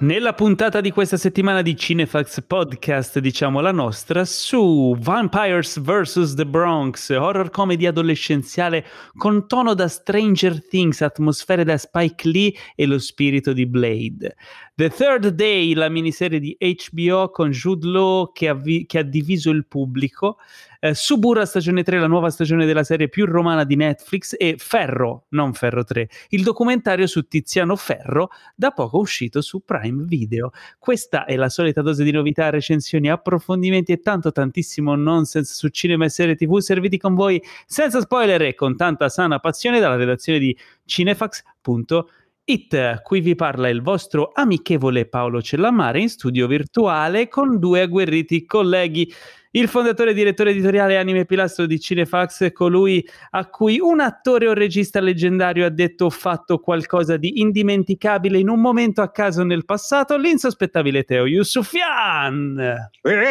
Nella puntata di questa settimana di Cinefax Podcast, diciamo la nostra, su Vampires vs. The Bronx, horror comedy adolescenziale con tono da Stranger Things, atmosfere da Spike Lee e lo spirito di Blade. The Third Day, la miniserie di HBO con Jude Law che ha diviso il pubblico. Suburra stagione 3, la nuova stagione della serie più romana di Netflix, e Ferro, non Ferro 3, il documentario su Tiziano Ferro, da poco uscito su Prime Video. Questa è la solita dose di novità, recensioni, approfondimenti e tantissimo nonsense su cinema e serie TV, serviti con voi senza spoiler e con tanta sana passione dalla redazione di cinefax.it. Qui vi parla il vostro amichevole Paolo Cellamare, in studio virtuale con due agguerriti colleghi. Il fondatore e direttore editoriale anime e pilastro di Cinefax, colui a cui un attore o regista leggendario ha detto o fatto qualcosa di indimenticabile in un momento a caso nel passato, l'insospettabile Teo Yusufian.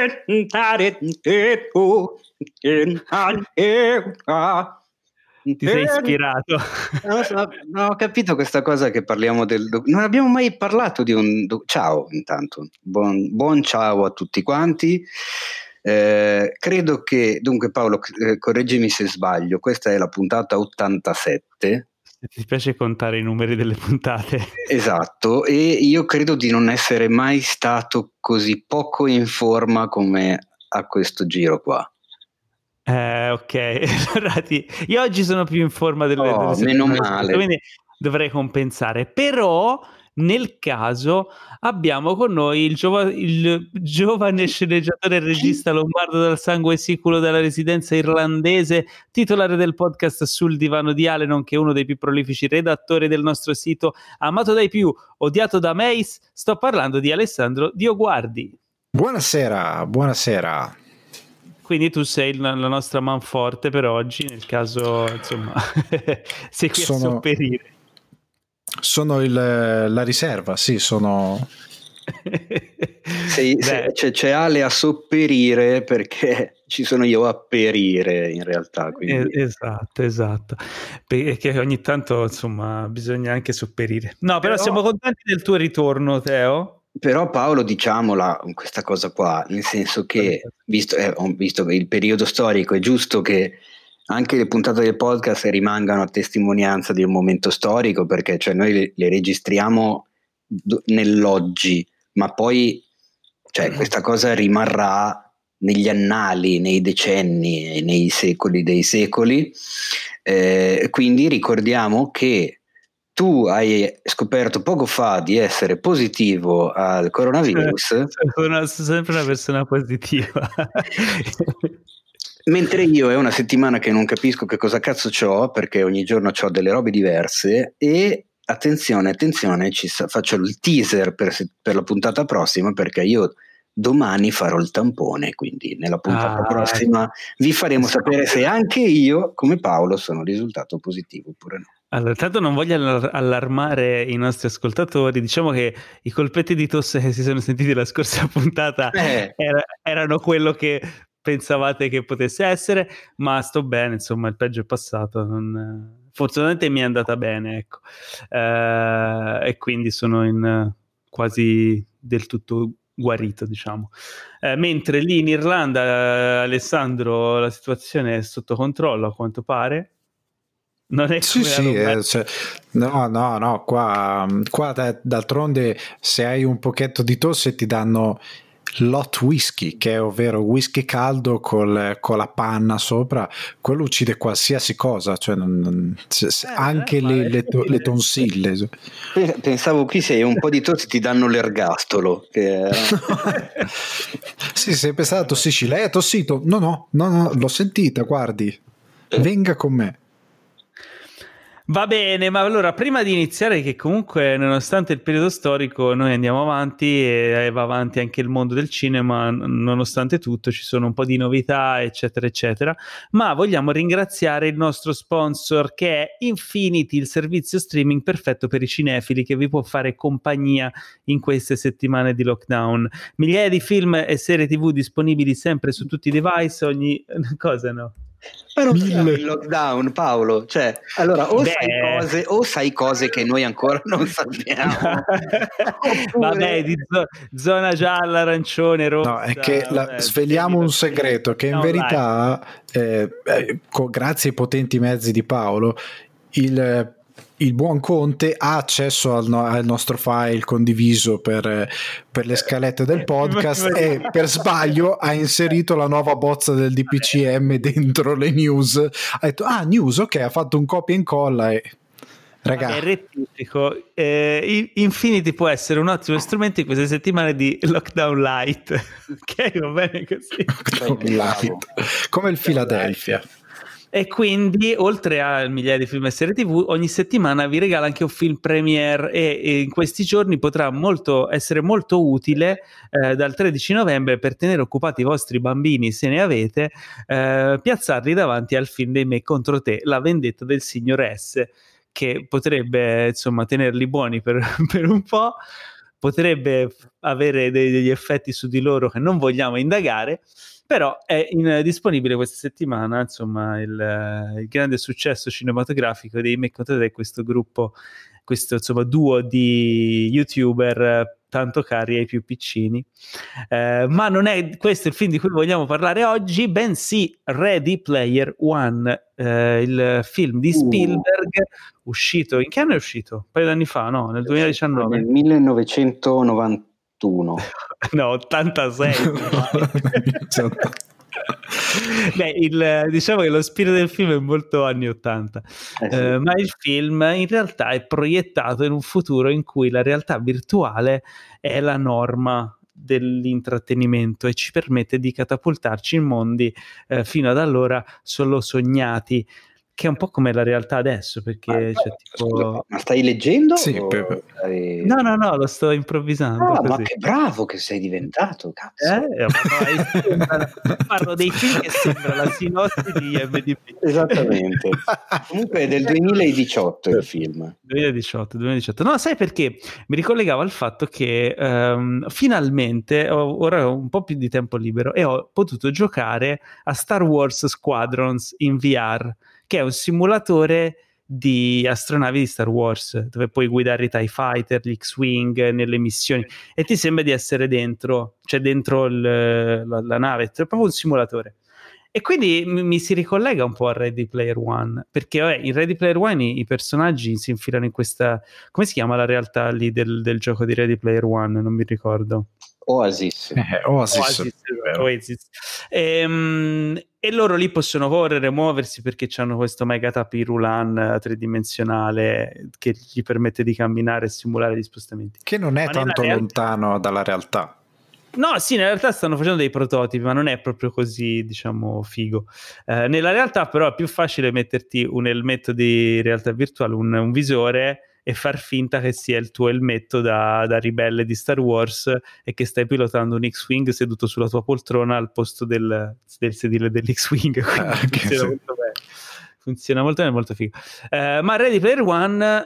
Ti sei ispirato? No, ho capito questa cosa che parliamo del... Non abbiamo mai parlato di un... Ciao, intanto. Buon ciao a tutti quanti. Credo che... Dunque Paolo, correggimi se sbaglio, questa è la puntata 87. Ti piace contare i numeri delle puntate? Esatto, e io credo di non essere mai stato così poco in forma come a questo giro qua. Ok, allora io oggi sono più in forma delle meno male, quindi dovrei compensare, però nel caso abbiamo con noi il giovane sceneggiatore e regista lombardo dal sangue siculo della residenza irlandese, titolare del podcast Sul divano di Ale, nonché uno dei più prolifici redattori del nostro sito, amato dai più, odiato da Mace. Sto parlando di Alessandro Dioguardi. Buonasera. Quindi tu sei la nostra manforte per oggi, nel caso, insomma, sei qui a sopperire. Sono la riserva, sì, sono... c'è Ale a sopperire perché ci sono io a perire in realtà. Quindi... Esatto, perché ogni tanto, insomma, bisogna anche sopperire. No, però siamo contenti del tuo ritorno, Teo. Però Paolo, diciamola questa cosa qua, nel senso che visto il periodo storico, è giusto che anche le puntate del podcast rimangano a testimonianza di un momento storico, perché cioè noi le registriamo nell'oggi, ma poi cioè, questa cosa rimarrà negli annali, nei decenni e nei secoli dei secoli, quindi ricordiamo che tu hai scoperto poco fa di essere positivo al coronavirus. Sono sempre una persona positiva. Mentre io è una settimana che non capisco che cosa cazzo c'ho, perché ogni giorno c'ho delle robe diverse. E attenzione, faccio il teaser per la puntata prossima, perché io domani farò il tampone, quindi nella puntata prossima vi faremo sapere se anche io, come Paolo, sono risultato positivo oppure no. Allora, tanto non voglio allarmare i nostri ascoltatori, diciamo che i colpetti di tosse che si sono sentiti la scorsa puntata erano quello che pensavate che potesse essere, ma sto bene, insomma, il peggio è passato, fortunatamente mi è andata bene, ecco, e quindi sono quasi del tutto guarito, diciamo. Mentre lì in Irlanda, Alessandro, la situazione è sotto controllo, a quanto pare. Non è no, qua d'altronde se hai un pochetto di tosse ti danno l'hot whisky, che è ovvero whisky caldo con la panna sopra. Quello uccide qualsiasi cosa, cioè anche le tonsille. Pensavo qui se hai un po' di tosse ti danno l'ergastolo. Sì, sei pensato tossisci, lei ha tossito? No, l'ho sentita, guardi, venga con me. Va bene, ma allora prima di iniziare, che comunque nonostante il periodo storico noi andiamo avanti e va avanti anche il mondo del cinema, nonostante tutto ci sono un po' di novità eccetera eccetera, ma vogliamo ringraziare il nostro sponsor, che è Infinity, il servizio streaming perfetto per i cinefili che vi può fare compagnia in queste settimane di lockdown. Migliaia di film e serie TV disponibili sempre su tutti i device, ogni cosa no? Ma non siamo in lockdown, Paolo, cioè, allora o sai cose che noi ancora non sappiamo. Vabbè, di zona gialla, arancione, rossa. No, è che sveliamo un segreto che in verità, grazie ai potenti mezzi di Paolo, il buon Conte ha accesso al nostro file condiviso per le scalette del podcast e per sbaglio ha inserito la nuova bozza del DPCM dentro le news. Ha detto news, ok, ha fatto un copia e incolla e ragazzi, rettifico, Infinity può essere un ottimo strumento in queste settimane di lockdown light. Ok, va bene così. Light. Come il Philadelphia. E quindi, oltre a migliaia di film e serie TV, ogni settimana vi regala anche un film premiere e in questi giorni potrà essere molto utile dal 13 novembre per tenere occupati i vostri bambini, se ne avete, piazzarli davanti al film dei Me contro te, La vendetta del signor S, che potrebbe, insomma, tenerli buoni per un po', potrebbe avere degli effetti su di loro che non vogliamo indagare. Però è disponibile questa settimana, insomma, il grande successo cinematografico dei Me contro te, questo gruppo, questo insomma duo di youtuber tanto cari ai più piccini. Ma non è questo il film di cui vogliamo parlare oggi, bensì Ready Player One, il film di Spielberg, uscito, in che anno è uscito? Un paio d'anni fa, no? Nel 2019? Nel 1991. No, 86. Beh, diciamo che lo spirito del film è molto anni 80, sì. Ma il film in realtà è proiettato in un futuro in cui la realtà virtuale è la norma dell'intrattenimento e ci permette di catapultarci in mondi fino ad allora solo sognati, che è un po' come la realtà adesso, perché c'è tipo... Scusa, ma stai leggendo? Sì, No, lo sto improvvisando. Ma che bravo che sei diventato, cazzo. Parlo dei film che sembra la sinossi di IMDb. Esattamente. Comunque è del 2018 il film. 2018. No, sai perché? Mi ricollegavo al fatto che finalmente ora ho un po' più di tempo libero e ho potuto giocare a Star Wars Squadrons in VR, che è un simulatore di astronavi di Star Wars, dove puoi guidare i TIE Fighter, gli X-Wing nelle missioni e ti sembra di essere dentro la nave, è proprio un simulatore. E quindi mi si ricollega un po' a Ready Player One, perché in Ready Player One i personaggi si infilano in questa, come si chiama la realtà lì del gioco di Ready Player One? Non mi ricordo. Oasis. Oasis. E loro lì possono correre, muoversi perché hanno questo mega tapirulan tridimensionale che gli permette di camminare e simulare gli spostamenti. Che non è tanto lontano dalla realtà. No, sì, nella realtà stanno facendo dei prototipi, ma non è proprio così, diciamo, figo. Nella realtà però è più facile metterti un elmetto di realtà virtuale, un visore, e far finta che sia il tuo elmetto da ribelle di Star Wars e che stai pilotando un X-Wing seduto sulla tua poltrona al posto del sedile dell'X-Wing. Funziona molto bene. Funziona molto bene, molto figo. Ma Ready Player One...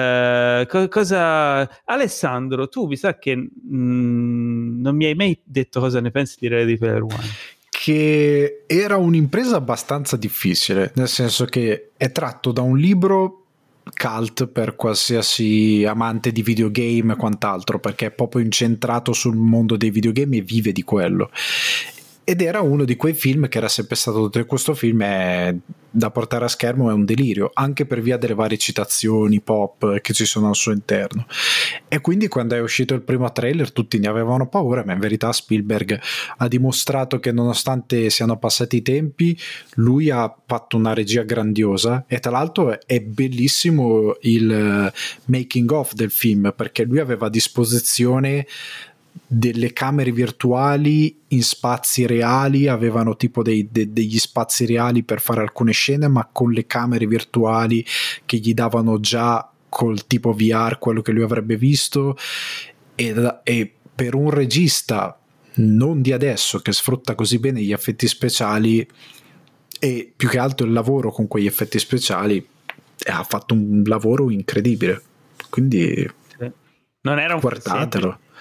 Alessandro, tu mi sa che non mi hai mai detto cosa ne pensi di Ready Player One. Che era un'impresa abbastanza difficile, nel senso che è tratto da un libro cult per qualsiasi amante di videogame e quant'altro, perché è proprio incentrato sul mondo dei videogame e vive di quello. Ed era uno di quei film che era sempre stato detto: questo film è da portare a schermo, è un delirio, anche per via delle varie citazioni pop che ci sono al suo interno. E quindi quando è uscito il primo trailer tutti ne avevano paura, ma in verità Spielberg ha dimostrato che nonostante siano passati i tempi, lui ha fatto una regia grandiosa. E tra l'altro è bellissimo il making of del film, perché lui aveva a disposizione delle camere virtuali in spazi reali, avevano tipo degli spazi reali per fare alcune scene, ma con le camere virtuali che gli davano già col tipo VR quello che lui avrebbe visto. E per un regista non di adesso che sfrutta così bene gli effetti speciali e più che altro il lavoro con quegli effetti speciali, ha fatto un lavoro incredibile, quindi non era un guardatelo.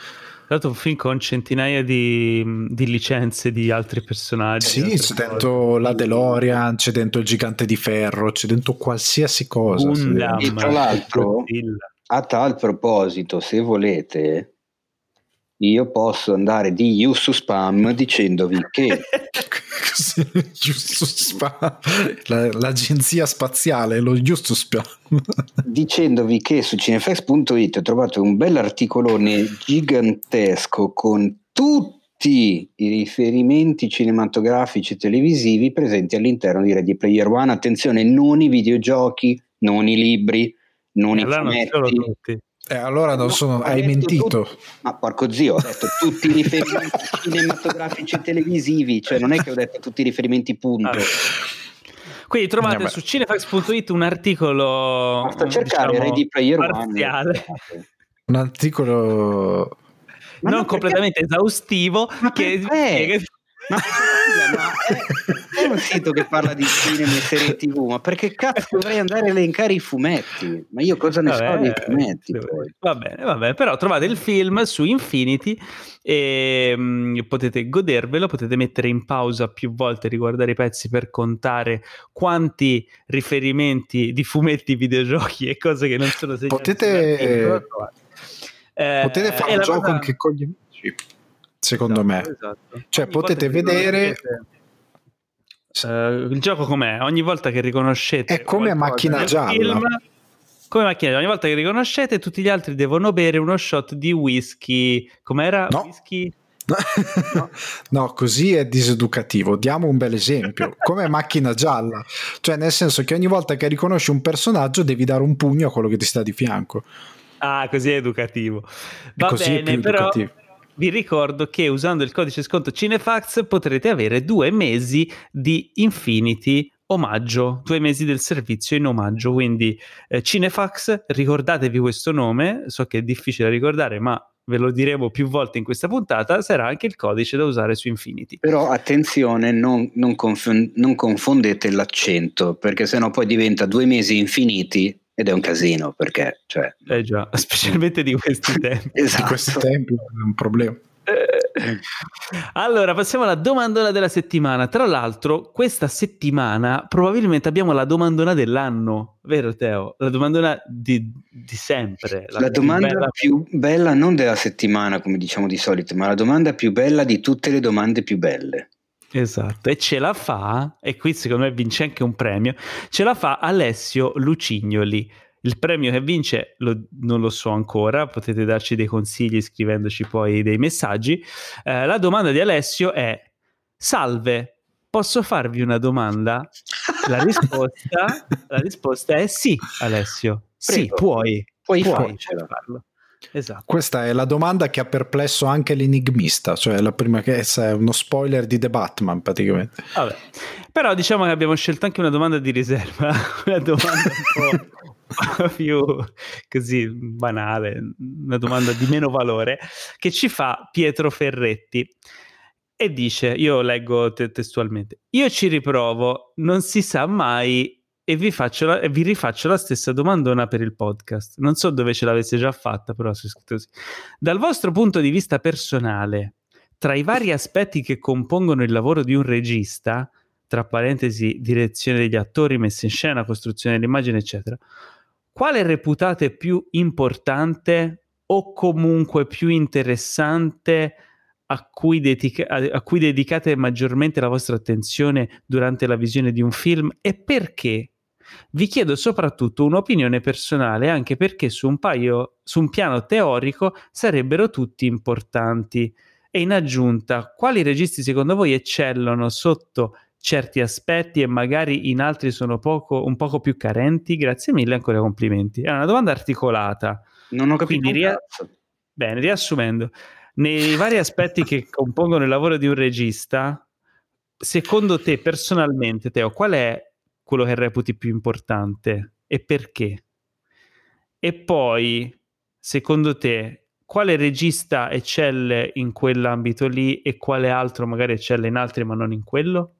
dato un film con centinaia di licenze di altri personaggi. Sì, c'è dentro la DeLorean, c'è dentro il Gigante di Ferro, c'è dentro qualsiasi cosa. Gundam, E tra l'altro, Godzilla. a tal proposito, se volete, io posso andare di Yusu Spam dicendovi che Giusto Spam, l'agenzia spaziale, lo Giusto Spam. Dicendovi che su cinefx.it ho trovato un bell'articolone gigantesco con tutti i riferimenti cinematografici e televisivi presenti all'interno di Ready Player One. Attenzione, non i videogiochi, non i libri, non i Allora non fumetti. solo tutti. Allora non sono, hai mentito. Ma porco zio, ho detto tutti i riferimenti cinematografici e televisivi, cioè non è che ho detto tutti i riferimenti, punto. Quindi trovate su cinefax.it un articolo, basta cercare Ready Player parziale. One. Un articolo non completamente esaustivo, che spiega. È un sito che parla di cinema e serie TV, ma perché cazzo dovrei andare a elencare i fumetti? Ma io cosa ne so dei fumetti? Poi? Va bene, però trovate il film su Infinity e potete godervelo, potete mettere in pausa più volte, riguardare i pezzi per contare quanti riferimenti di fumetti, videogiochi e cose che non sono segnate. Potete fare un gioco anche con gli amici, secondo me. Esatto. Cioè potete vedere il gioco com'è? Ogni volta che riconoscete è come Macchina Gialla film, come Macchina Gialla, ogni volta che riconoscete tutti gli altri devono bere uno shot di whisky. Com'era? No. Whisky? No, così è diseducativo. Diamo un bel esempio, come Macchina Gialla, cioè nel senso che ogni volta che riconosci un personaggio devi dare un pugno a quello che ti sta di fianco. Ah, così è educativo. Va così bene, però vi ricordo che usando il codice sconto Cinefax potrete avere 2 mesi di Infinity omaggio, 2 mesi del servizio in omaggio, quindi Cinefax, ricordatevi questo nome, so che è difficile da ricordare, ma ve lo diremo più volte in questa puntata, sarà anche il codice da usare su Infinity. Però attenzione, non confondete l'accento, perché sennò poi diventa 2 mesi infiniti ed è un casino, perché cioè già, specialmente di questi tempi. Esatto. Di questi tempi è un problema. Allora, passiamo alla domandona della settimana. Tra l'altro, questa settimana probabilmente abbiamo la domandona dell'anno, vero Teo? La domandona di sempre. La domanda più bella non della settimana, come diciamo di solito, ma la domanda più bella di tutte le domande più belle. Esatto, e ce la fa, e qui secondo me vince anche un premio, ce la fa Alessio Lucignoli. Il premio che vince non lo so ancora, potete darci dei consigli scrivendoci poi dei messaggi. La domanda di Alessio è: salve, posso farvi una domanda? La risposta è sì, Alessio. Prego. Sì, puoi farlo. Esatto. Questa è la domanda che ha perplesso anche l'enigmista, cioè la prima che è uno spoiler di The Batman praticamente. Vabbè. Però diciamo che abbiamo scelto anche una domanda di riserva, una domanda un po' più così banale, una domanda di meno valore che ci fa Pietro Ferretti e dice, io leggo testualmente: io ci riprovo, non si sa mai, e vi rifaccio la stessa domandona per il podcast. Non so dove ce l'avesse già fatta, però si è scritto così. Dal vostro punto di vista personale, tra i vari aspetti che compongono il lavoro di un regista, tra parentesi direzione degli attori, messa in scena, costruzione dell'immagine, eccetera, quale reputate più importante o comunque più interessante a cui dedicate maggiormente la vostra attenzione durante la visione di un film, e perché? Vi chiedo soprattutto un'opinione personale, anche perché su un piano teorico sarebbero tutti importanti. E in aggiunta, quali registi secondo voi eccellono sotto certi aspetti e magari in altri sono un poco più carenti? Grazie mille, ancora complimenti. È una domanda articolata. Non ho capito. Bene, riassumendo, nei vari aspetti che compongono il lavoro di un regista, secondo te personalmente, Teo, qual è quello che reputi più importante e perché? E poi, secondo te, quale regista eccelle in quell'ambito lì e quale altro magari eccelle in altri ma non in quello?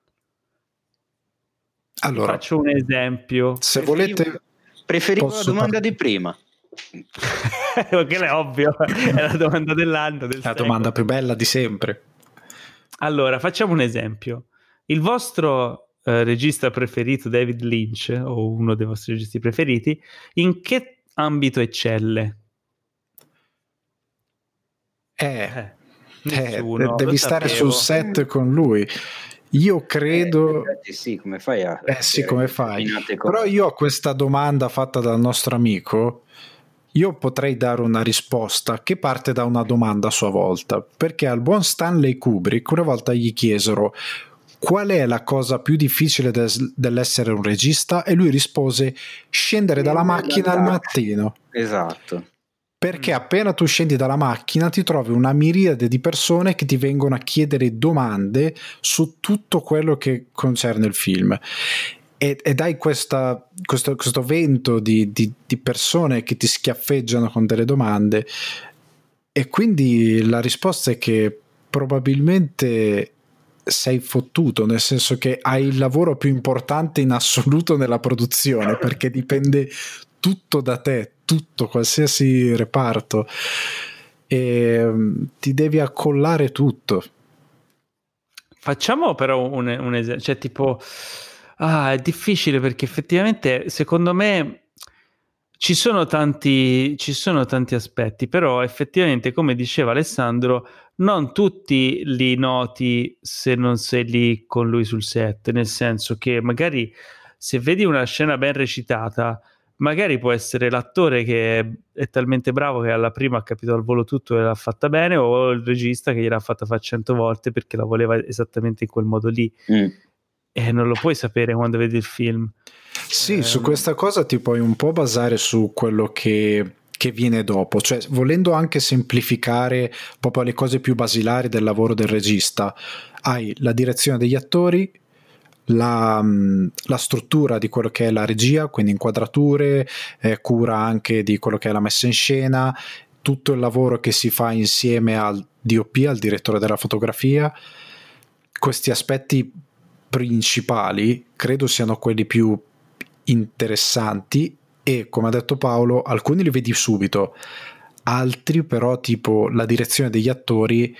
Allora, faccio un esempio. Se volete, preferivo la domanda di prima. Quella è ovvio, è la domanda dell'anno. La domanda più bella di sempre. Allora, facciamo un esempio. Il vostro regista preferito, David Lynch, o uno dei vostri registi preferiti, in che ambito eccelle? Nessuno, devi stare sul set con lui. Io credo sì, come fai a sì, come fai? Però io a questa domanda fatta dal nostro amico, io potrei dare una risposta che parte da una domanda a sua volta, perché al buon Stanley Kubrick una volta gli chiesero qual è la cosa più difficile dell'essere un regista, e lui rispose scendere dalla macchina al mattino. Esatto. Perché appena tu scendi dalla macchina ti trovi una miriade di persone che ti vengono a chiedere domande su tutto quello che concerne il film. E dai questo vento di persone che ti schiaffeggiano con delle domande, e quindi la risposta è che probabilmente sei fottuto, nel senso che hai il lavoro più importante in assoluto nella produzione, perché dipende tutto da te, tutto, qualsiasi reparto, e ti devi accollare tutto. Facciamo però un esempio, cioè tipo è difficile, perché effettivamente secondo me ci sono tanti aspetti, però effettivamente, come diceva Alessandro, non tutti li noti se non sei lì con lui sul set, nel senso che magari se vedi una scena ben recitata, magari può essere l'attore che è talmente bravo che alla prima ha capito al volo tutto e l'ha fatta bene, o il regista che gliel'ha fatta fare 100 volte perché la voleva esattamente in quel modo lì. E non lo puoi sapere quando vedi il film. Sì, su questa cosa ti puoi un po' basare su quello che viene dopo, cioè volendo anche semplificare proprio le cose più basilari del lavoro del regista. Hai la direzione degli attori, la struttura di quello che è la regia, quindi inquadrature, cura anche di quello che è la messa in scena, tutto il lavoro che si fa insieme al DOP, al direttore della fotografia. Questi aspetti principali credo siano quelli più interessanti, e come ha detto Paolo, alcuni li vedi subito, altri però, tipo la direzione degli attori,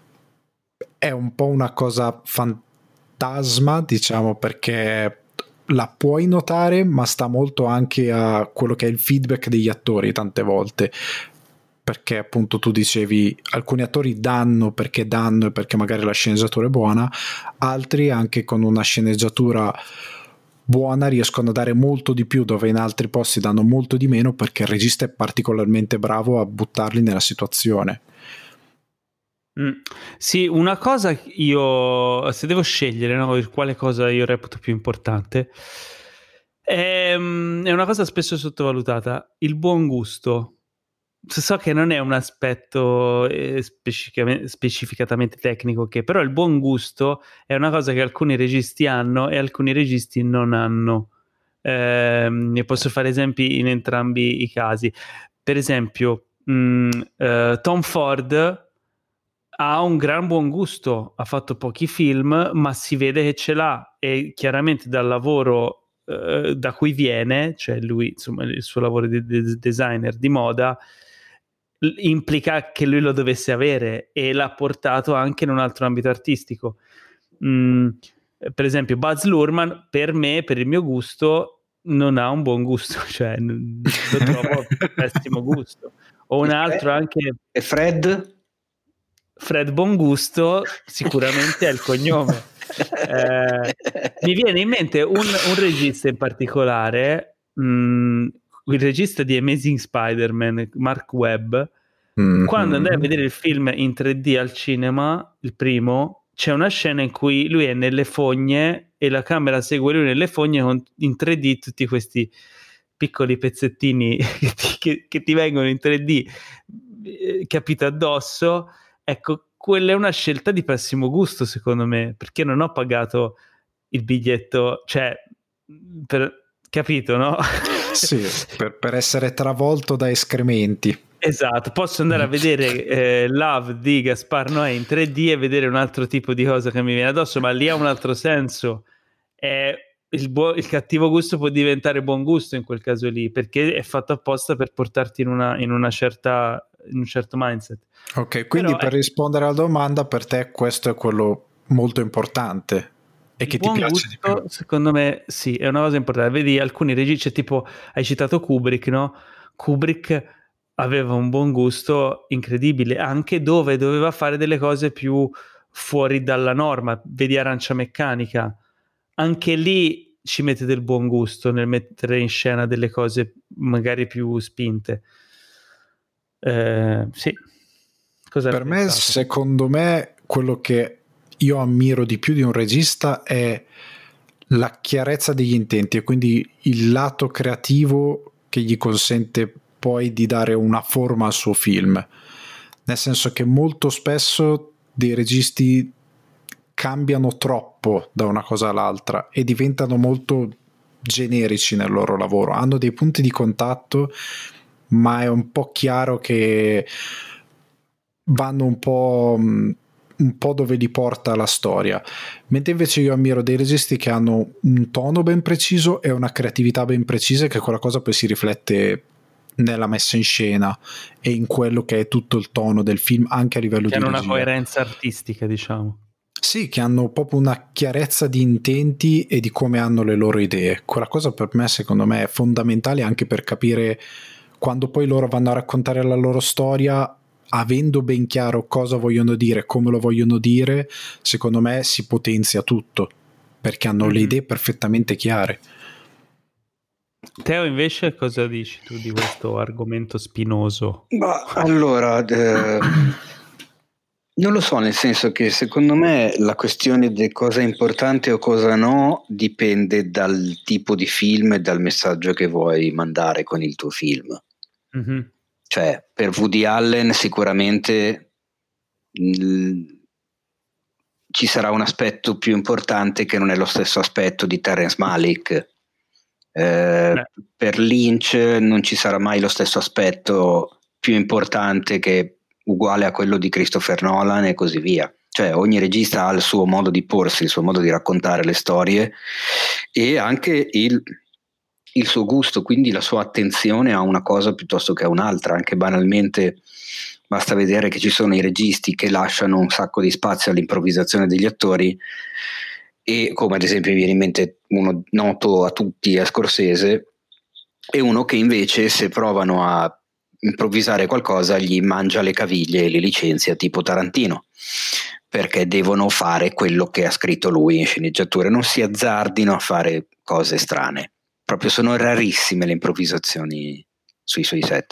è un po' una cosa fantasma, diciamo, perché la puoi notare, ma sta molto anche a quello che è il feedback degli attori tante volte, perché appunto tu dicevi alcuni attori danno perché magari la sceneggiatura è buona, altri anche con una sceneggiatura buona riescono a dare molto di più dove in altri posti danno molto di meno, perché il regista è particolarmente bravo a buttarli nella situazione. Sì, una cosa, io se devo scegliere, no, quale cosa io reputo più importante, è una cosa spesso sottovalutata: il buon gusto. So che non è un aspetto specificatamente tecnico, che però il buon gusto è una cosa che alcuni registi hanno e alcuni registi non hanno. Ne posso fare esempi in entrambi i casi. Per esempio, Tom Ford ha un gran buon gusto, ha fatto pochi film, ma si vede che ce l'ha, e chiaramente dal lavoro da cui viene, cioè lui, insomma, il suo lavoro di designer di moda implica che lui lo dovesse avere, e l'ha portato anche in un altro ambito artistico. Per esempio Baz Luhrmann, per me, per il mio gusto, non ha un buon gusto, cioè lo trovo pessimo gusto. O un altro anche... E Fred Buongusto sicuramente è il cognome. Mi viene in mente un regista in particolare, il regista di Amazing Spider-Man, Mark Webb. Quando andai a vedere il film in 3D al cinema, il primo, c'è una scena in cui lui è nelle fogne e la camera segue lui nelle fogne con in 3D tutti questi piccoli pezzettini che ti vengono in 3D capito addosso. Ecco, quella è una scelta di pessimo gusto, secondo me, perché non ho pagato il biglietto, cioè, capito, no? Sì, per essere travolto da escrementi. Esatto, posso andare a vedere Love di Gaspar Noè in 3D e vedere un altro tipo di cosa che mi viene addosso, ma lì ha un altro senso. il cattivo gusto può diventare buon gusto in quel caso lì, perché è fatto apposta per portarti in un certo mindset. Ok, quindi per rispondere alla domanda, per te questo è quello molto importante e che ti piace gusto, di più. secondo me sì, è una cosa importante. Vedi alcuni registi, tipo hai citato Kubrick, no? Kubrick aveva un buon gusto incredibile, anche dove doveva fare delle cose più fuori dalla norma. Vedi Arancia Meccanica, anche lì ci mette del buon gusto nel mettere in scena delle cose magari più spinte. Sì. Cosa per me, secondo me, quello che io ammiro di più di un regista è la chiarezza degli intenti e quindi il lato creativo che gli consente poi di dare una forma al suo film, nel senso che molto spesso dei registi cambiano troppo da una cosa all'altra e diventano molto generici nel loro lavoro, hanno dei punti di contatto ma è un po' chiaro che vanno un po' dove li porta la storia, mentre invece io ammiro dei registi che hanno un tono ben preciso e una creatività ben precisa, che quella cosa poi si riflette nella messa in scena e in quello che è tutto il tono del film, anche a livello di regia. Che hanno una coerenza artistica, diciamo. Sì, che hanno proprio una chiarezza di intenti e di come hanno le loro idee. Quella cosa per me, secondo me, è fondamentale anche per capire quando poi loro vanno a raccontare la loro storia, avendo ben chiaro cosa vogliono dire, come lo vogliono dire, secondo me si potenzia tutto, perché hanno le idee perfettamente chiare. Teo, invece, cosa dici tu di questo argomento spinoso? Ma allora, non lo so, nel senso che secondo me la questione di cosa è importante o cosa no dipende dal tipo di film e dal messaggio che vuoi mandare con il tuo film. Mm-hmm. Cioè, per Woody Allen sicuramente ci sarà un aspetto più importante che non è lo stesso aspetto di Terrence Malick. Per Lynch non ci sarà mai lo stesso aspetto più importante che uguale a quello di Christopher Nolan e così via. Cioè ogni regista ha il suo modo di porsi, il suo modo di raccontare le storie e anche il suo gusto, quindi la sua attenzione a una cosa piuttosto che a un'altra. Anche banalmente basta vedere che ci sono i registi che lasciano un sacco di spazio all'improvvisazione degli attori, e come ad esempio mi viene in mente uno noto a tutti, a Scorsese, e uno che invece se provano a improvvisare qualcosa gli mangia le caviglie e li licenzia, tipo Tarantino, perché devono fare quello che ha scritto lui in sceneggiatura, non si azzardino a fare cose strane. Proprio sono rarissime le improvvisazioni sui suoi set.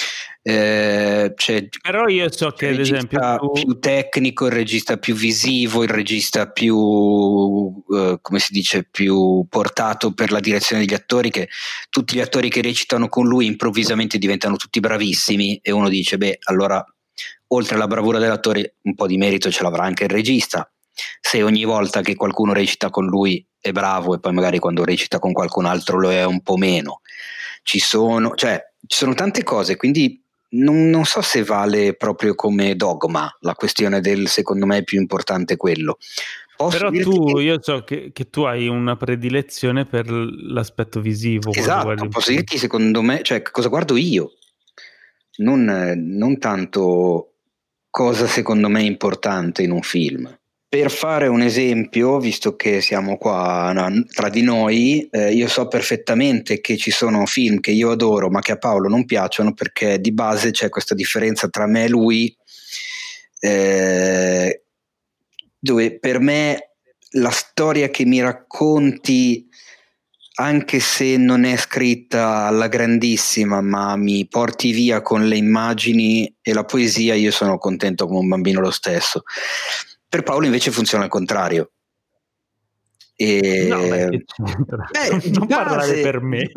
Però io so che ad esempio più tecnico, il regista più visivo, il regista più come si dice, più portato per la direzione degli attori, che tutti gli attori che recitano con lui improvvisamente diventano tutti bravissimi e uno dice beh, allora oltre alla bravura dell'attore un po' di merito ce l'avrà anche il regista. Se ogni volta che qualcuno recita con lui è bravo e poi magari quando recita con qualcun altro lo è un po' meno, ci sono tante cose, quindi non so se vale proprio come dogma la questione del, secondo me è più importante quello. Però io so che tu hai una predilezione per l'aspetto visivo. Esatto, posso dirti secondo me, cioè cosa guardo io, non tanto cosa secondo me è importante in un film. Per fare un esempio, visto che siamo qua tra di noi, io so perfettamente che ci sono film che io adoro ma che a Paolo non piacciono, perché di base c'è questa differenza tra me e lui, dove per me la storia che mi racconti, anche se non è scritta alla grandissima, ma mi porti via con le immagini e la poesia, io sono contento come un bambino lo stesso. Per Paolo invece funziona al contrario. Non parlare per me.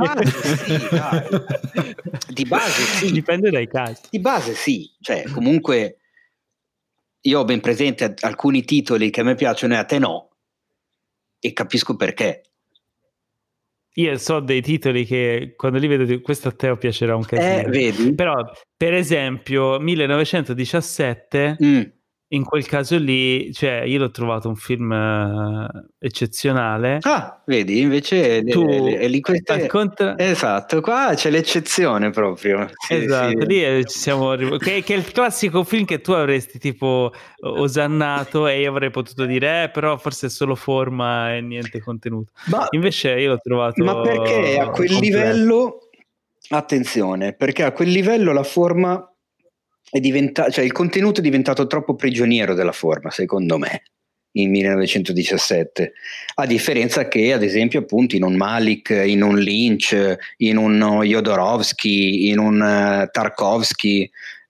Di base sì. Dipende dai casi. Di base sì, cioè comunque io ho ben presente alcuni titoli che a me piacciono e a te no, e capisco perché. Io so dei titoli che quando li vedo questo a te piacerà un casino. Vedi? Però per esempio 1917 in quel caso lì, cioè, io l'ho trovato un film eccezionale. Vedi, invece Tu, lì esatto, qua c'è l'eccezione proprio. Esatto, sì. lì ci siamo che è il classico film che tu avresti tipo osannato e io avrei potuto dire però forse è solo forma e niente contenuto. Invece io l'ho trovato. Ma perché a quel livello, attenzione, perché a quel livello la forma è diventata, cioè il contenuto è diventato troppo prigioniero della forma, secondo me, in 1917, a differenza che ad esempio appunto in un Malick, in un Lynch, in un Jodorowsky, in un Tarkovsky,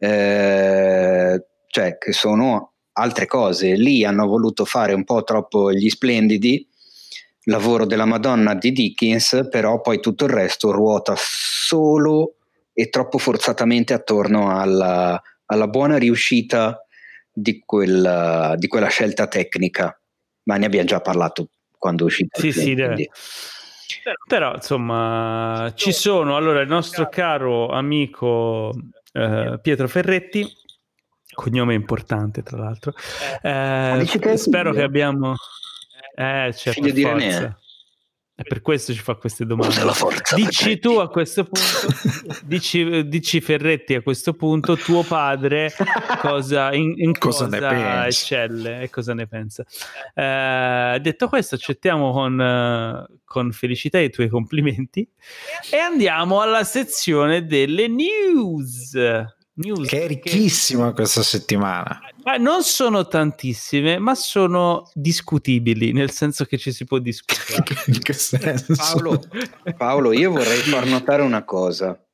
cioè che sono altre cose. Lì hanno voluto fare un po' troppo gli splendidi, lavoro della Madonna di Dickens, però poi tutto il resto ruota solo e troppo forzatamente attorno alla buona riuscita di quella scelta tecnica, ma ne abbiamo già parlato quando è uscito il film, quindi. Però insomma ci sono, allora il nostro caro amico Pietro Ferretti, cognome importante tra l'altro, spero che abbiamo cioè, figlio per di forza. René. E per questo ci fa queste domande. Forza, dici tu a questo punto, dici Ferretti a questo punto, tuo padre cosa ne pensa? eccelle e cosa ne pensa. Detto questo, accettiamo con felicità i tuoi complimenti e andiamo alla sezione delle news. Che è ricchissima questa settimana. Non sono tantissime, ma sono discutibili, nel senso che ci si può discutere. In che senso? Paolo, io vorrei far notare una cosa.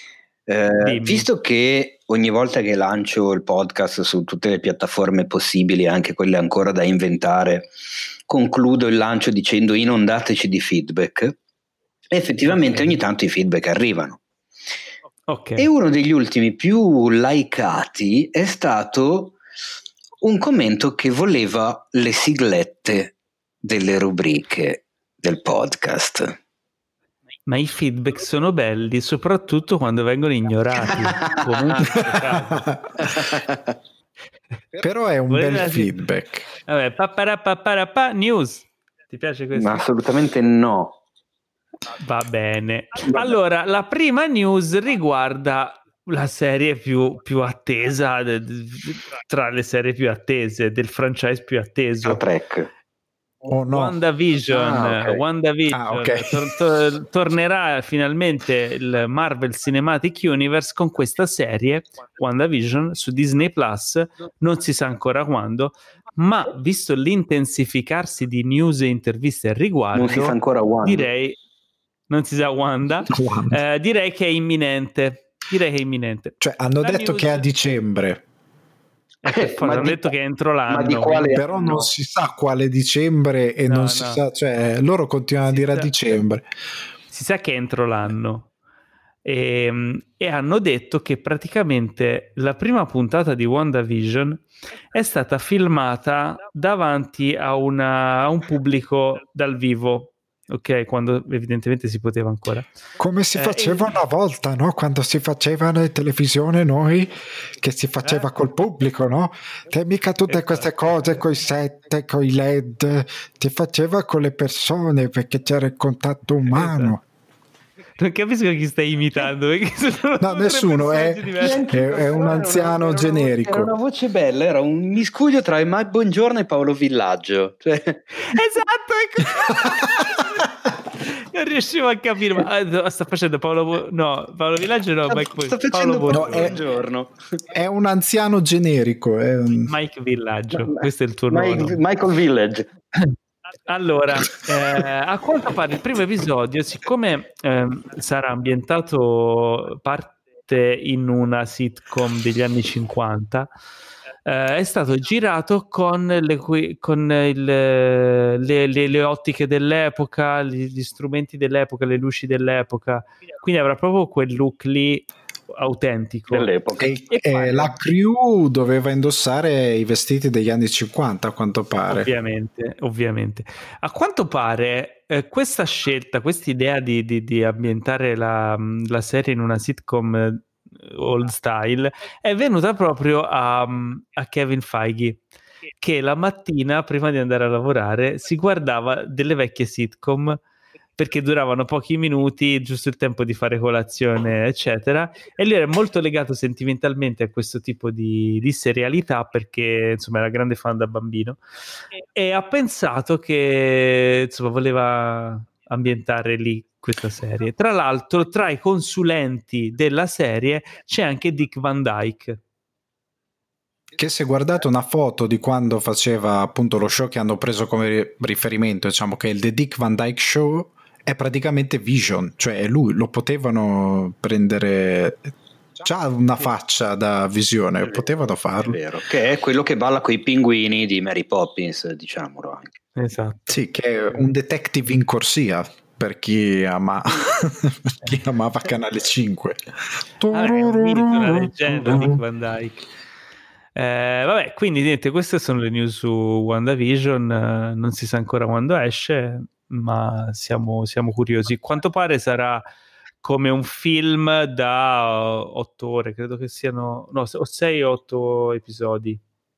Visto che ogni volta che lancio il podcast su tutte le piattaforme possibili, anche quelle ancora da inventare, concludo il lancio dicendo inondateci di feedback, effettivamente ogni tanto i feedback arrivano. E uno degli ultimi più likeati è stato un commento che voleva le siglette delle rubriche del podcast. Ma i feedback sono belli soprattutto quando vengono ignorati. Però è un bel feedback. Vabbè, papparapapparappa, news. Ti piace questo? Ma assolutamente no. Va bene. Allora, la prima news riguarda la serie più attesa tra le serie più attese del franchise più atteso. Star Trek. Oh, no. WandaVision, okay. Tornerà finalmente il Marvel Cinematic Universe con questa serie WandaVision su Disney Plus, non si sa ancora quando, ma visto l'intensificarsi di news e interviste al riguardo, non si sa ancora Wanda. Direi non si sa Wanda. Direi che è imminente. Cioè hanno detto che è a dicembre. Hanno detto che è entro l'anno. Ma di quale però non si sa quale dicembre e non si sa, cioè loro continuano a dire a dicembre. Si sa che è entro l'anno. E hanno detto che praticamente la prima puntata di WandaVision è stata filmata davanti a un pubblico dal vivo. Ok, quando evidentemente si poteva ancora. Come si faceva una volta, no? Quando si faceva in televisione noi, che si faceva col pubblico, no? Te mica tutte queste cose, coi set, coi LED, ti faceva con le persone perché c'era il contatto umano. Non capisco chi stai imitando. No, nessuno, è un anziano generico. Era una voce bella, era un miscuglio tra Mike Bongiorno e Paolo Villaggio. Cioè. Esatto, non riuscivo a capire, ma sta facendo Paolo Villaggio no, Mike sta facendo Paolo Bongiorno. È un anziano generico, Mike Villaggio, questo è il tuo nome. Michael Village. Allora, a quanto pare il primo episodio, siccome sarà ambientato parte in una sitcom degli anni 50, è stato girato con le ottiche dell'epoca, gli strumenti dell'epoca, le luci dell'epoca, quindi avrà proprio quel look lì autentico dell'epoca. E la crew doveva indossare i vestiti degli anni 50 a quanto pare, ovviamente. A quanto pare questa scelta, questa idea di ambientare la serie in una sitcom old style, è venuta proprio a Kevin Feige, che la mattina prima di andare a lavorare si guardava delle vecchie sitcom perché duravano pochi minuti, giusto il tempo di fare colazione, eccetera, e lui era molto legato sentimentalmente a questo tipo di serialità perché insomma era grande fan da bambino e ha pensato che insomma voleva ambientare lì questa serie. Tra l'altro, tra i consulenti della serie c'è anche Dick Van Dyke. Che se guardate una foto di quando faceva appunto lo show che hanno preso come riferimento, diciamo che il The Dick Van Dyke Show è praticamente Vision, cioè è lui, lo potevano prendere, c'ha una faccia da Visione, potevano farlo. È vero, che è quello che balla coi pinguini di Mary Poppins, diciamolo anche. Esatto. Sì, che è un detective in corsia per chi chi amava Canale 5. È un mito, una leggenda Dick Van Dyke. Vabbè, quindi niente, queste sono le news su WandaVision, non si sa ancora quando esce, ma siamo curiosi. Quanto pare sarà come un film da 8 ore, credo che siano, no, o 6 o 8 episodi.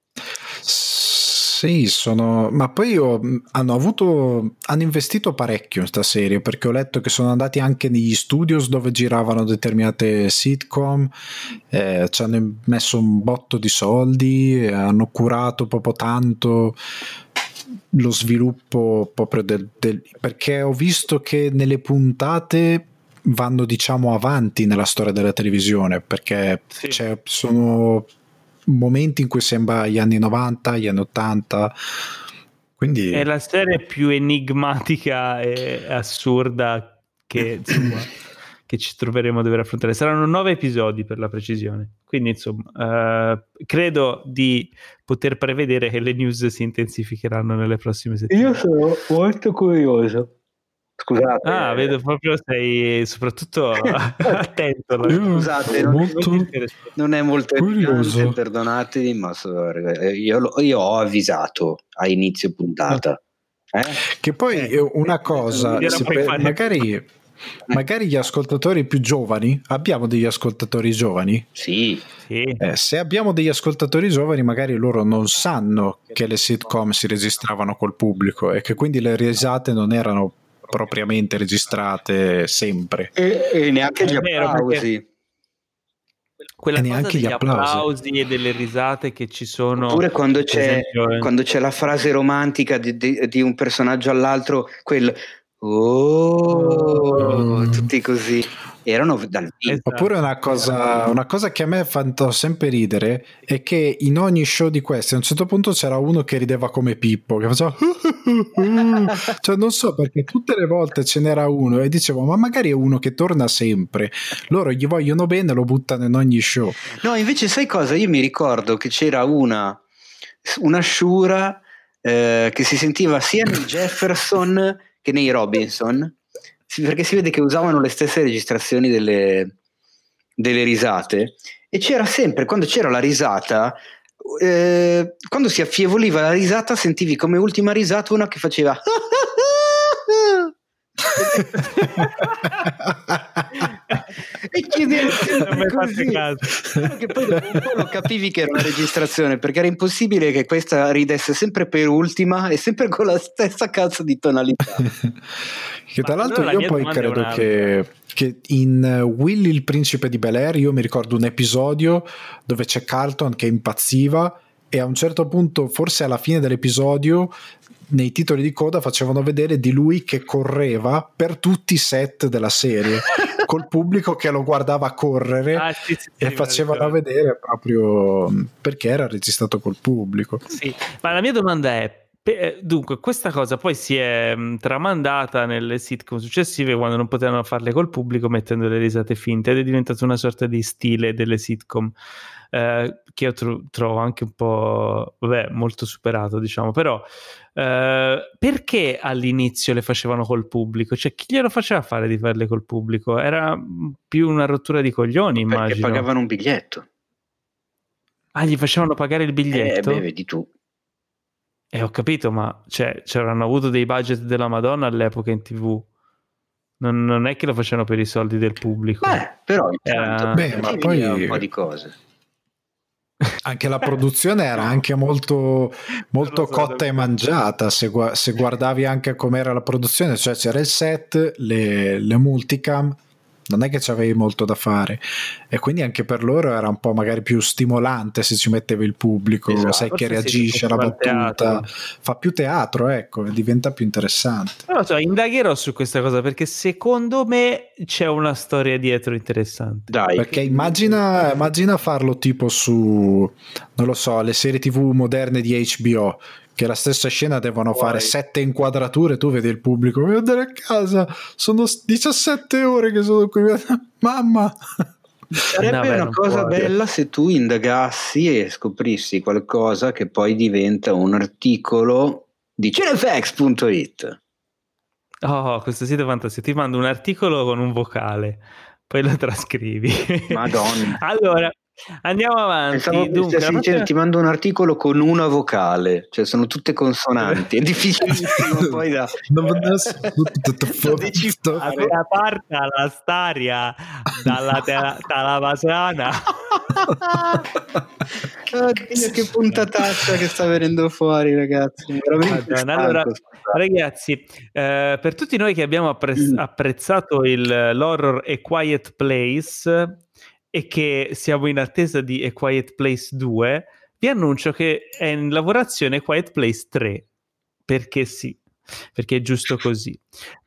Sì, ma poi hanno investito parecchio in questa serie, perché ho letto che sono andati anche negli studios dove giravano determinate sitcom, ci hanno messo un botto di soldi, hanno curato proprio tanto lo sviluppo proprio perché ho visto che nelle puntate vanno diciamo avanti nella storia della televisione, perché sì, sono momenti in cui sembra gli anni 90, gli anni 80, quindi è la serie più enigmatica e assurda che insomma che ci troveremo a dover affrontare. Saranno 9 episodi per la precisione, quindi insomma credo di poter prevedere che le news si intensificheranno nelle prossime settimane. Io sono molto curioso. Scusate. Vedo proprio sei soprattutto attento. Scusate, non è molto curioso, perdonatemi, ma io ho avvisato a inizio puntata. Che poi una cosa, magari gli ascoltatori più giovani, abbiamo degli ascoltatori giovani? Sì. Se abbiamo degli ascoltatori giovani, magari loro non sanno che le sitcom si registravano col pubblico e che quindi le risate non erano propriamente registrate sempre e neanche gli applausi. Quella cosa degli applausi e delle risate che ci sono, oppure quando c'è la frase romantica di un personaggio all'altro, quel tutti così erano dal vivo. Esatto. Oppure una cosa che a me fa sempre ridere è che in ogni show di questi a un certo punto c'era uno che rideva come Pippo, che faceva cioè non so perché tutte le volte ce n'era uno e dicevo ma magari è uno che torna sempre, loro gli vogliono bene, lo buttano in ogni show. No, invece sai cosa? Io mi ricordo che c'era una Shura che si sentiva sia nei Jefferson che nei Robinson, perché si vede che usavano le stesse registrazioni delle risate, e c'era sempre, quando c'era la risata, quando si affievoliva la risata, sentivi come ultima risata una che faceva e chiedevo così, che poi dopo un po' lo capivi che era una registrazione, perché era impossibile che questa ridesse sempre per ultima e sempre con la stessa cazzo di tonalità. Che tra l'altro io poi credo che in Willy il principe di Bel-Air io mi ricordo un episodio dove c'è Carlton che impazziva e a un certo punto, forse alla fine dell'episodio, nei titoli di coda facevano vedere di lui che correva per tutti i set della serie col pubblico che lo guardava correre e facevano vedere proprio perché era registrato col pubblico. Sì, ma la mia domanda è dunque questa cosa poi si è tramandata nelle sitcom successive quando non potevano farle col pubblico mettendo le risate finte ed è diventato una sorta di stile delle sitcom che io trovo anche un po' molto superato, diciamo, però perché all'inizio le facevano col pubblico? Cioè chi glielo faceva fare di farle col pubblico? Era più una rottura di coglioni, immagino. Perché pagavano un biglietto. Gli facevano pagare il biglietto? Vedi tu. Ho capito, ma c'erano avuto dei budget della Madonna all'epoca in TV. Non è che lo facevano per i soldi del pubblico. Però intanto ma poi un po' di cose. Anche la produzione era anche molto cotta e mangiata, se guardavi anche com'era la produzione, cioè c'era il set, le multicam, non è che c'avevi molto da fare, e quindi anche per loro era un po' magari più stimolante se ci mettevi il pubblico, esatto, sai che reagisce alla battuta, fa più teatro, ecco, diventa più interessante. Non lo so, indagherò su questa cosa perché secondo me c'è una storia dietro interessante. Dai, perché immagina farlo tipo su, non lo so, le serie TV moderne di HBO, che la stessa scena devono fare 7 inquadrature, tu vedi il pubblico, voglio andare a casa, sono 17 ore che sono qui, mamma. Sarebbe una cosa bella se tu indagassi e scoprissi qualcosa che poi diventa un articolo di cinefx.it. Oh, questo sito è fantastico, ti mando un articolo con un vocale, poi lo trascrivi. Madonna. Allora, andiamo avanti. Dunque, ti mando un articolo con una vocale, cioè sono tutte consonanti, è difficilissimo poi da decifrare. Da parte alla staria dalla Talavasana. Oddio, che puntataccia che sta venendo fuori, ragazzi. Allora, ragazzi, per tutti noi che abbiamo apprezzato l'horror A Quiet Place e che siamo in attesa di A Quiet Place 2, vi annuncio che è in lavorazione A Quiet Place 3, perché sì, perché è giusto così.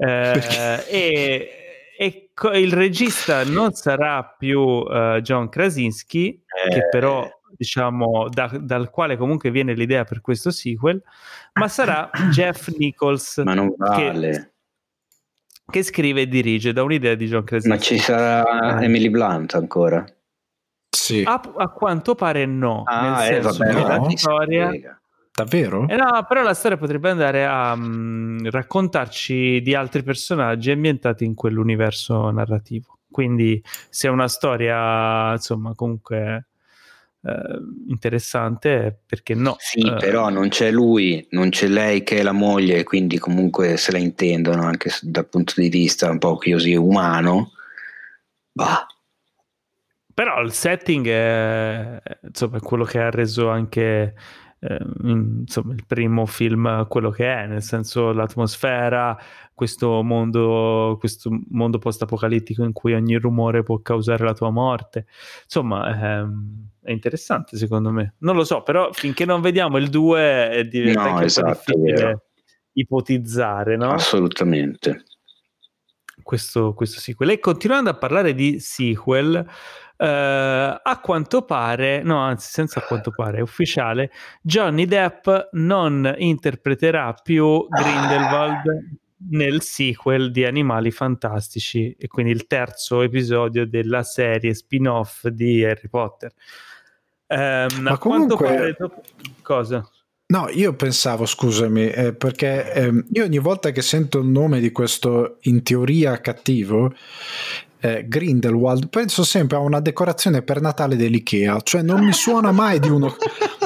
E il regista non sarà più John Krasinski, che però diciamo dal quale comunque viene l'idea per questo sequel, ma sarà Jeff Nichols, ma non vale. che scrive e dirige da un'idea di John Krasinski. Ma ci sarà Emily Blunt ancora? Sì. A quanto pare no, nel senso vabbè, che no. la storia... Davvero? No, però la storia potrebbe andare a raccontarci di altri personaggi ambientati in quell'universo narrativo. Quindi se è una storia, insomma, comunque interessante, perché no? Sì, però non c'è lui, non c'è lei che è la moglie, quindi comunque se la intendono anche dal punto di vista un po' così umano. Bah. Però il setting è, insomma, quello che ha reso anche insomma, il primo film quello che è, nel senso l'atmosfera, questo mondo post-apocalittico in cui ogni rumore può causare la tua morte, insomma è interessante secondo me. Non lo so, però finché non vediamo il 2 diventa anche un po' difficile ipotizzare, no? Assolutamente. Questo sequel. E continuando a parlare di sequel, a quanto pare, no, anzi senza a quanto pare, è ufficiale, Johnny Depp non interpreterà più Grindelwald nel sequel di Animali Fantastici, e quindi il terzo episodio della serie spin-off di Harry Potter. Ma comunque... Cosa? No, io pensavo, scusami, perché io ogni volta che sento il nome di questo in teoria cattivo, Grindelwald, penso sempre a una decorazione per Natale dell'Ikea, cioè non mi suona mai di un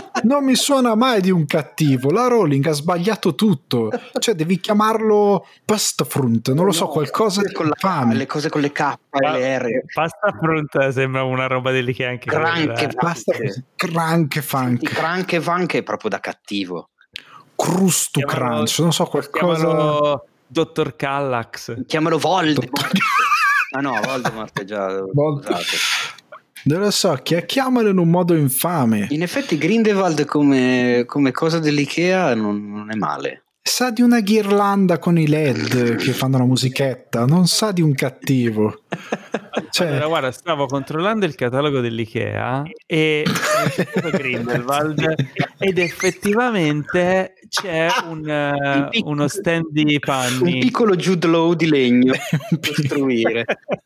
cattivo. La Rowling ha sbagliato tutto, cioè devi chiamarlo Pastafront, non lo so, qualcosa con la fame, le cose con le K e le R. Pastafront sembra una roba dell'Ikea anche Cranche Funk. Cranche Funk è proprio da cattivo. Crusto Crunch, non so, qualcosa. Chiamalo Dottor Kallax. Chiamalo Voldemort. No, Voldemort è già usato. Non lo so, chiamalo in un modo infame. In effetti Grindelwald come cosa dell'Ikea non è male. Sa di una ghirlanda con i LED che fanno la musichetta, non sa di un cattivo. Cioè... Allora, guarda, stavo controllando il catalogo dell'Ikea e Grindelwald ed effettivamente c'è uno stand di panni, un piccolo Jude Law di legno da costruire.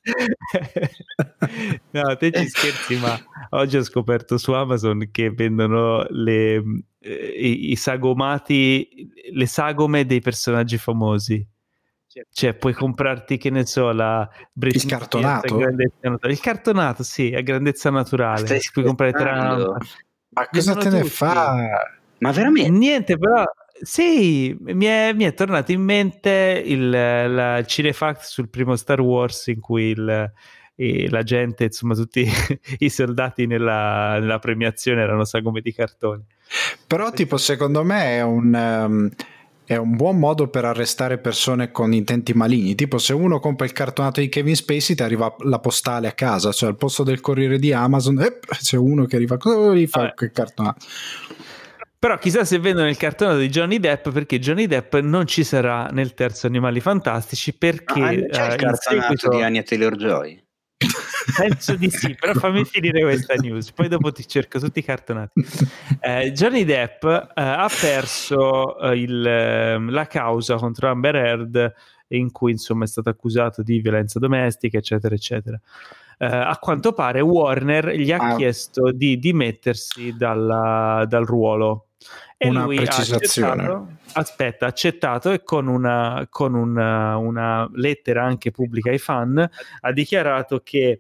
No, te ci scherzi, ma oggi ho scoperto su Amazon che vendono i sagomati, le sagome dei personaggi famosi. Cioè puoi comprarti, che ne so, il cartonato? Il cartonato, sì, a grandezza naturale. Puoi comprare Trump. Ma cosa te ne fa? Ma veramente? Niente, però sì, mi è tornato in mente il cinefact sul primo Star Wars in cui la gente, insomma tutti i soldati nella premiazione erano sagome di cartone. Però tipo secondo me è un buon modo per arrestare persone con intenti maligni. Tipo se uno compra il cartonato di Kevin Spacey ti arriva la postale a casa, cioè al posto del corriere di Amazon c'è uno che arriva, cosa gli fa quel cartonato? Però chissà se vendono il cartonato di Johnny Depp, perché Johnny Depp non ci sarà nel terzo Animali Fantastici, perché c'è il cartonato di Anya Taylor-Joy? Penso di sì, però fammi finire questa news, poi dopo ti cerco tutti i cartonati. Johnny Depp ha perso la causa contro Amber Heard, in cui insomma è stato accusato di violenza domestica, eccetera, eccetera. A quanto pare Warner gli ha chiesto di dimettersi dal ruolo. E una lui precisazione. ha accettato e con una lettera anche pubblica ai fan ha dichiarato che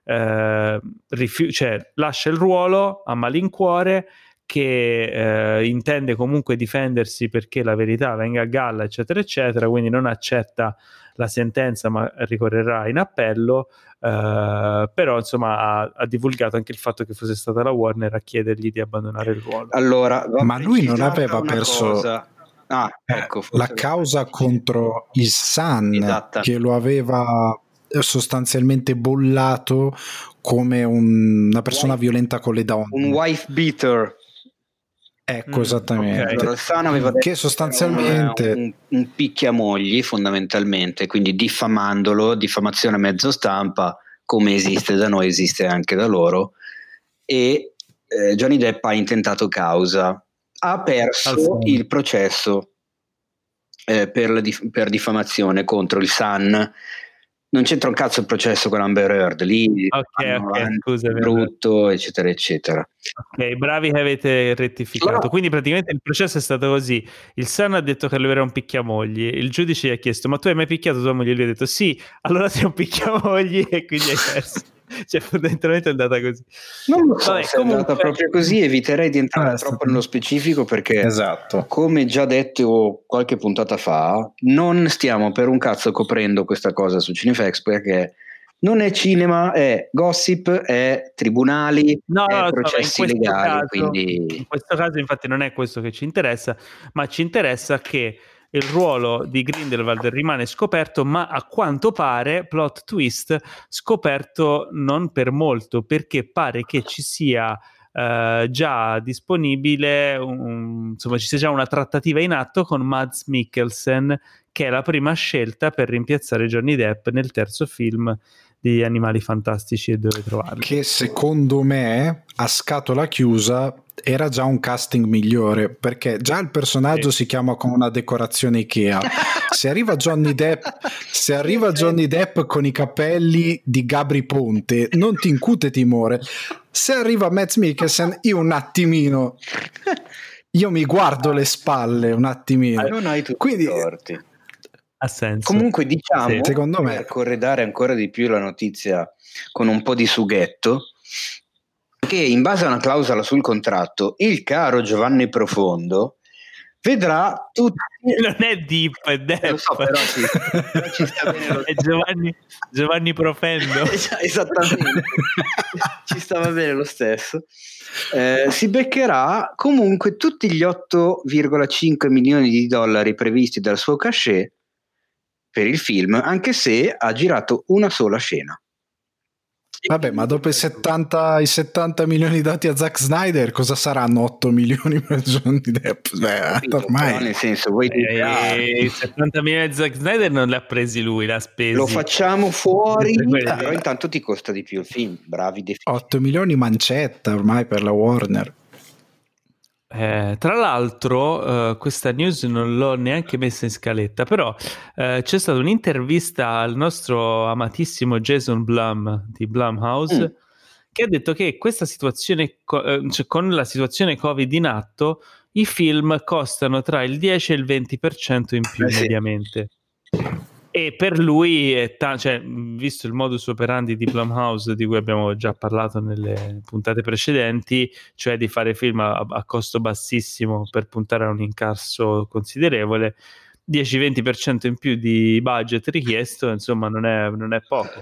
cioè, lascia il ruolo a malincuore, che intende comunque difendersi perché la verità venga a galla, eccetera, eccetera, quindi non accetta la sentenza ma ricorrerà in appello. Però insomma ha divulgato anche il fatto che fosse stata la Warner a chiedergli di abbandonare il ruolo. Allora, ma lui non aveva perso ecco, la causa contro il Sun, che lo aveva sostanzialmente bollato come una persona violenta con le donne, un wife beater. Ecco, esattamente. Okay. Allora, il Sun aveva detto che sostanzialmente un picchiamogli fondamentalmente, quindi diffamandolo, diffamazione a mezzo stampa, come esiste da noi esiste anche da loro, e Johnny Depp ha intentato causa, ha perso il processo per diffamazione contro il Sun. Non c'entra un cazzo il processo con Amber Heard, lì scusami, brutto, eccetera, eccetera. Ok, bravi che avete rettificato. Quindi praticamente il processo è stato così: il Sun ha detto che lui era un picchiamogli, il giudice gli ha chiesto: ma tu hai mai picchiato tua moglie? Lui ha detto sì, allora sei un picchiamogli, e quindi hai perso. Cioè fondamentalmente è andata così. Non lo so se è andata proprio così, eviterei di entrare troppo nello specifico, perché esatto, come già detto qualche puntata fa, non stiamo per un cazzo coprendo questa cosa su Cinefx, perché non è cinema, è gossip, è tribunali, è processi legali. Quindi in questo caso infatti non è questo che ci interessa, ma ci interessa che il ruolo di Grindelwald rimane scoperto, ma a quanto pare, plot twist, scoperto non per molto, perché pare che ci sia già disponibile, insomma ci sia già una trattativa in atto con Mads Mikkelsen, che è la prima scelta per rimpiazzare Johnny Depp nel terzo film di Animali Fantastici e Dove trovarli. Che secondo me a scatola chiusa era già un casting migliore, perché già il personaggio si chiama con una decorazione Ikea. Se arriva Johnny Depp con i capelli di Gabri Ponte, non ti incute timore. Se arriva Mads Mikkelsen, io mi guardo le spalle un attimino. Non hai tutti i torti. Ha senso. Comunque diciamo, secondo me, per corredare ancora di più la notizia con un po' di sughetto, che in base a una clausola sul contratto il caro Giovanni Profondo vedrà tutti. Non è Deep, è Depp. Lo so, però ci sta bene lo è Giovanni Profendo. Esattamente. Ci stava bene lo stesso. Si beccherà comunque tutti gli 8,5 milioni di dollari previsti dal suo cachet per il film, anche se ha girato una sola scena. Vabbè, ma dopo i 70 milioni dati a Zack Snyder, cosa saranno 8 milioni per Johnny Depp? Ormai, nel senso, i 70 milioni di Zack Snyder non li ha presi lui, l'ha spesi. Lo facciamo fuori, però intanto ti costa di più il film. Bravi, 8 milioni mancetta ormai per la Warner. Tra l'altro questa news non l'ho neanche messa in scaletta, però c'è stata un'intervista al nostro amatissimo Jason Blum di Blumhouse, che ha detto che questa situazione cioè con la situazione Covid in atto i film costano tra il 10 e il 20% in più mediamente. E per lui è cioè, visto il modus operandi di Blumhouse di cui abbiamo già parlato nelle puntate precedenti, cioè di fare film a costo bassissimo per puntare a un incasso considerevole, 10-20% in più di budget richiesto, insomma non è poco.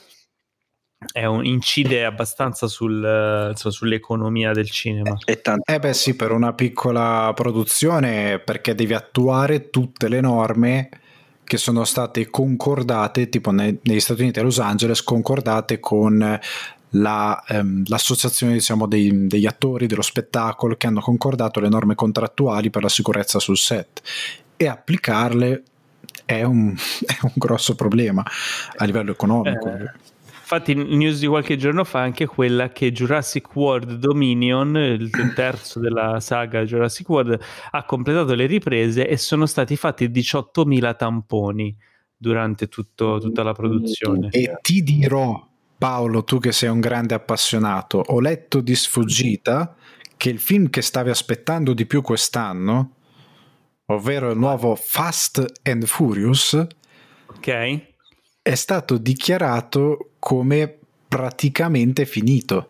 Incide abbastanza sull'economia del cinema. Beh sì, per una piccola produzione, perché devi attuare tutte le norme che sono state concordate, tipo negli Stati Uniti a Los Angeles, concordate con l'associazione, diciamo, degli attori dello spettacolo, che hanno concordato le norme contrattuali per la sicurezza sul set, e applicarle è un grosso problema a livello economico. Infatti news di qualche giorno fa è anche quella che Jurassic World Dominion, il terzo della saga Jurassic World, ha completato le riprese e sono stati fatti 18.000 tamponi durante tutta la produzione. E ti dirò, Paolo, tu che sei un grande appassionato, ho letto di sfuggita che il film che stavi aspettando di più quest'anno, ovvero il nuovo Fast and Furious, ok, è stato dichiarato come praticamente finito.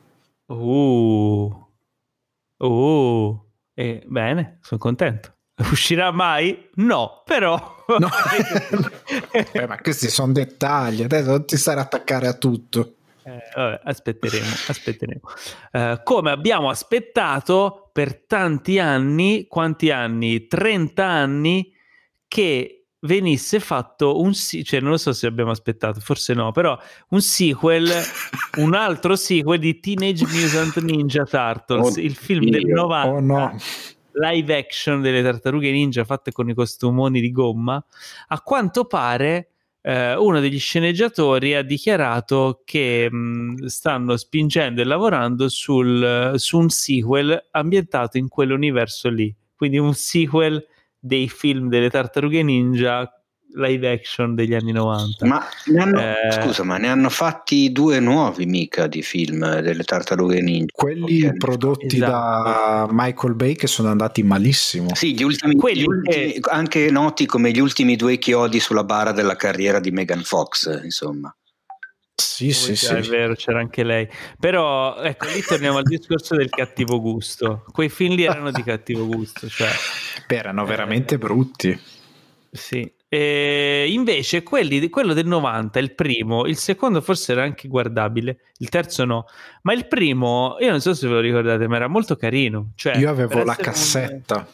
Bene, sono contento. Uscirà mai? No, però no. Ma questi sono dettagli, adesso non ti stare a attaccare a tutto. Vabbè, aspetteremo. Come abbiamo aspettato per tanti anni, quanti anni? 30 anni, che venisse fatto cioè non lo so se abbiamo aspettato, forse no, però un altro sequel di Teenage Mutant Ninja Turtles, il film del 90, live action delle tartarughe ninja fatte con i costumoni di gomma. A quanto pare uno degli sceneggiatori ha dichiarato che stanno spingendo e lavorando su un sequel ambientato in quell'universo lì, quindi un sequel dei film delle tartarughe ninja live action degli anni 90. Ma ne hanno fatti 2 nuovi mica di film delle tartarughe ninja, quelli prodotti da Michael Bay, che sono andati malissimo. Sì, gli ultimi anche noti come gli ultimi 2 chiodi sulla bara della carriera di Megan Fox, insomma. Sì, è vero, c'era anche lei. Però ecco, lì torniamo al discorso del cattivo gusto. Quei film lì erano di cattivo gusto, cioè erano veramente brutti. Sì. Invece quello del 90, il primo, il secondo forse era anche guardabile, il terzo no, ma il primo, io non so se ve lo ricordate, ma era molto carino. Cioè, io avevo la cassetta.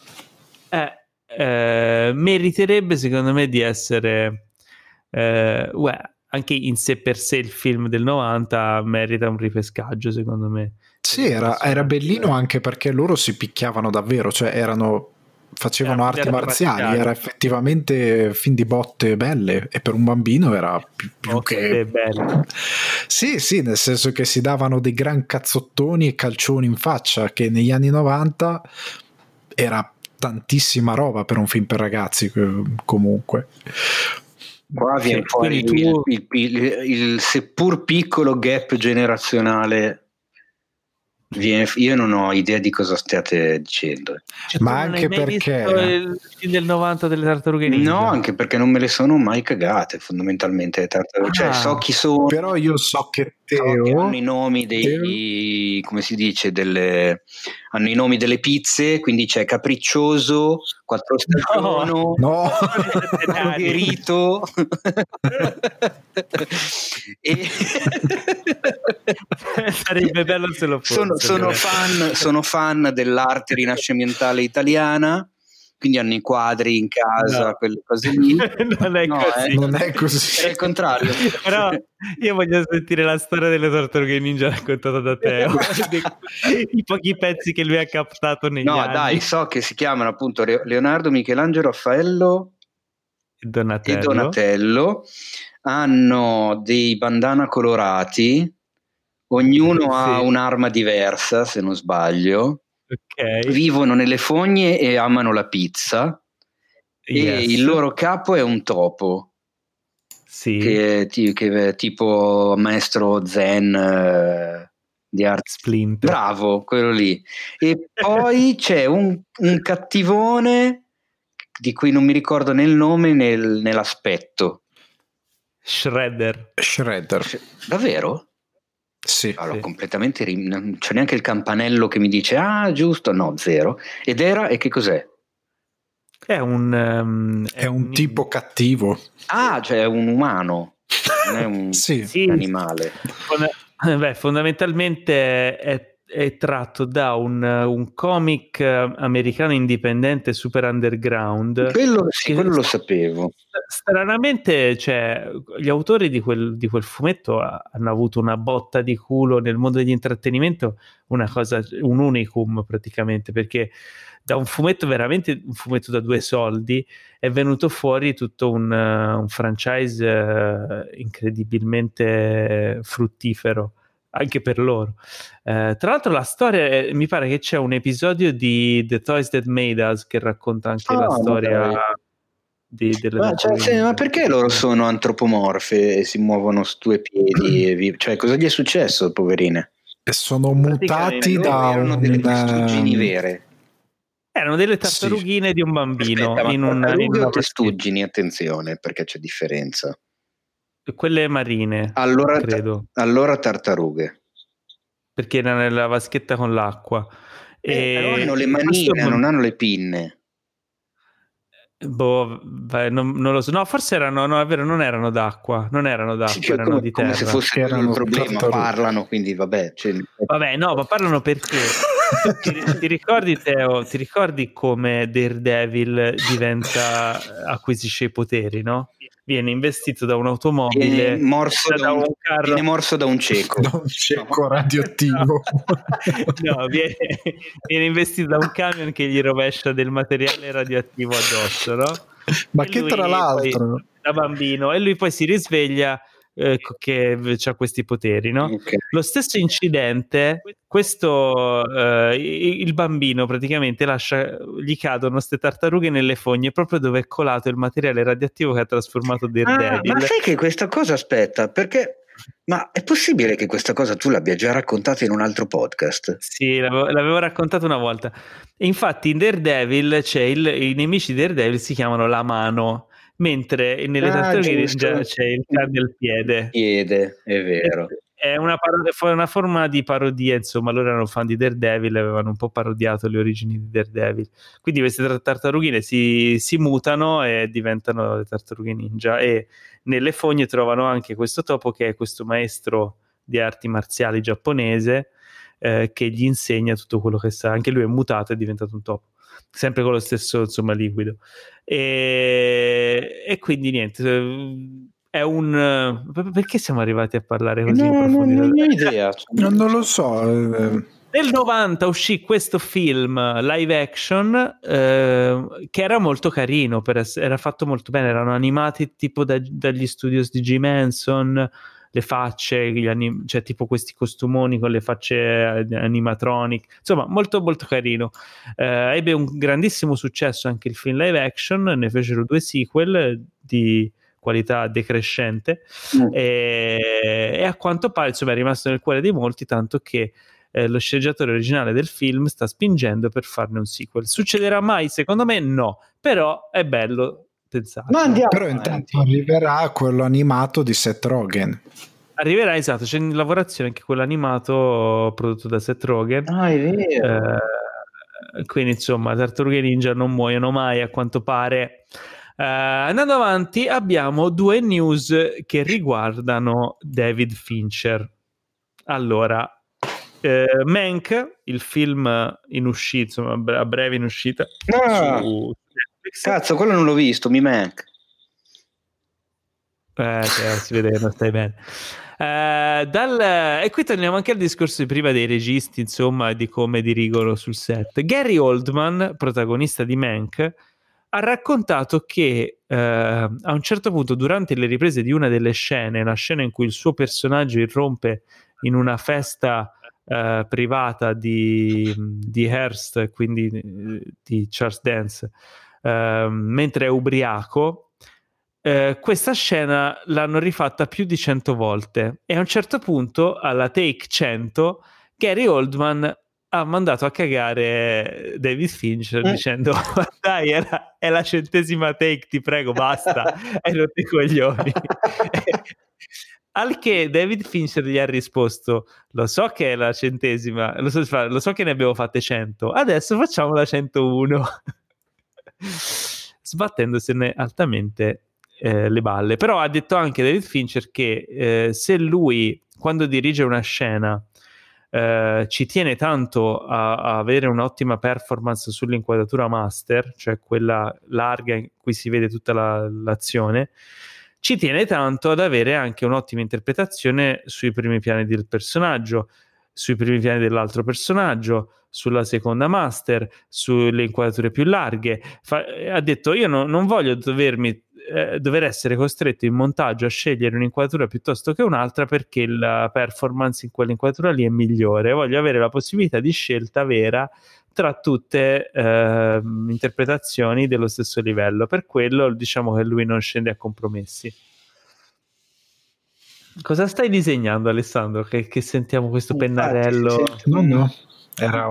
Meriterebbe secondo me di essere anche in sé per sé il film del 90 merita un ripescaggio, secondo me. Sì, era bellino anche perché loro si picchiavano davvero, cioè facevano arti marziali, era effettivamente film di botte belle, e per un bambino era più che bello. Sì, nel senso che si davano dei gran cazzottoni e calcioni in faccia, che negli anni 90 era tantissima roba per un film per ragazzi, comunque. Qua viene fuori il seppur piccolo gap generazionale. Io non ho idea di cosa stiate dicendo. Cioè, ma anche perché il film del 90 delle tartarughe ninja? No, anche perché non me le sono mai cagate fondamentalmente le tartarughe. Cioè, so chi sono, però io so che hanno i nomi come si dice, hanno i nomi delle pizze, quindi c'è Capriccioso, Quattro Stagioni, Margherito e sarebbe bello se lo fosse. Sono fan dell'arte rinascimentale italiana, quindi hanno i quadri in casa, quelle cose lì. Non è così. È il contrario. Però io voglio sentire la storia delle tartarughe ninja raccontata da Teo, i pochi pezzi che lui ha captato negli anni. No, dai, so che si chiamano appunto Leonardo, Michelangelo, Raffaello e Donatello. Hanno dei bandana colorati, ognuno ha un'arma diversa, se non sbaglio. Okay. Vivono nelle fogne e amano la pizza. E il loro capo è un topo, sì, che è tipo maestro zen di arte. Splinter. Bravo, quello lì. E poi c'è un cattivone di cui non mi ricordo né il nome né l'aspetto, Shredder. Davvero? Sì. Allora, Sì. completamente non c'è neanche il campanello che mi dice giusto, no, zero. E che cos'è? È un tipo cattivo. Cioè è un umano, non è un Sì. animale. Fondamentalmente è tratto da un comic americano indipendente super underground. Quello che lo sapevo. Stranamente, cioè, gli autori di quel fumetto hanno avuto una botta di culo nel mondo dell'intrattenimento, un unicum praticamente, perché da un fumetto veramente un fumetto da 2 soldi è venuto fuori tutto un franchise incredibilmente fruttifero anche per loro. Tra l'altro la storia, mi pare che c'è un episodio di The Toys That Made Us che racconta anche la storia delle ma perché loro sono antropomorfe e si muovono su 2 piedi? Cioè, cosa gli è successo, poverine? Sono mutati da erano delle testuggini vere. Erano delle tartarughine di un bambino. Aspetta, in tartarughe una o testuggini? Attenzione, perché c'è differenza. Quelle marine, credo. Allora tartarughe. Perché era nella vaschetta con l'acqua. Però hanno le manine, non hanno le pinne. Non lo so. No, forse erano, no, è vero, non erano d'acqua, erano di terra. Come se fosse il problema, parlano, quindi vabbè. Vabbè, no, ma parlano perché ti ricordi, Teo, ti ricordi come Daredevil acquisisce i poteri, no? Viene investito da un'automobile, viene morso da un cieco. Da un cieco radioattivo. No, viene investito da un camion che gli rovescia del materiale radioattivo addosso, no? Ma che tra l'altro poi, da bambino, e lui poi si risveglia che ha questi poteri, no? Okay. Lo stesso incidente, il bambino praticamente gli cadono queste tartarughe nelle fogne proprio dove è colato il materiale radioattivo che ha trasformato Daredevil. Ma sai che questa cosa, aspetta, perché ma è possibile che questa cosa tu l'abbia già raccontata in un altro podcast? Sì, l'avevo raccontata una volta. E infatti in Daredevil i nemici di Daredevil si chiamano la mano, mentre nelle tartarughe ninja c'è il del piede. È vero. È una forma di parodia, insomma, loro erano fan di Daredevil, avevano un po' parodiato le origini di Daredevil. Quindi queste tartarughine si mutano e diventano le tartarughe ninja, e nelle fogne trovano anche questo topo, che è questo maestro di arti marziali giapponese, che gli insegna tutto quello che sa. Anche lui è mutato, è diventato un topo, sempre con lo stesso, insomma, liquido. E quindi niente, è perché siamo arrivati a parlare così in profondità? Non ho idea. Non lo so. Nel 90 uscì questo film live action che era molto carino, era fatto molto bene, erano animati tipo dagli studios di Jim Henson, le facce, cioè tipo questi costumoni con le facce animatronic, insomma molto molto carino. Ebbe un grandissimo successo anche il film live action, ne fecero 2 sequel di qualità decrescente, e a quanto pare, insomma, è rimasto nel cuore di molti, tanto che lo sceneggiatore originale del film sta spingendo per farne un sequel. Succederà mai? Secondo me no, però è bello pensato. Però intanto arriverà quello animato di Seth Rogen. Arriverà, esatto, c'è in lavorazione anche quello animato prodotto da Seth Rogen. È vero. Quindi insomma, tartarughe ninja non muoiono mai, a quanto pare. Andando avanti, abbiamo 2 news che riguardano David Fincher. Allora, Mank, il film in uscita, insomma, a breve in uscita su Netflix. Cazzo, quello non l'ho visto, mi manca. Si vede che non stai bene. E qui torniamo anche al discorso di prima dei registi, insomma, di come dirigono sul set. Gary Oldman, protagonista di Mank, ha raccontato che a un certo punto, durante le riprese di una delle scene, la scena in cui il suo personaggio irrompe in una festa privata di Hearst, quindi di Charles Dance, mentre è ubriaco, questa scena l'hanno rifatta più di 100 volte, e a un certo punto, alla take 100, Gary Oldman ha mandato a cagare David Fincher dicendo dai, è la 100ª take, ti prego, basta, hai rotto i coglioni. Al che David Fincher gli ha risposto: lo so che è la 100ª, lo so che ne abbiamo fatte 100, adesso facciamo la 101. Sbattendosene altamente le balle. Però ha detto anche David Fincher che se lui, quando dirige una scena, ci tiene tanto a avere un'ottima performance sull'inquadratura master, cioè quella larga in cui si vede tutta l'azione, ci tiene tanto ad avere anche un'ottima interpretazione sui primi piani del personaggio, sui primi piani dell'altro personaggio, sulla seconda master, sulle inquadrature più larghe. Ha detto: io non voglio dover essere costretto in montaggio a scegliere un'inquadratura piuttosto che un'altra perché la performance in quell'inquadratura lì è migliore. Voglio avere la possibilità di scelta vera tra tutte interpretazioni dello stesso livello. Per quello diciamo che lui non scende a compromessi. Cosa stai disegnando, Alessandro? Che sentiamo questo pennarello? No, era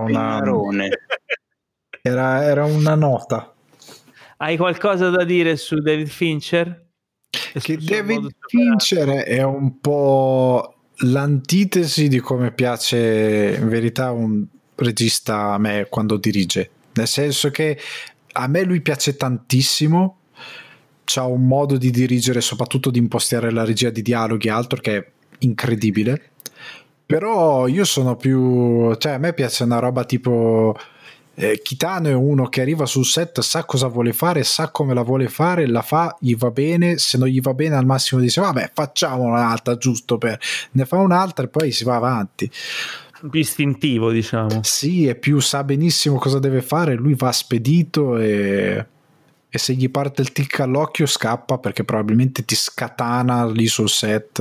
era una nota. Hai qualcosa da dire su David Fincher? Che David Fincher è un po' l'antitesi di come piace in verità un regista a me quando dirige, nel senso che a me lui piace tantissimo, c'ha un modo di dirigere, soprattutto di impostare la regia di dialoghi e altro che è incredibile, però io sono più, cioè a me piace una roba tipo Kitano è uno che arriva sul set, sa cosa vuole fare, sa come la vuole fare, la fa, gli va bene, se non gli va bene al massimo dice vabbè facciamo un'altra giusto per, ne fa un'altra e poi si va avanti, più istintivo, diciamo. Sì, è più, sa benissimo cosa deve fare, lui va spedito e se gli parte il tic all'occhio scappa perché probabilmente ti scatana lì sul set.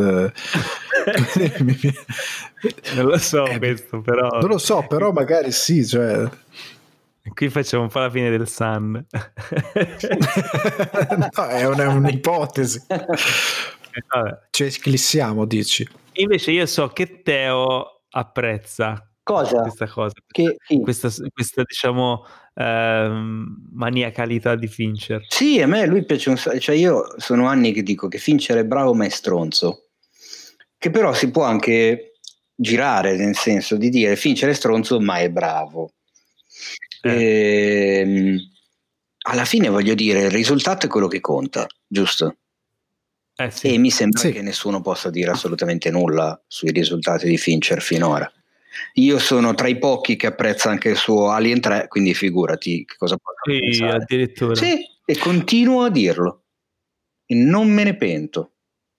Non lo so questo, però non lo so, però magari sì, cioè qui facciamo un po' la fine del Sun. No, è un'ipotesi. Cioè eclissiamo, dici. Invece io so che Teo apprezza questa cosa, questa diciamo maniacalità di Fincher. Sì, a me lui piace un sacco, cioè io sono anni che dico che Fincher è bravo ma è stronzo, che però si può anche girare, nel senso di dire Fincher è stronzo ma è bravo. Alla fine voglio dire, il risultato è quello che conta, giusto? Sì. E mi sembra che nessuno possa dire assolutamente nulla sui risultati di Fincher finora. Io sono tra i pochi che apprezza anche il suo Alien 3, quindi figurati che cosa posso pensare. Addirittura. Sì, e continuo a dirlo e non me ne pento.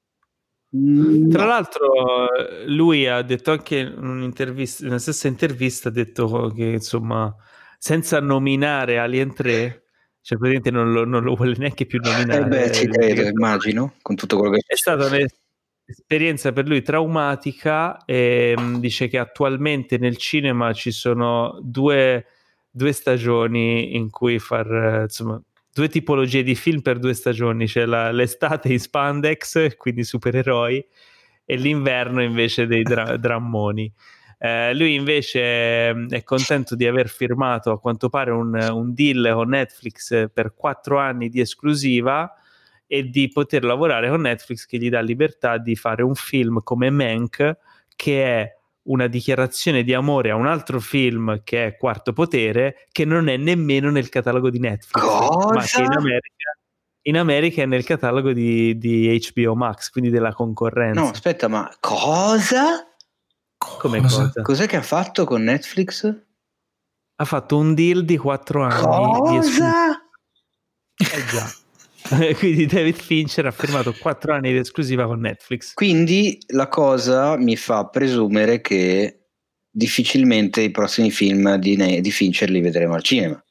Tra l'altro lui ha detto anche in un'intervista, nella stessa intervista ha detto che insomma senza nominare Alien 3, cioè praticamente non lo vuole neanche più nominare. Ci credo, immagino, con tutto quello che è stata un'esperienza per lui traumatica e dice che attualmente nel cinema ci sono due stagioni in cui far insomma due tipologie di film per 2 stagioni, c'è l'estate in spandex, quindi supereroi, e l'inverno invece dei drammoni. Lui invece è contento di aver firmato a quanto pare un deal con Netflix per 4 anni di esclusiva e di poter lavorare con Netflix che gli dà libertà di fare un film come Mank, che è una dichiarazione di amore a un altro film che è Quarto Potere, che non è nemmeno nel catalogo di Netflix. Cosa? Ma che in America è nel catalogo di HBO Max, quindi della concorrenza. No, aspetta, ma cosa? Come cosa? Cos'è che ha fatto con Netflix? Ha fatto un deal di 4 anni di esclusiva. Già. Quindi David Fincher ha firmato 4 anni di esclusiva con Netflix. Quindi la cosa mi fa presumere che difficilmente i prossimi film di Fincher li vedremo al cinema.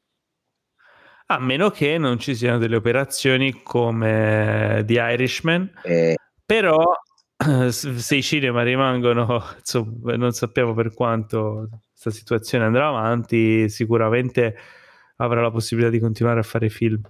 A meno che non ci siano delle operazioni come The Irishman, però se i cinema rimangono, insomma, non sappiamo per quanto questa situazione andrà avanti, sicuramente avrà la possibilità di continuare a fare film.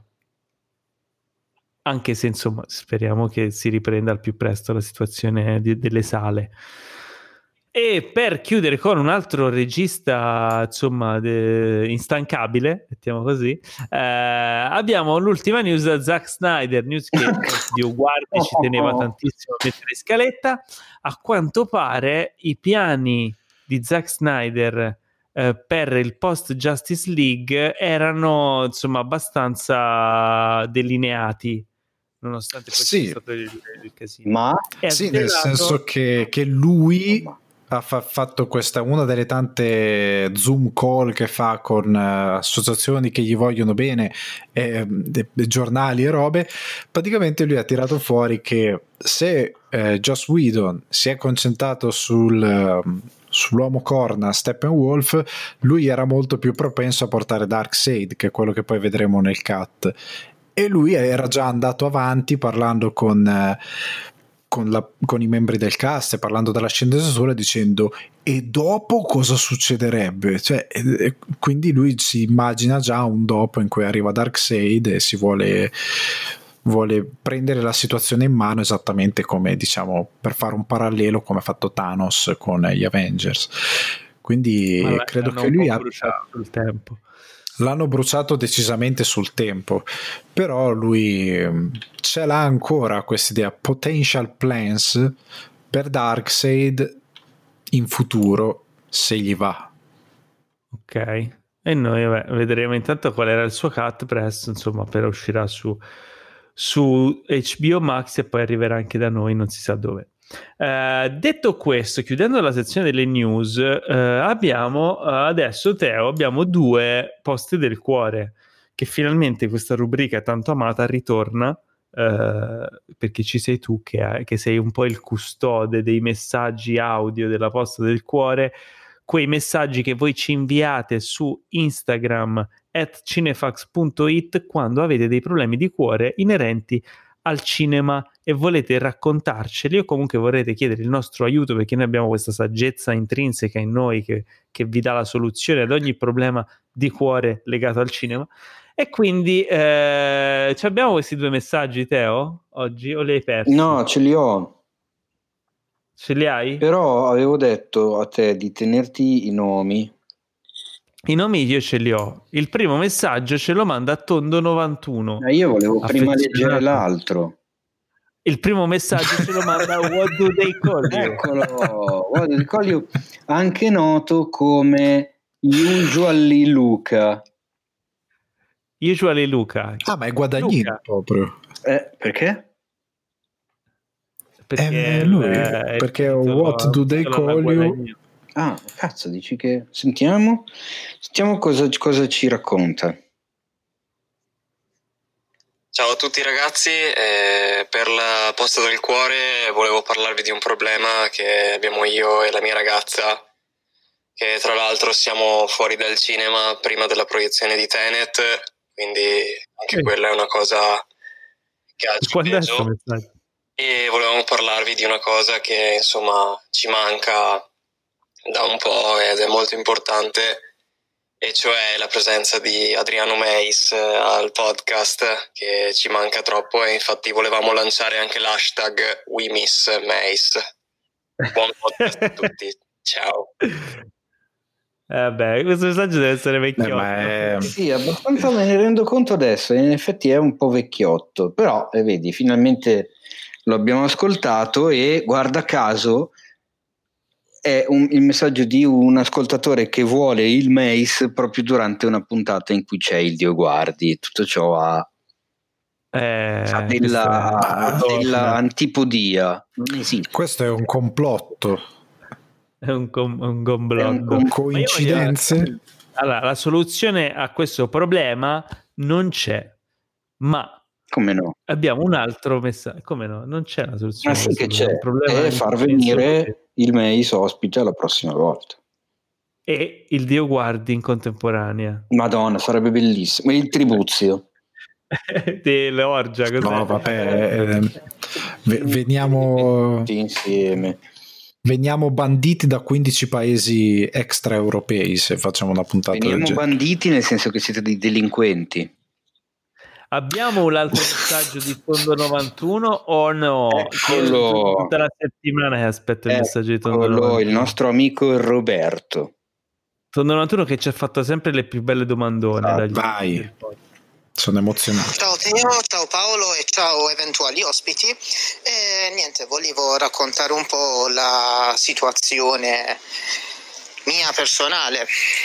Anche se insomma speriamo che si riprenda al più presto la situazione delle sale. E per chiudere con un altro regista, insomma, instancabile, mettiamo così, abbiamo l'ultima news da Zack Snyder, news che Dio guardi ci teneva tantissimo a mettere in scaletta. A quanto pare i piani di Zack Snyder per il post Justice League erano, insomma, abbastanza delineati, nonostante poi sia stato il casino. Ma sì, nel senso che lui ha fatto questa, una delle tante Zoom call che fa con associazioni che gli vogliono bene, giornali e robe. Praticamente lui ha tirato fuori che se Joss Whedon si è concentrato sull'uomo corna Steppenwolf, lui era molto più propenso a portare Darkseid, che è quello che poi vedremo nel cut, e lui era già andato avanti parlando con i membri del cast, parlando della sceneggiatura, dicendo e dopo cosa succederebbe, cioè, quindi lui si immagina già un dopo in cui arriva Darkseid e si vuole prendere la situazione in mano, esattamente come, diciamo, per fare un parallelo come ha fatto Thanos con gli Avengers. Quindi credo che lui abbia sul tempo. L'hanno bruciato decisamente sul tempo, però lui ce l'ha ancora questa idea, potential plans per Darkseid in futuro, se gli va. Ok, e noi vedremo intanto qual era il suo cut presto, insomma, appena uscirà su HBO Max e poi arriverà anche da noi, non si sa dove. Detto questo, chiudendo la sezione delle news, abbiamo adesso, Teo, abbiamo 2 posti del cuore, che finalmente questa rubrica tanto amata ritorna, perché ci sei tu che sei un po' il custode dei messaggi audio della posta del cuore, quei messaggi che voi ci inviate su Instagram @cinefax.it quando avete dei problemi di cuore inerenti al cinema e volete raccontarceli o comunque vorrete chiedere il nostro aiuto, perché noi abbiamo questa saggezza intrinseca in noi che vi dà la soluzione ad ogni problema di cuore legato al cinema. E quindi abbiamo questi 2 messaggi, Teo, oggi, o li hai persi? No, ce li ho. Ce li hai? Però avevo detto a te di tenerti i nomi. I nomi io ce li ho. Il primo messaggio ce lo manda Tondo91. Io volevo prima leggere l'altro. Il primo messaggio ce lo manda What Do They Call You? Eccolo, What Do They Call You, anche noto come Usually Luca. Usually Luca. Ah, ma è guadagnino proprio. Perché? Perché What Do They Call You? Ah, cazzo, dici che... Sentiamo cosa ci racconta. Ciao a tutti ragazzi, per la posta del cuore volevo parlarvi di un problema che abbiamo io e la mia ragazza, che tra l'altro siamo fuori dal cinema prima della proiezione di Tenet, quindi anche quella è una cosa che ha il suo peso. E volevamo parlarvi di una cosa che insomma ci manca da un po' ed è molto importante, e cioè la presenza di Adriano Meis al podcast, che ci manca troppo, e infatti volevamo lanciare anche l'hashtag WeMissMeis. Buon podcast a tutti, ciao. Questo messaggio deve essere vecchiotto. Sì, abbastanza, me ne rendo conto adesso, in effetti è un po' vecchiotto, però vedi, finalmente lo abbiamo ascoltato e guarda caso è il messaggio di un ascoltatore che vuole il Mace proprio durante una puntata in cui c'è il Dio guardi. Tutto ciò ha della antipodia. Non esiste. Questo è un complotto. È un complotto. Coincidenze? Allora, la soluzione a questo problema non c'è, ma come no? Abbiamo un altro messaggio. Come no? Non c'è una soluzione. Ma sì che c'è. È far venire il Mace ospite la prossima volta. E il Dio guardi in contemporanea. Madonna, sarebbe bellissimo. E il Tribuzio. Dell'orgia. No, vabbè. Veniamo tutti insieme. Veniamo banditi da 15 paesi extraeuropei se facciamo una puntata. Veniamo banditi nel senso che siete dei delinquenti. Abbiamo un altro messaggio di Tondo 91 o no? Eccolo. Tutta la settimana che aspetto il messaggio di Tondo 91. Il nostro amico Roberto. Tondo 91 che ci ha fatto sempre le più belle domandone. Vai, sono emozionato. Ciao Teo, ciao Paolo e ciao eventuali ospiti. Niente, volevo raccontare un po' la situazione mia personale.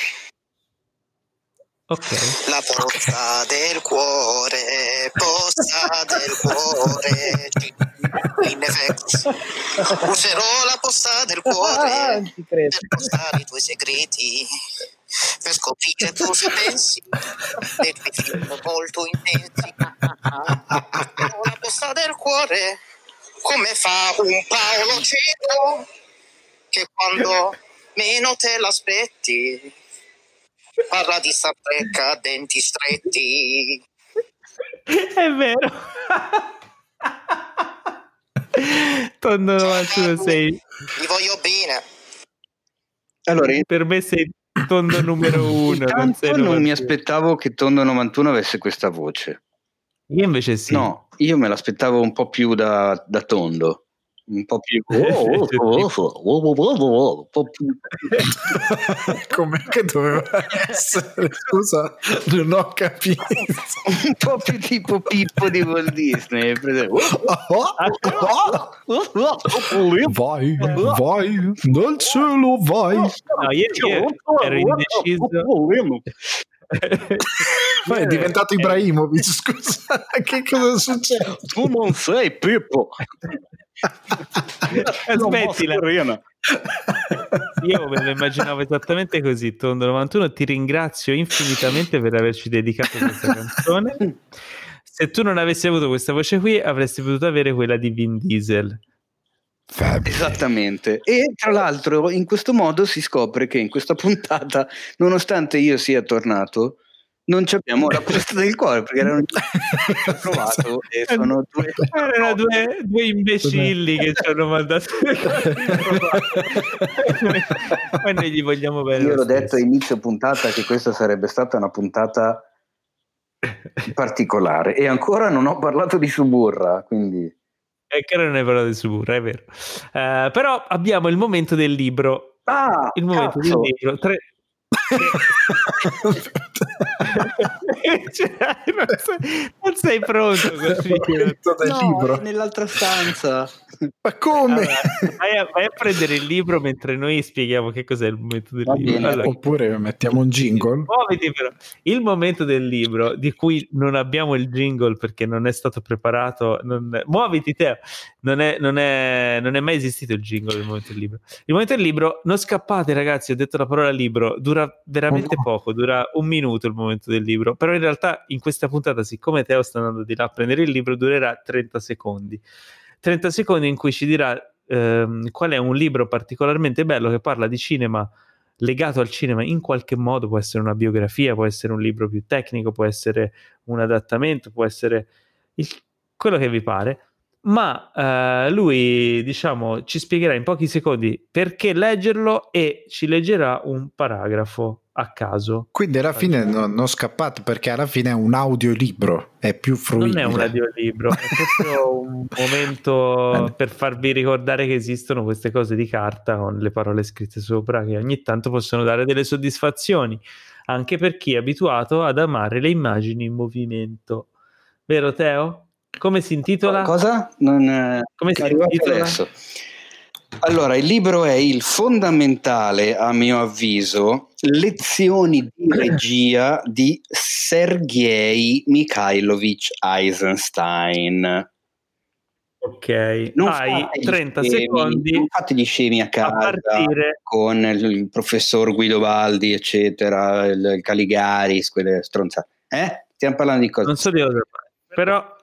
Ok. La posta del cuore, posta del cuore, in effetti userò la posta del cuore per postare i tuoi segreti, per scoprire tu se pensi dei tuoi film molto intensi. La posta del cuore, come fa un Paolo Cieco, che quando meno te l'aspetti parla di saprecca a denti stretti. È vero. Tondo 91 sei. Vi voglio bene. Allora, per me sei Tondo numero 1. Non mi aspettavo che Tondo 91 avesse questa voce. Io invece sì. No, io me l'aspettavo un po' più da Tondo. Un po' più un po' più Com'è che doveva essere? Scusa, non ho capito. un po' più tipo Pippo di Walt Disney. Vai nel cielo, vai. No, io ero indeciso. Ma è diventato Ibrahimovic, scusa, che cosa è successo? Tu non sei Pippo. Aspettila. Io me lo immaginavo esattamente così. Tondo 91, ti ringrazio infinitamente per averci dedicato questa canzone. Se tu non avessi avuto questa voce qui, avresti potuto avere quella di Vin Diesel. Esattamente. E tra l'altro in questo modo si scopre che in questa puntata, nonostante io sia tornato, non abbiamo la posta del cuore, perché erano trovato e sono erano due imbecilli che ci hanno mandato ma noi gli vogliamo bene. Io l'ho detto a inizio puntata che questa sarebbe stata una puntata particolare e ancora non ho parlato di Suburra, quindi che non hai parlato di Suburra, è vero. Però abbiamo il momento del libro. Il momento del libro. Non sei pronto così. Libro nell'altra stanza. Ma come? Allora, vai a prendere il libro mentre noi spieghiamo che cos'è il momento del libro. Allora, oppure mettiamo un jingle. Muoviti però. Il momento del libro, di cui non abbiamo il jingle perché non è stato preparato. Muoviti Teo. Non è mai esistito il jingle del momento del libro. Il momento del libro, non scappate ragazzi, ho detto la parola libro, dura veramente poco, dura 1 minuto il momento del libro, però in realtà in questa puntata, siccome Teo sta andando di là a prendere il libro, durerà 30 secondi in cui ci dirà qual è un libro particolarmente bello che parla di cinema, legato al cinema in qualche modo. Può essere una biografia, può essere un libro più tecnico, può essere un adattamento, può essere quello che vi pare, ma lui, diciamo, ci spiegherà in pochi secondi perché leggerlo e ci leggerà un paragrafo a caso. Quindi alla fine non scappate, perché alla fine è un audiolibro, è più fruibile. Non è un audiolibro, è proprio un momento per farvi ricordare che esistono queste cose di carta con le parole scritte sopra, che ogni tanto possono dare delle soddisfazioni, anche per chi è abituato ad amare le immagini in movimento. Vero Teo? Come si intitola? Cosa? Come si intitola? Adesso. Allora, il libro è il fondamentale, a mio avviso, Lezioni di regia di Sergei Mikhailovich Eisenstein. Ok, hai 30 secondi. Non fate gli scemi a casa, a partire con il professor Guido Baldi, eccetera, il Caligaris, quelle stronzate. Stiamo parlando di cosa? Non so di cosa, però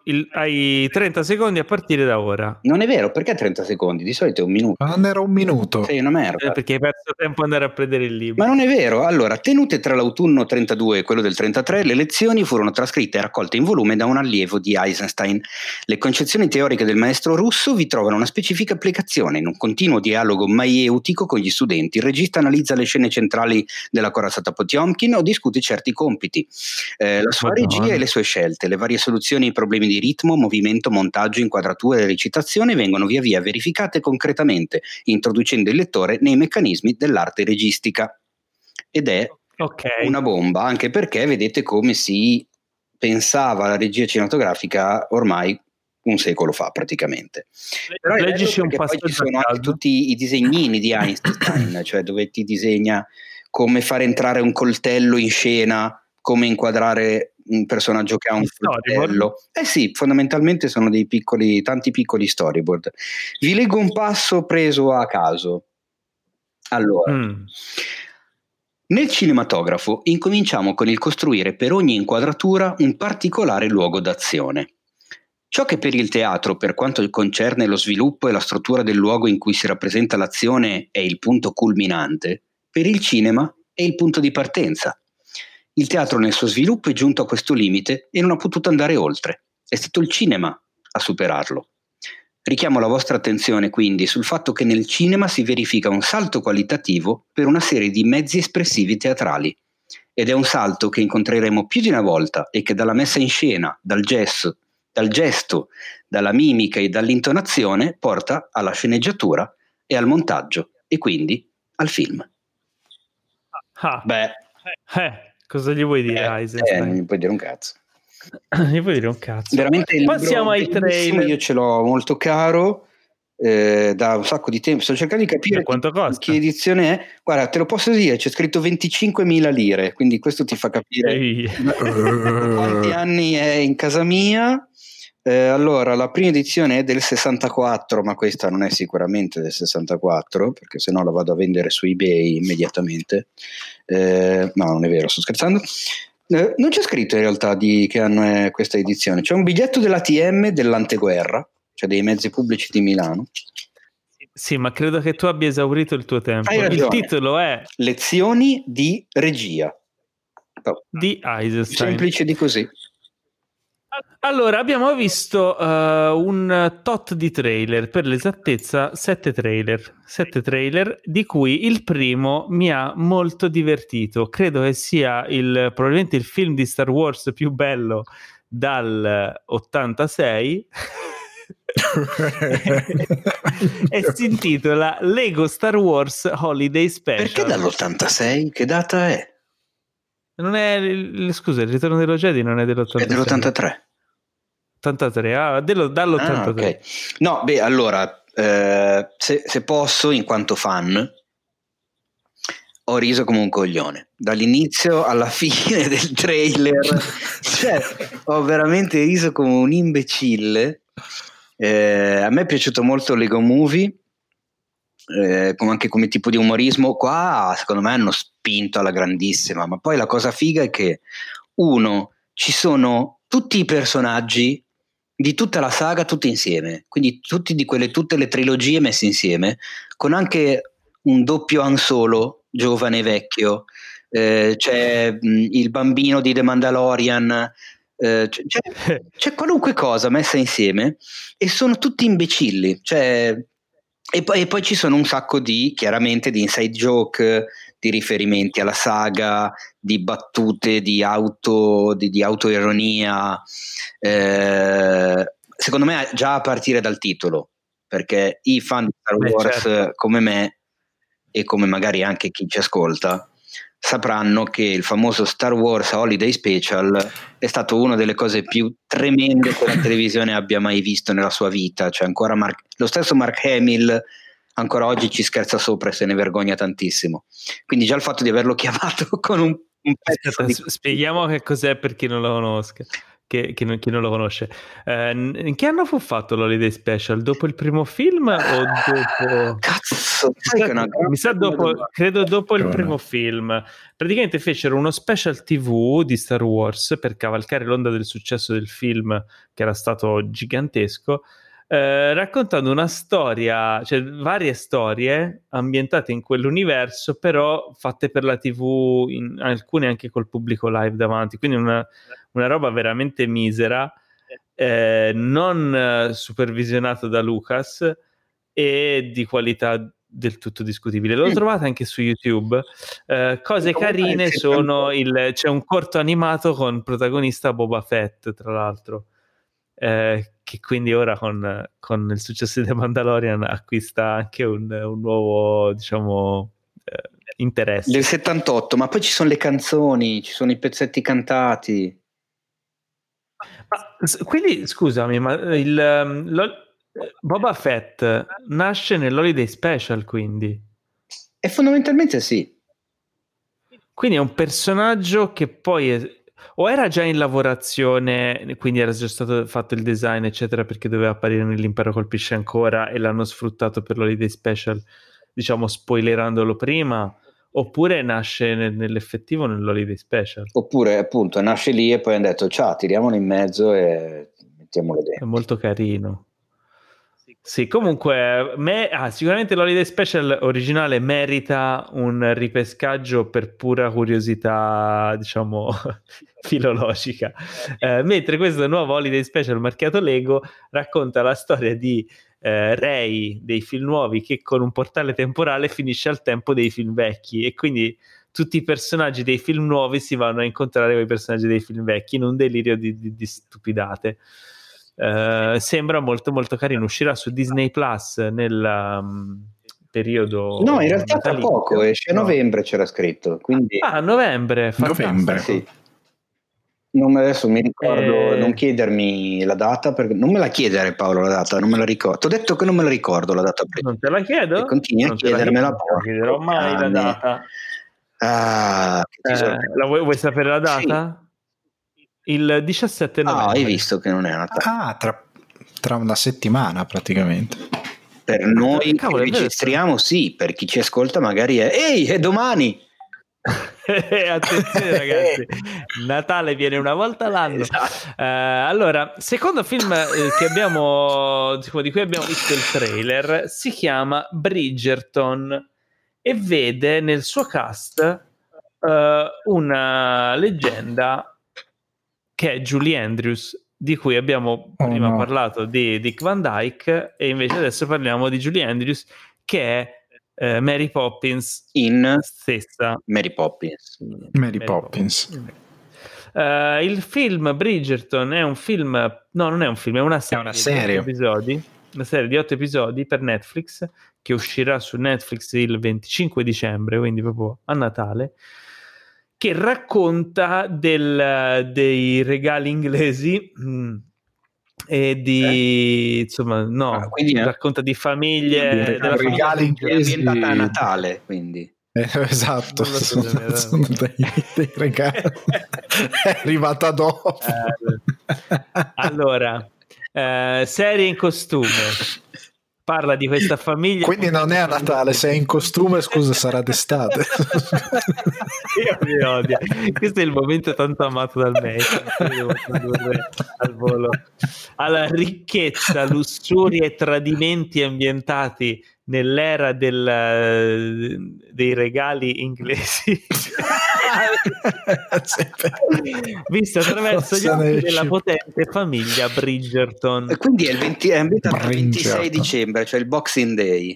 hai 30 secondi a partire da ora. Non è vero, perché 30 secondi? Di solito è 1 minuto. Ma non era 1 minuto. Sei una merda. Perché hai perso tempo ad andare a prendere il libro. Ma non è vero. Allora, tenute tra l'autunno 32 e quello del 33, le lezioni furono trascritte e raccolte in volume da un allievo di Eisenstein. Le concezioni teoriche del maestro russo vi trovano una specifica applicazione in un continuo dialogo maieutico con gli studenti. Il regista analizza le scene centrali della corazzata Potiomkin o discute certi compiti, la sua regia e le sue scelte. Le varie soluzioni ai problemi di ritmo, movimento, montaggio, inquadratura e recitazione vengono via via verificate concretamente, introducendo il lettore nei meccanismi dell'arte registica. Ed è una bomba, anche perché vedete come si pensava alla regia cinematografica ormai un secolo fa praticamente. Però leggici un po', poi ci sono anche tutti i disegnini di Einstein, cioè dove ti disegna come far entrare un coltello in scena, come inquadrare un personaggio che ha un coltello. Sì, fondamentalmente sono tanti piccoli storyboard. Vi leggo un passo preso a caso. Allora, nel cinematografo incominciamo con il costruire per ogni inquadratura un particolare luogo d'azione. Ciò che per il teatro, per quanto concerne lo sviluppo e la struttura del luogo in cui si rappresenta l'azione, è il punto culminante, per il cinema è il punto di partenza. Il teatro nel suo sviluppo è giunto a questo limite e non ha potuto andare oltre. È stato il cinema a superarlo. Richiamo la vostra attenzione quindi sul fatto che nel cinema si verifica un salto qualitativo per una serie di mezzi espressivi teatrali. Ed è un salto che incontreremo più di una volta e che dalla messa in scena, dal gesto, dalla mimica e dall'intonazione porta alla sceneggiatura e al montaggio e quindi al film. Cosa gli vuoi dire, Eisenstein? Non gli puoi dire un cazzo. Gli puoi dire un cazzo. Veramente passiamo ai trailer. Io ce l'ho molto caro da un sacco di tempo. Sto cercando di capire che edizione è. Guarda, te lo posso dire, c'è scritto 25.000 lire, quindi questo ti fa capire quanti anni è in casa mia. Allora, la prima edizione è del 64, ma questa non è sicuramente del 64, perché sennò la vado a vendere su eBay immediatamente. No, non è vero, sto scherzando. Non c'è scritto in realtà di che anno è questa edizione. C'è un biglietto dell'ATM dell'anteguerra, cioè dei mezzi pubblici di Milano. Sì, ma credo che tu abbia esaurito il tuo tempo. Il titolo è Lezioni di regia di Eisenstein. Semplice di così. Allora, abbiamo visto un tot di trailer, per l'esattezza 7 trailer, di cui il primo mi ha molto divertito. Credo che sia probabilmente il film di Star Wars più bello dal 86 e si intitola Lego Star Wars Holiday Special. Perché dall'86? Che data è? Non è scusa, il Ritorno dello Jedi non è dell'86. È dell'83. 83, dall'83. Okay. No, beh, allora, se posso, in quanto fan, ho riso come un coglione. Dall'inizio alla fine del trailer. Cioè, ho veramente riso come un imbecille. A me è piaciuto molto Lego Movie, anche come tipo di umorismo. Qua secondo me hanno spinto alla grandissima, ma poi la cosa figa è che ci sono tutti i personaggi di tutta la saga tutti insieme, quindi tutte le trilogie messe insieme, con anche un doppio Han Solo, giovane e vecchio, c'è il bambino di The Mandalorian, c'è qualunque cosa messa insieme e sono tutti imbecilli, cioè. E poi ci sono un sacco chiaramente di inside joke, di riferimenti alla saga, di battute, di autoironia. Secondo me già a partire dal titolo, perché i fan di Star Wars come me e come magari anche chi ci ascolta sapranno che il famoso Star Wars Holiday Special è stato una delle cose più tremende che la televisione abbia mai visto nella sua vita. Cioè ancora lo stesso Mark Hamill ancora oggi ci scherza sopra e se ne vergogna tantissimo, quindi già il fatto di averlo chiamato con un pezzo spieghiamo che cos'è per chi non lo conosca, chi non lo conosce. In che anno fu fatto l'Holiday Special? Dopo il primo film o dopo? Cazzo, cazzo, mi sa dopo, credo dopo il primo film. Praticamente fecero uno special TV di Star Wars per cavalcare l'onda del successo del film, che era stato gigantesco, raccontando una storia, cioè varie storie ambientate in quell'universo, però fatte per la TV, alcune anche col pubblico live davanti, quindi una roba veramente misera, non supervisionato da Lucas e di qualità del tutto discutibile. L'ho trovata anche su YouTube. Cose carine sono c'è un corto animato con protagonista Boba Fett, tra l'altro, che quindi ora con il successo di The Mandalorian acquista anche un nuovo, diciamo, interesse. Del 78, ma poi ci sono le canzoni, ci sono i pezzetti cantati. Quindi scusami, ma Boba Fett nasce nell'Holiday Special, quindi? E fondamentalmente sì. Quindi è un personaggio che poi o era già in lavorazione, quindi era già stato fatto il design, eccetera, perché doveva apparire nell'Impero colpisce ancora e l'hanno sfruttato per l'Holiday Special, diciamo spoilerandolo prima, oppure nasce nell'effettivo nell'Holiday Special. Oppure appunto nasce lì e poi hanno detto ciao, tiriamolo in mezzo e mettiamolo dentro. È molto carino. Sì, comunque sicuramente l'Holiday Special originale merita un ripescaggio per pura curiosità, diciamo, filologica, mentre questo nuovo Holiday Special marchiato Lego racconta la storia di Rey dei film nuovi che con un portale temporale finisce al tempo dei film vecchi, e quindi tutti i personaggi dei film nuovi si vanno a incontrare con i personaggi dei film vecchi in un delirio di stupidate. Sembra molto molto carino. Uscirà su Disney Plus nel periodo, no, in realtà tra natalizio. poco esce a novembre, c'era scritto, quindi a novembre, novembre, sì. Adesso mi ricordo, non chiedermi la data, perché non me la chiedere, Paolo, la data, non me la ricordo. Ti ho detto che non me la ricordo la data precisa. Non te la chiedo? E continui a chiedermela. Non chiederò mai la data. La vuoi sapere la data? Sì. Il 17 novembre. Hai visto che non è Natale? Tra una settimana praticamente. Per noi che registriamo sì, per chi ci ascolta magari è domani. Attenzione ragazzi, Natale viene una volta l'anno. Esatto. Allora, secondo film che abbiamo, di cui abbiamo visto il trailer, si chiama Bridgerton e vede nel suo cast una leggenda che è Julie Andrews, di cui abbiamo prima parlato di Dick Van Dyke, e invece adesso parliamo di Julie Andrews, che è Mary Poppins in stessa. Mary Poppins. Il film Bridgerton è un film, no, non è un film, è una serie. Una serie di 8 episodi per Netflix, che uscirà su Netflix il 25 dicembre, quindi proprio a Natale, che racconta dei regali inglesi e di insomma racconta di famiglie, della regali inglesi ambientata a Natale, quindi esatto, sono dei regali. È arrivata dopo. Allora, serie in costume, parla di questa famiglia. Quindi non è a Natale, se è in costume, scusa, sarà d'estate. Io mi odio. Questo è il momento tanto amato dal me, devo condurre al volo. Alla ricchezza, lussuria e tradimenti ambientati nell'era dei regali inglesi, visto attraverso gli occhi della potente famiglia Bridgerton. E quindi è il 26 dicembre, cioè il Boxing Day.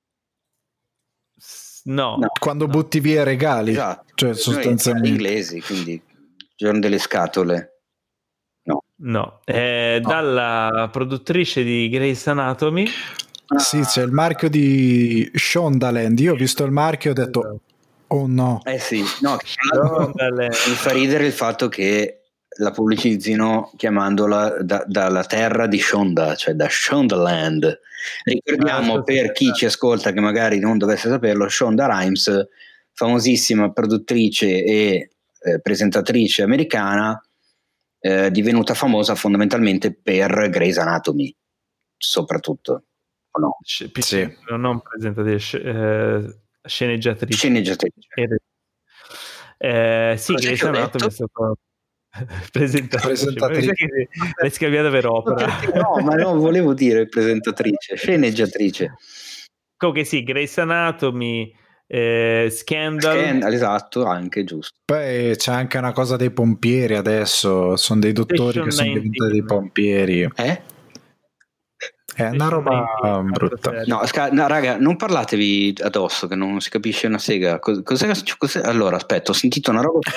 No. Quando butti via i regali, esatto. Cioè sostanzialmente inglesi, quindi giorno delle scatole. No. Dalla produttrice di Grey's Anatomy. Sì, c'è il marchio di Shondaland. Io ho visto il marchio e ho detto oh no. Sì, no, mi fa ridere il fatto che la pubblicizzino chiamandola dalla terra di Shonda, cioè da Shondaland. Ricordiamo per chi ci ascolta che magari non dovesse saperlo, Shonda Rhimes, famosissima produttrice e presentatrice americana, divenuta famosa fondamentalmente per Grey's Anatomy, soprattutto. no? Sì. Non presentatrice, sceneggiatrice. Sì, Grey's Anatomy è stato presentatrice. L'hai scambiata per opera. No, ma non volevo dire presentatrice, sceneggiatrice. Comunque sì, Grey's Anatomy, Scandal, esatto, anche giusto. Poi c'è anche una cosa dei pompieri adesso, sono dei dottori che sono diventati dei pompieri. È una roba brutta. No, raga, non parlatevi addosso che non si capisce una sega. Cos'è? Allora, aspetta, ho sentito una roba.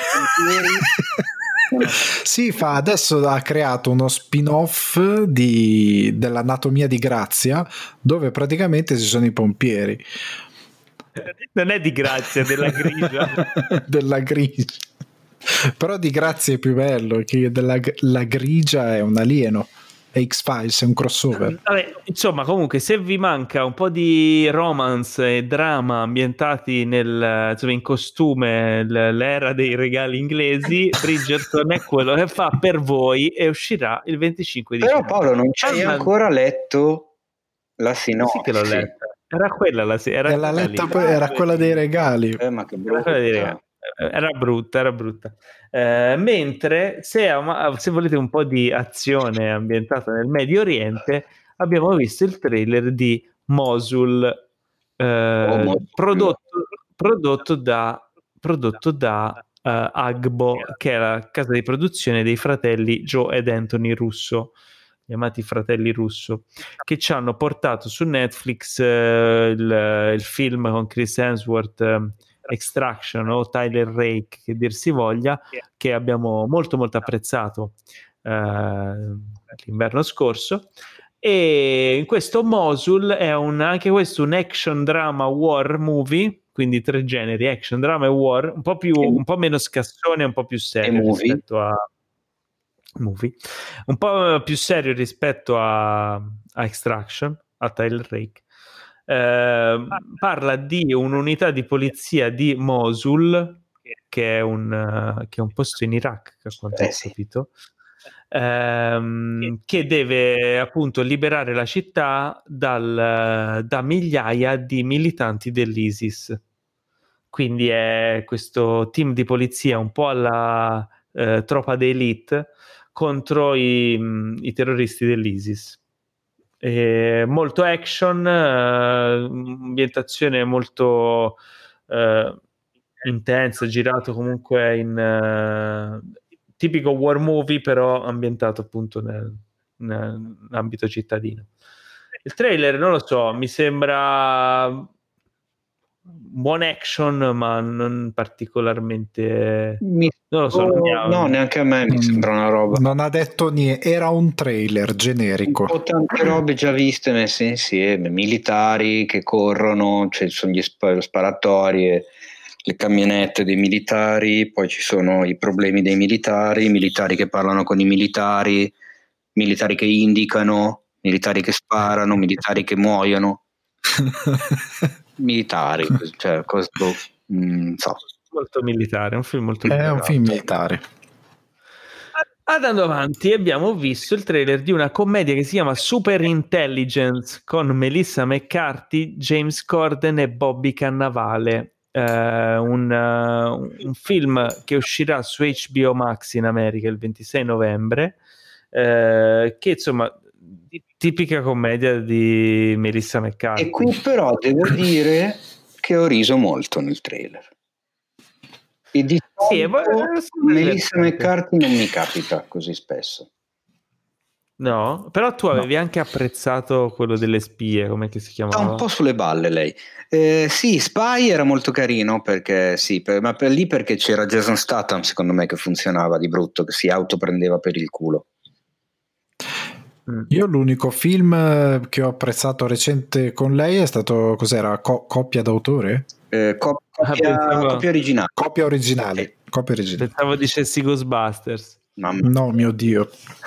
Sì, adesso ha creato uno spin-off dell'Anatomia di Grazia, dove praticamente ci sono i pompieri. Non è di Grazia, della grigia. Della grigia. Però di Grazia è più bello, che la grigia è un alieno. È X-Files, è un crossover. Vabbè, insomma, comunque, se vi manca un po' di romance e drama ambientati in costume, l'era dei regali inglesi, Bridgerton è quello che fa per voi e uscira il 25 dicembre. Però Paolo, non ci hai ancora letto la sinopsi. Sì che l'ho letta. Era quella era quella dei regali. Ma che brutta. Era brutta. Mentre se volete un po' di azione ambientata nel Medio Oriente, abbiamo visto il trailer di Mosul, prodotto da Agbo, che è la casa di produzione dei fratelli Joe ed Anthony Russo, chiamati fratelli Russo, che ci hanno portato su Netflix il film con Chris Hemsworth, Extraction, o Tyler Rake, che dir si voglia, che abbiamo molto molto apprezzato l'inverno scorso. E in questo Mosul è anche questo un action drama war movie, quindi 3 generi: action, drama e war, un po' meno scassone, un po' più serio rispetto a movie, un po' più serio rispetto a Extraction, a Tyler Rake. Parla di un'unità di polizia di Mosul, che è un posto in Iraq, a quanto ho capito, che deve appunto liberare la città da migliaia di militanti dell'ISIS. Quindi è questo team di polizia un po' alla troppa d'élite contro i terroristi dell'ISIS. Molto action, ambientazione molto intensa, girato comunque in tipico war movie, però ambientato appunto nell'ambito cittadino. Il trailer, non lo so, mi sembra buon action, ma non particolarmente. Non lo so. No, neanche a me mi sembra una roba. Non ha detto niente, era un trailer generico. Un po' tante robe già viste messe insieme, militari che corrono, cioè sono gli sparatorie, le camionette dei militari, poi ci sono i problemi dei militari che parlano con i militari che indicano, militari che sparano, militari che muoiono. Militari, cioè questo so. Molto militare, un film molto militare. È un film militare. Andando avanti, abbiamo visto il trailer di una commedia che si chiama Super Intelligence, con Melissa McCarthy, James Corden e Bobby Cannavale. Un film che uscirà su HBO Max in America il 26 novembre, che insomma tipica commedia di Melissa McCarthy. E qui però devo dire che ho riso molto nel trailer. E di Melissa McCarthy non mi capita così spesso. No, però tu avevi anche apprezzato quello delle spie, com'è che si chiamava? Sta un po' sulle balle lei. Sì, Spy era molto carino perché ma perché c'era Jason Statham, secondo me, che funzionava di brutto, che si autoprendeva per il culo. Io l'unico film che ho apprezzato recente con lei è stato, cos'era? Coppia d'autore? Copia originale. Copia originale. Pensavo dicessi Ghostbusters. No, mio Dio.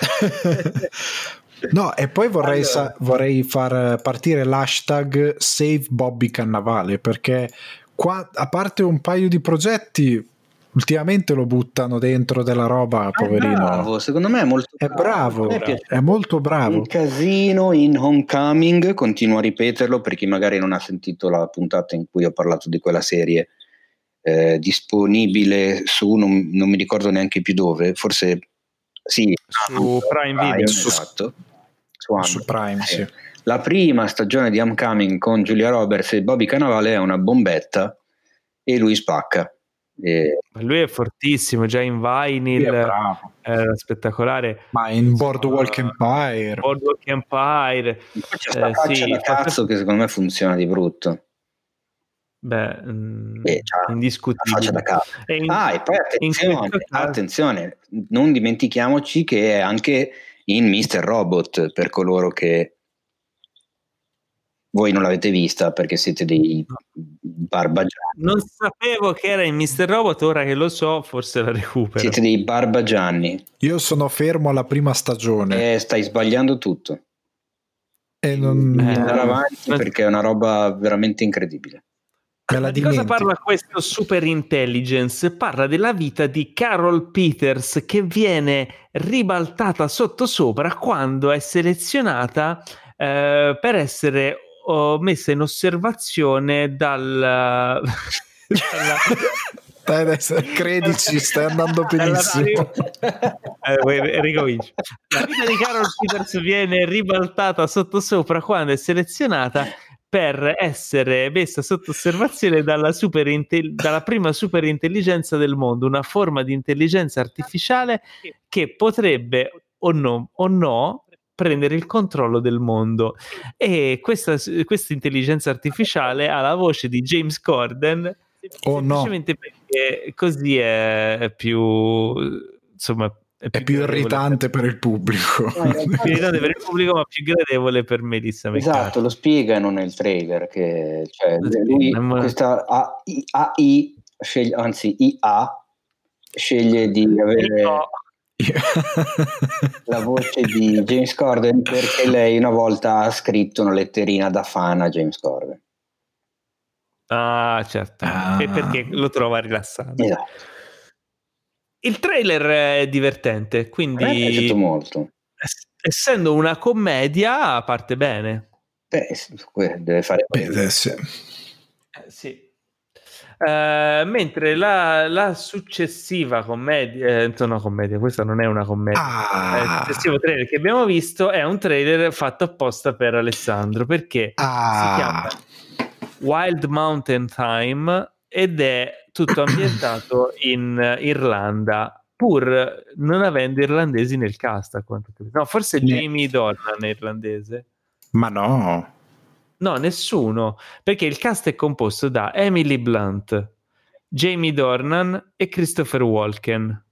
No, e poi vorrei far partire l'hashtag Save Bobby Cannavale, perché qua, a parte un paio di progetti, Ultimamente lo buttano dentro della roba, poverino. È bravo, secondo me è molto bravo. È molto bravo. Un casino in Homecoming, continuo a ripeterlo per chi magari non ha sentito la puntata in cui ho parlato di quella serie, disponibile su, non mi ricordo neanche più dove, forse sì, su Prime Video. Esatto. Su Prime, sì. La prima stagione di Homecoming con Julia Roberts e Bobby Cannavale è una bombetta e lui spacca. Lui è fortissimo, già in Vinyl era spettacolare, ma in Boardwalk Empire c'è sta faccia da cazzo che secondo me funziona di brutto. Indiscutibile. Faccia da cazzo. E poi attenzione, non dimentichiamoci che è anche in Mr. Robot, per coloro che voi non l'avete vista perché siete dei barbagianni. Non sapevo che era in Mr. Robot, ora che lo so forse la recupero. Siete dei barbagianni. Io sono fermo alla prima stagione. Stai sbagliando tutto. Andare avanti perché è una roba veramente incredibile. Di cosa parla questo Super Intelligence? Parla della vita di Carol Peters, che viene ribaltata sottosopra quando è selezionata per essere messa in osservazione credici, stai andando benissimo. Ricomincio. La vita di Carol Peters viene ribaltata sottosopra quando è selezionata per essere messa sotto osservazione dalla prima superintelligenza del mondo, una forma di intelligenza artificiale che potrebbe o no prendere il controllo del mondo. E questa intelligenza artificiale ha la voce di James Corden, semplicemente perché così è più, insomma, è più irritante per il pubblico. Più irritante per il pubblico, ma più gradevole per Melissa McCarthy. Esatto, lo spiegano nel trailer che lui, questa AI IA sceglie di avere la voce di James Corden perché lei una volta ha scritto una letterina da fan a James Corden. Certo. E perché lo trova rilassante. Esatto. Il trailer è divertente, quindi mi è piaciuto molto. Essendo una commedia parte bene. Deve fare sì. Mentre la successiva commedia, questa non è una commedia. Il successivo trailer che abbiamo visto è un trailer fatto apposta per Alessandro, perché si chiama Wild Mountain Time ed è tutto ambientato in Irlanda, pur non avendo irlandesi nel cast, a quanto credo. No, forse Jamie Dornan è irlandese. Ma no, nessuno, perché il cast è composto da Emily Blunt, Jamie Dornan e Christopher Walken,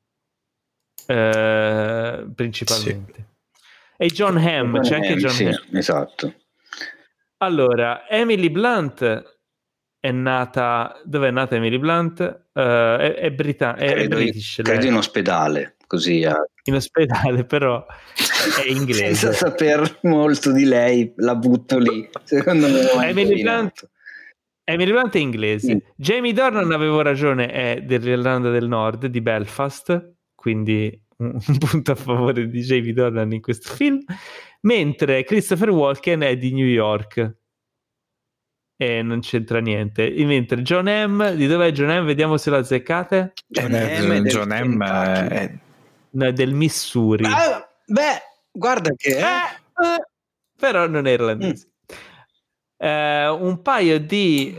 principalmente. Sì. E John Hamm, c'è anche John Hamm. Esatto. Allora, Emily Blunt è nata... Dove è nata Emily Blunt? È British. Credo in ospedale, così. In ospedale, però è inglese. Senza saper molto di lei, la butto lì. Secondo me Emily Blunt è inglese. Jamie Dornan, avevo ragione, è dell'Irlanda del Nord, di Belfast, quindi un punto a favore di Jamie Dornan in questo film, mentre Christopher Walken è di New York e non c'entra niente. Mentre John Hamm, di dov'è John Hamm? Vediamo se lo azzeccate. John Hamm è del Missouri. Guarda che però non è irlandese. Un paio di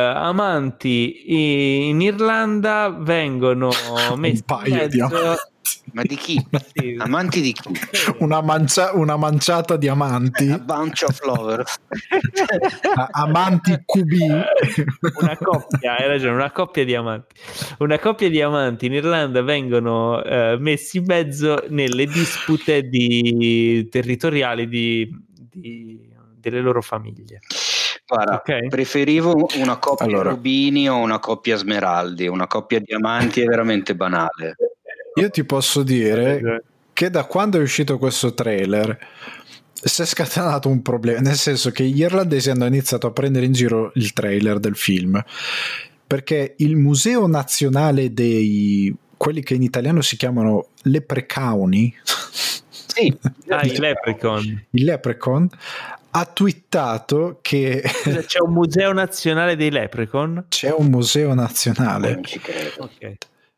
amanti in Irlanda vengono messi in mezzo. Ma di chi? Sì. Amanti di chi? Una manciata di amanti. A bunch of lovers. Amanti QB. Una coppia, hai ragione, una coppia di amanti. Una coppia di amanti in Irlanda vengono messi in mezzo nelle dispute territoriali delle loro famiglie. Guarda, preferivo una coppia rubini o una coppia smeraldi. Una coppia diamanti è veramente banale. Io ti posso dire che da quando è uscito questo trailer si è scatenato un problema, nel senso che gli irlandesi hanno iniziato a prendere in giro il trailer del film perché il Museo Nazionale dei quelli che in italiano si chiamano leprecauni, Sì, i Leprechaun. il Leprechaun ha twittato che c'è un museo nazionale dei Leprechaun? C'è un museo nazionale. Non ci credo. Ok.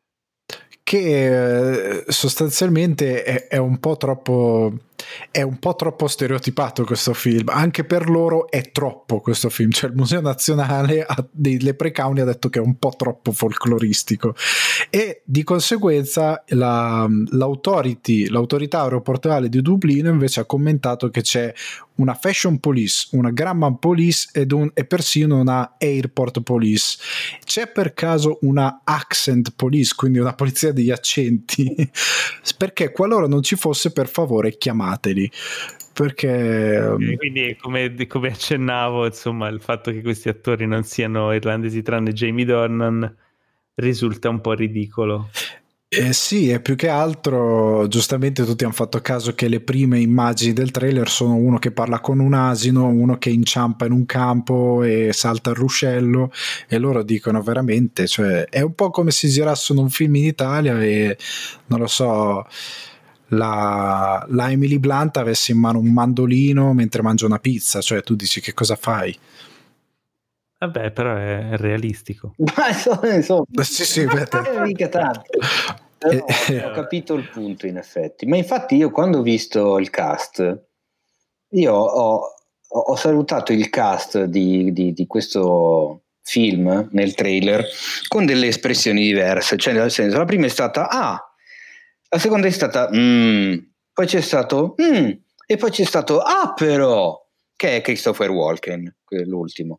Che sostanzialmente è un po' troppo stereotipato questo film, anche per loro è troppo questo film, cioè il Museo Nazionale dei Leprecauni ha detto che è un po' troppo folcloristico e di conseguenza l'autorità aeroportuale di Dublino invece ha commentato che c'è una fashion police, una grammar police e persino una airport police. C'è per caso una accent police, quindi una polizia degli accenti? Perché qualora non ci fosse, per favore chiamateli. Perché quindi come accennavo, insomma, il fatto che questi attori non siano irlandesi tranne Jamie Dornan risulta un po' ridicolo. Sì, e più che altro giustamente tutti hanno fatto caso che le prime immagini del trailer sono uno che parla con un asino, uno che inciampa in un campo e salta il ruscello, e loro dicono veramente, cioè è un po' come se girassero un film in Italia e non lo so, la Emily Blunt avesse in mano un mandolino mentre mangia una pizza, cioè tu dici che cosa fai? Vabbè, però è realistico. Ma insomma sì, mica tanto. Però ho capito il punto, in effetti. Ma infatti io quando ho visto il cast, io ho salutato il cast di questo film nel trailer con delle espressioni diverse. Cioè, nel senso, la prima è stata la seconda è stata poi c'è stato e poi c'è stato però, che è Christopher Walken, l'ultimo.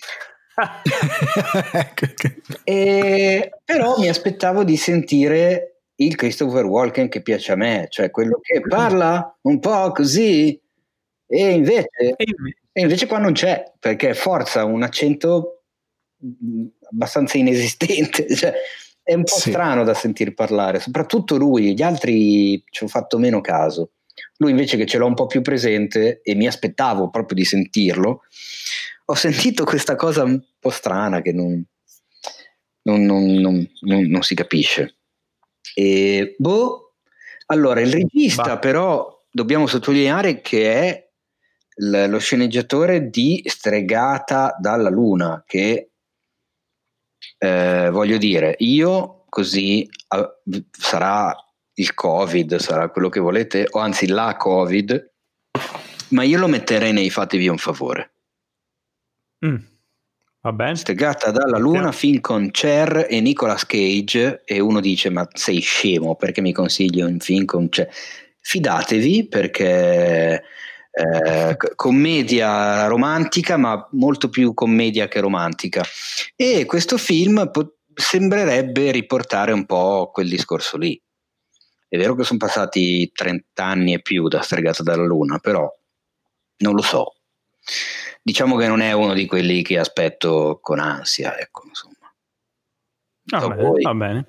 Però mi aspettavo di sentire il Christopher Walken che piace a me, cioè quello che parla un po' così, e invece qua non c'è, perché forza un accento abbastanza inesistente, cioè è un po' strano da sentir parlare, soprattutto lui. Gli altri ci ho fatto meno caso, lui invece che ce l'ho un po' più presente e mi aspettavo proprio di sentirlo. Ho sentito questa cosa un po' strana che non si capisce. E allora il regista però dobbiamo sottolineare che è lo sceneggiatore di Stregata dalla Luna, che voglio dire, io così sarà il Covid, sarà quello che volete, o anzi la Covid, ma io lo metterei nei Fatevi un favore. Va bene. Stregata dalla Luna, film con Cher e Nicolas Cage, e uno dice ma sei scemo, perché mi consigli un film con Cher? Fidatevi, perché commedia romantica, ma molto più commedia che romantica, e questo film sembrerebbe riportare un po' quel discorso lì. È vero che sono passati 30 anni e più da Stregata dalla Luna, però non lo so. Diciamo che non è uno di quelli che aspetto con ansia, ecco, insomma. Va bene.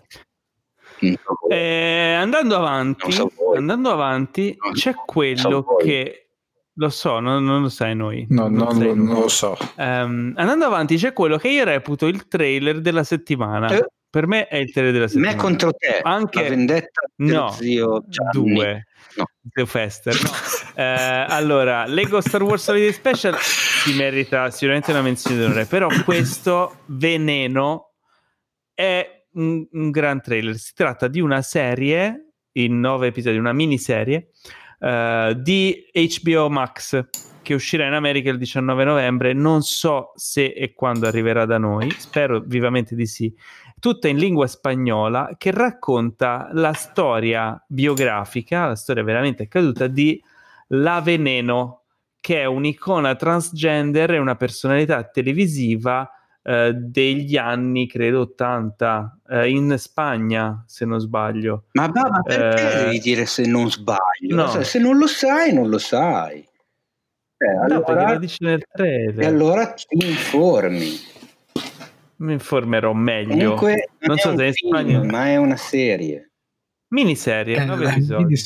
Andando avanti, c'è quello che lo so, non lo sai noi. Non lo so. Andando avanti, c'è quello che io reputo il trailer della settimana. Per me è il trailer della settimana. Me contro te, anche la vendetta dello zio Gianni. 2. Zio Fester. Allora, Lego Star Wars Holiday Special si merita sicuramente una menzione d'onore, però questo Veneno è un gran trailer. Si tratta di una serie in 9 episodi, una miniserie di HBO Max che uscirà in America il 19 novembre. Non so se e quando arriverà da noi, spero vivamente di sì. Tutta in lingua spagnola, che racconta la storia biografica, la storia veramente accaduta di La Veneno, che è un'icona transgender e una personalità televisiva degli anni, credo, 80, in Spagna, se non sbaglio. Ma perché devi dire se non sbaglio? No. Se non lo sai, non lo sai. No, perché lo dice nel trailer. E allora ti informi. Mi informerò meglio. Comunque non so se è in Spagna, ma è una serie. Miniserie, 9 episodi.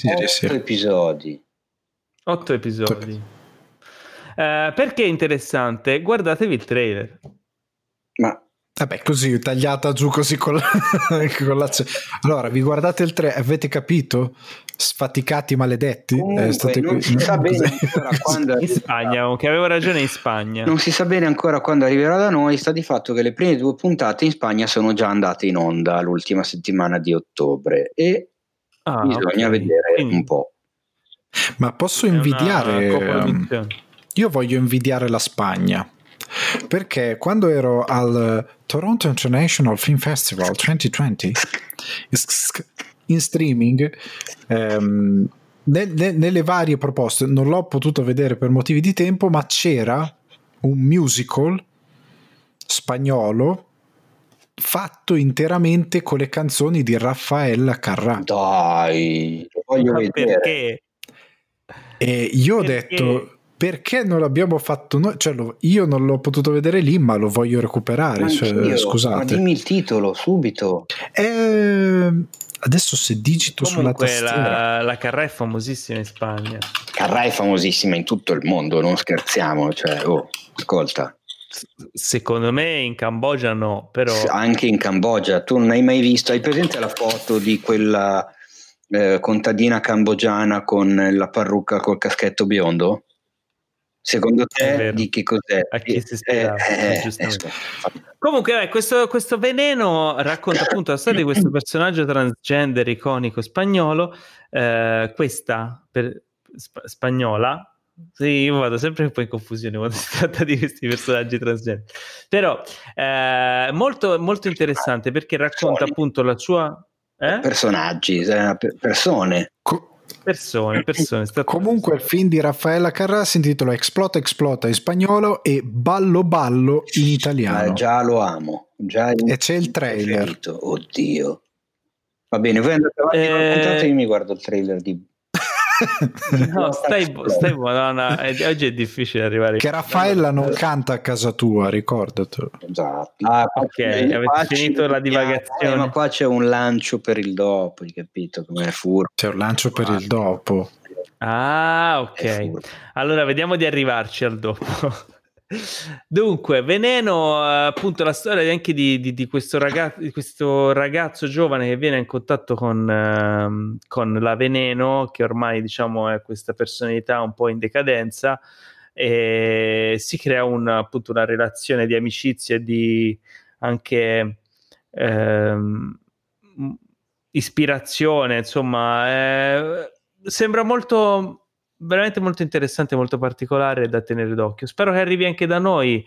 8 episodi. Perché è interessante? Guardatevi il trailer. Ma Vabbè, così tagliata giù così con la... Allora, vi guardate il 3, avete capito? Sfaticati maledetti. Comunque, non si sa bene ancora quando in Spagna, che avevo ragione, in Spagna. Non si sa bene ancora quando arriverà da noi. Sta di fatto che le prime 2 puntate in Spagna sono già andate in onda l'ultima settimana di ottobre e bisogna vedere un po'. Ma posso invidiare? Io voglio invidiare la Spagna, perché quando ero al Toronto International Film Festival 2020 in streaming, nelle varie proposte non l'ho potuto vedere per motivi di tempo, ma c'era un musical spagnolo fatto interamente con le canzoni di Rafael Carrà. Dai, lo voglio vedere. Perché? E io ho detto, perché non l'abbiamo fatto noi? Cioè, io non l'ho potuto vedere lì, ma lo voglio recuperare. Scusate. Ma dimmi il titolo subito. Adesso se digito sulla tastiera. La Carrà è famosissima in Spagna. Carrà è famosissima in tutto il mondo, non scherziamo. Cioè, ascolta. Secondo me in Cambogia no, però anche in Cambogia. Tu non hai mai visto? Hai presente la foto di quella contadina cambogiana con la parrucca col caschetto biondo? Secondo te di che cos'è? A chi si ispira? Comunque questo Veneno racconta appunto la storia di questo personaggio transgender iconico spagnolo, questa spagnola. Sì, io vado sempre un po' in confusione quando si tratta di questi personaggi transgender, però molto, molto interessante perché racconta appunto la sua personaggi, persone. Comunque il film di Raffaella Carrà si intitola Explota in spagnolo e Ballo Ballo in italiano. Già lo amo. E c'è il trailer. Oddio. Va bene, voi andate avanti con la puntata e io mi guardo il trailer di... No, stai buona. Oggi è difficile arrivare. Che Raffaella non canta a casa tua, ricordatelo. Esatto. Ok, avete finito la divagazione. Ma qua c'è un lancio per il dopo, hai capito come furbo? C'è un lancio per il dopo. Ok. Allora vediamo di arrivarci al dopo. Dunque, Veneno, appunto la storia anche di questo ragazzo giovane che viene in contatto con la Veneno, che ormai diciamo è questa personalità un po' in decadenza, e si crea appunto una relazione di amicizia e di anche ispirazione, insomma, sembra veramente molto interessante, molto particolare da tenere d'occhio. Spero che arrivi anche da noi,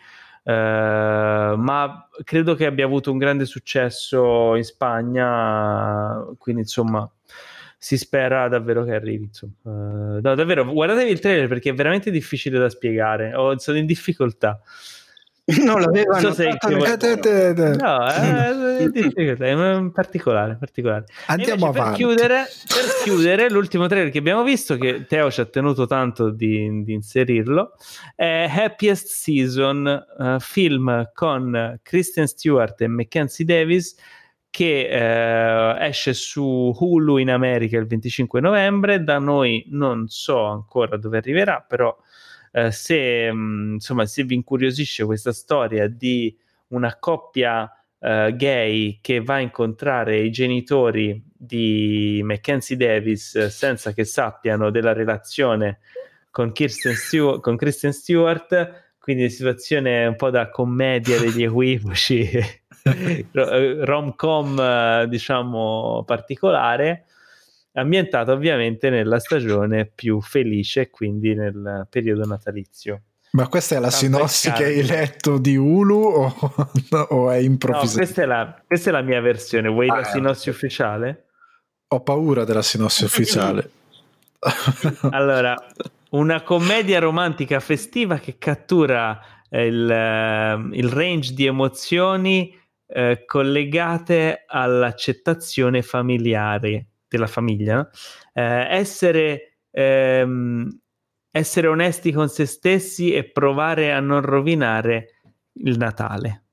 ma credo che abbia avuto un grande successo in Spagna, quindi insomma si spera davvero che arrivi, insomma. No, davvero, guardatevi il trailer perché è veramente difficile da spiegare, sono in difficoltà. Non l'aveva no, è particolare. Andiamo avanti. Per chiudere l'ultimo trailer che abbiamo visto, che Teo ci ha tenuto tanto di inserirlo, è Happiest Season, film con Kristen Stewart e Mackenzie Davis, che esce su Hulu in America il 25 novembre. Da noi non so ancora dove arriverà, però se vi incuriosisce questa storia di una coppia gay che va a incontrare i genitori di Mackenzie Davis senza che sappiano della relazione con Kristen Stewart, quindi situazione un po' da commedia degli equivoci, rom-com diciamo particolare, ambientata ovviamente nella stagione più felice, quindi nel periodo natalizio. Ma questa è la sinossi che hai letto di Hulu o è improvvisata? No, questa è la mia versione. Vuoi la sinossi ufficiale? Ho paura della sinossi ufficiale. Allora, una commedia romantica festiva che cattura il range di emozioni collegate all'accettazione familiare della famiglia, no? Essere onesti con se stessi e provare a non rovinare il Natale.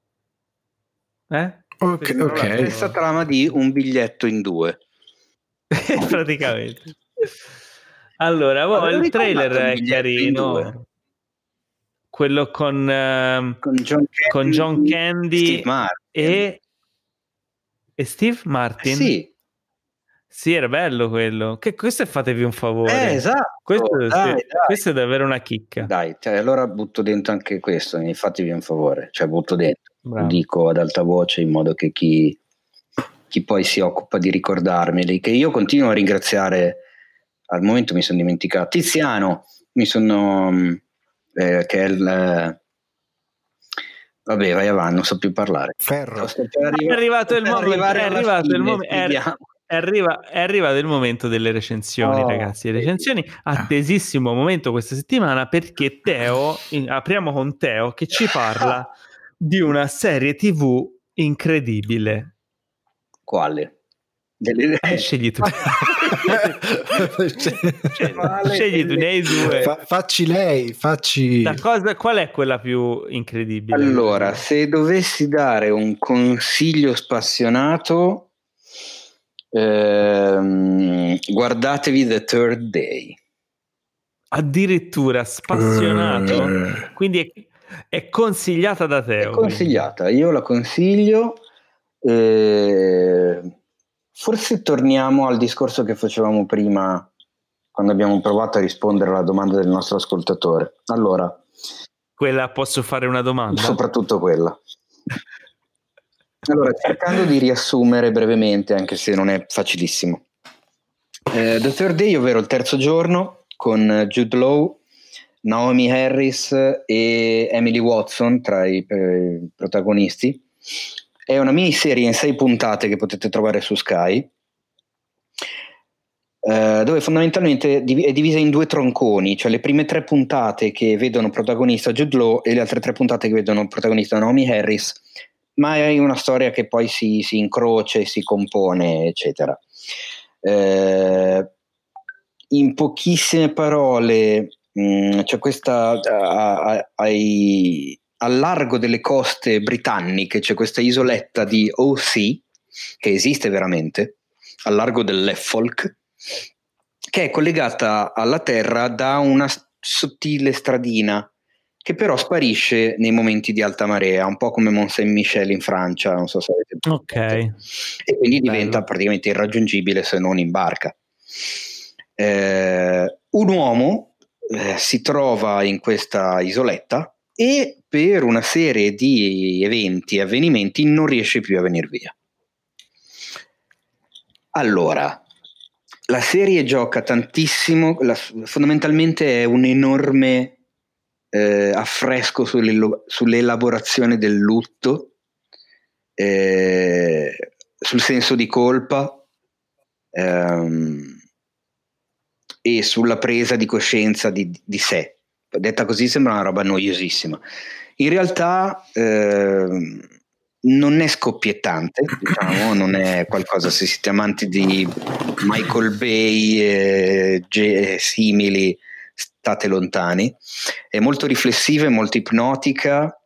Ok. È stata trama di Un biglietto in due. Praticamente. Allora, il trailer è carino. Quello con John Candy, e Steve Martin. Sì, era bello quello. Questo è Fatevi un favore. Esatto. Questo è davvero una chicca. Dai, allora butto dentro anche questo, fatevi un favore, butto dentro. Lo dico ad alta voce in modo che chi poi si occupa di ricordarmeli, che io continuo a ringraziare. Al momento mi sono dimenticato Tiziano, che è il vabbè, vai avanti, non so più parlare. Ferro. È arrivato il momento. È arrivato il momento delle recensioni, ragazzi. Recensioni, attesissimo momento questa settimana, perché apriamo con Teo che ci parla di una serie TV incredibile. Quale? Scegli tu. Scegli tu, ne hai due. Facci lei, facci. Qual è quella più incredibile? Allora, se dovessi dare un consiglio spassionato, guardatevi The Third Day. Addirittura spassionato? Quindi è consigliata da te? È consigliata, io la consiglio. Forse torniamo al discorso che facevamo prima, quando abbiamo provato a rispondere alla domanda del nostro ascoltatore. Allora, quella, posso fare una domanda? Soprattutto quella. Allora, cercando di riassumere brevemente, anche se non è facilissimo. The Third Day, ovvero il terzo giorno, con Jude Law, Naomi Harris e Emily Watson tra i protagonisti. È una miniserie in 6 puntate che potete trovare su Sky, dove fondamentalmente è divisa in 2 tronconi, cioè le prime 3 puntate che vedono protagonista Jude Law e le altre 3 puntate che vedono protagonista Naomi Harris, ma è una storia che poi si incrocia e si compone, eccetera. In pochissime parole, c'è questa al largo delle coste britanniche c'è questa isoletta di O.C. che esiste veramente, al largo dell'Effolk, che è collegata alla terra da una sottile stradina che però sparisce nei momenti di alta marea, un po' come Mont Saint-Michel in Francia, non so se avete visto. Ok. E quindi diventa praticamente irraggiungibile se non in barca. Un uomo si trova in questa isoletta e per una serie di eventi e avvenimenti non riesce più a venire via. Allora, la serie gioca tantissimo, fondamentalmente è un enorme affresco sull'elaborazione del lutto, sul senso di colpa e sulla presa di coscienza di sé. Detta così sembra una roba noiosissima. In realtà non è scoppiettante, diciamo, non è qualcosa, se siete amanti di Michael Bay e simili, state lontani. È molto riflessiva, è molto ipnotica,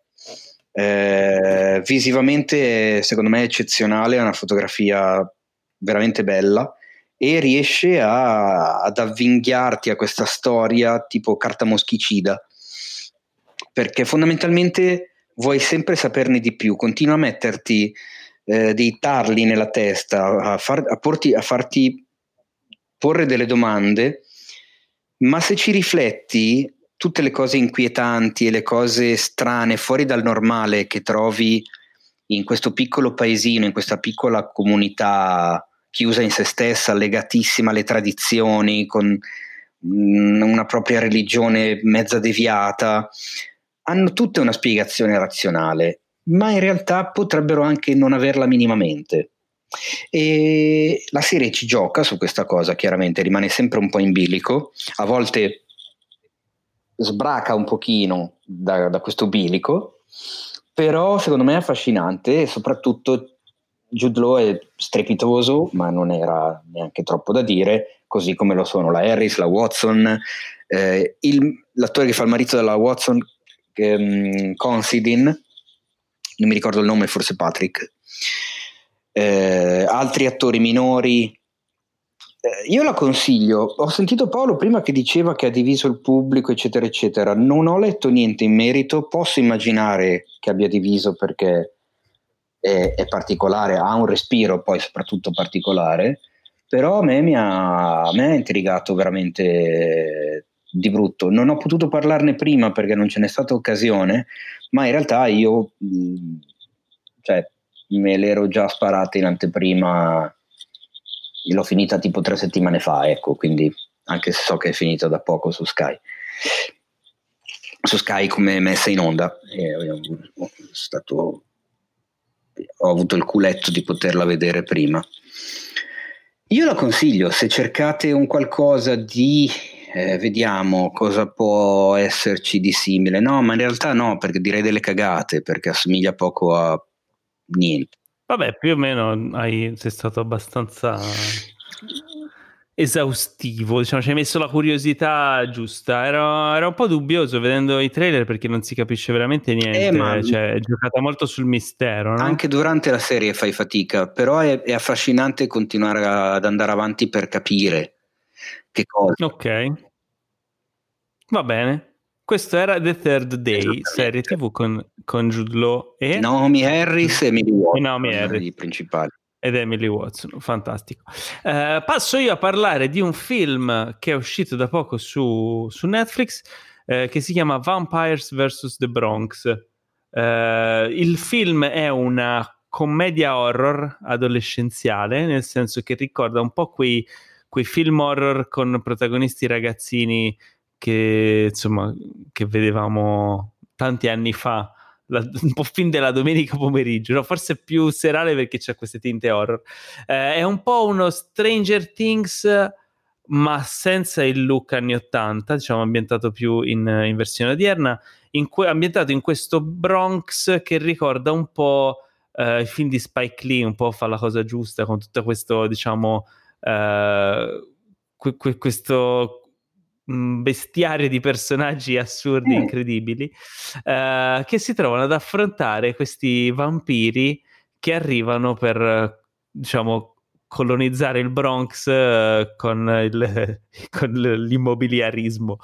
visivamente secondo me è eccezionale, è una fotografia veramente bella e riesce ad avvinghiarti a questa storia tipo carta moschicida, perché fondamentalmente vuoi sempre saperne di più, continua a metterti dei tarli nella testa, a farti porre delle domande, ma se ci rifletti, tutte le cose inquietanti e le cose strane fuori dal normale che trovi in questo piccolo paesino, in questa piccola comunità chiusa in se stessa, legatissima alle tradizioni, con una propria religione mezza deviata, hanno tutte una spiegazione razionale, ma in realtà potrebbero anche non averla minimamente. E la serie ci gioca su questa cosa, chiaramente rimane sempre un po' in bilico, a volte sbraca un pochino da questo bilico, però secondo me è affascinante e soprattutto Jude Law è strepitoso, ma non era neanche troppo da dire, così come lo sono la Harris, la Watson, l'attore che fa il marito della Watson, Considine, non mi ricordo il nome, forse Patrick, altri attori minori. Io la consiglio. Ho sentito Paolo prima che diceva che ha diviso il pubblico, eccetera eccetera. Non ho letto niente in merito, posso immaginare che abbia diviso perché è particolare, ha un respiro poi soprattutto particolare, però a me mi ha intrigato veramente di brutto. Non ho potuto parlarne prima perché non ce n'è stata occasione, ma in realtà io cioè, me l'ero già sparata in anteprima, l'ho finita tipo 3 settimane fa, ecco, quindi anche se so che è finita da poco su Sky come messa in onda, ho avuto il culetto di poterla vedere prima. Io la consiglio, se cercate un qualcosa di vediamo cosa può esserci di simile. No, ma in realtà no, perché direi delle cagate, perché assomiglia poco a niente. Vabbè, più o meno sei stato abbastanza esaustivo, diciamo, ci hai messo la curiosità giusta. Era un po' dubbioso vedendo i trailer perché non si capisce veramente niente, cioè è giocata molto sul mistero, no? Anche durante la serie fai fatica, però è affascinante continuare ad andare avanti per capire che cosa. Ok, va bene. Questo era The Third Day, serie TV con Jude Law e Naomi Harris e Emily Watson, i principali. Ed Emily Watson, fantastico. Passo io a parlare di un film che è uscito da poco su Netflix, che si chiama Vampires vs. The Bronx. Il film è una commedia horror adolescenziale, nel senso che ricorda un po' quei film horror con protagonisti ragazzini che vedevamo tanti anni fa, un po' fin della domenica pomeriggio, no? Forse più serale perché c'è queste tinte horror. È un po' uno Stranger Things ma senza il look anni 80, diciamo ambientato più in versione odierna, ambientato in questo Bronx che ricorda un po' i film di Spike Lee, un po' Fa la cosa giusta, con tutto questo, diciamo, questo bestiario di personaggi assurdi, incredibili, che si trovano ad affrontare questi vampiri che arrivano per, diciamo, colonizzare il Bronx con l'immobiliarismo.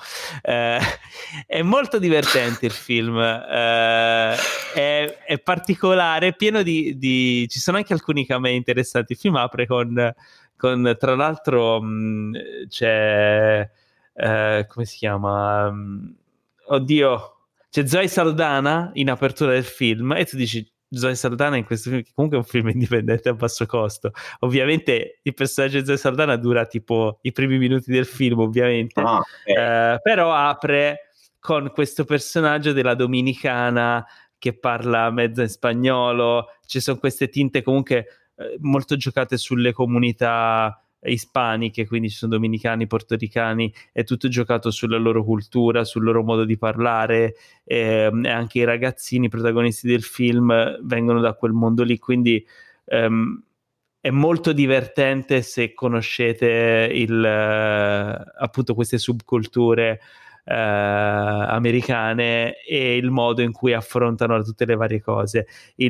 È molto divertente il film, è particolare, pieno di ci sono anche alcuni camei interessanti. Il film apre con tra l'altro c'è come si chiama? Oddio, c'è Zoe Saldana in apertura del film e tu dici Zoe Saldana in questo film, che comunque è un film indipendente a basso costo. Ovviamente il personaggio di Zoe Saldana dura tipo i primi minuti del film, ovviamente, però apre con questo personaggio della dominicana che parla mezzo in spagnolo. Ci sono queste tinte comunque molto giocate sulle comunità ispaniche, quindi ci sono dominicani, portoricani, è tutto giocato sulla loro cultura, sul loro modo di parlare, e anche i ragazzini protagonisti del film vengono da quel mondo lì, quindi è molto divertente se conoscete appunto queste subculture americane e il modo in cui affrontano tutte le varie cose,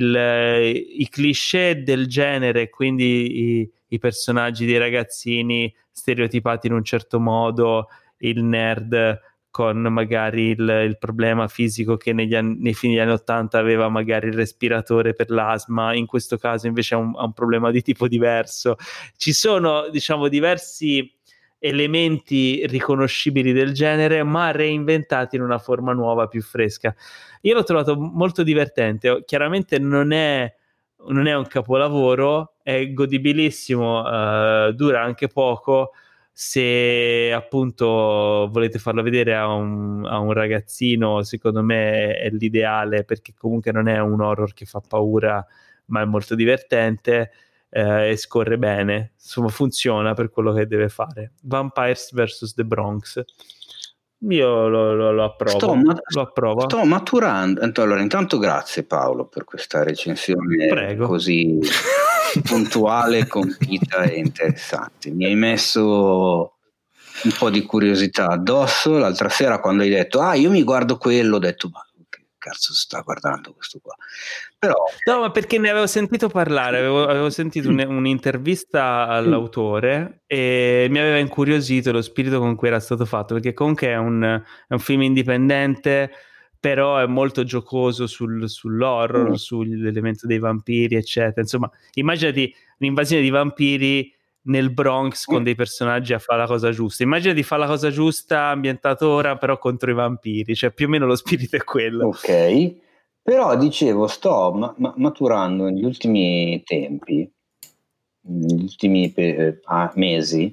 i cliché del genere, quindi i personaggi dei ragazzini stereotipati in un certo modo, il nerd con magari il problema fisico che nei fine degli anni 80 aveva magari il respiratore per l'asma, in questo caso invece ha un problema di tipo diverso. Ci sono, diciamo, diversi elementi riconoscibili del genere ma reinventati in una forma nuova, più fresca. Io l'ho trovato molto divertente. Chiaramente non è un capolavoro, è godibilissimo, dura anche poco. Se appunto volete farlo vedere a un ragazzino, secondo me è l'ideale, perché comunque non è un horror che fa paura ma è molto divertente, e scorre bene, insomma funziona per quello che deve fare. Vampires vs. The Bronx, io lo approvo. Sto maturando. Allora, intanto grazie Paolo per questa recensione così puntuale, compita e interessante. Mi hai messo un po' di curiosità addosso. L'altra sera quando hai detto io mi guardo quello, ho detto ma che cazzo sta guardando questo qua? Però no, ma perché ne avevo sentito parlare, avevo sentito un'intervista all'autore e mi aveva incuriosito lo spirito con cui era stato fatto, perché comunque è un film indipendente però è molto giocoso sull'horror, sull'elemento dei vampiri, eccetera. Insomma, immaginati un'invasione di vampiri nel Bronx con dei personaggi a fare la cosa giusta. Immagina di fare la cosa giusta ambientato ora, però contro i vampiri, cioè più o meno lo spirito è quello. Ok, però dicevo, sto maturando negli ultimi tempi, negli ultimi mesi,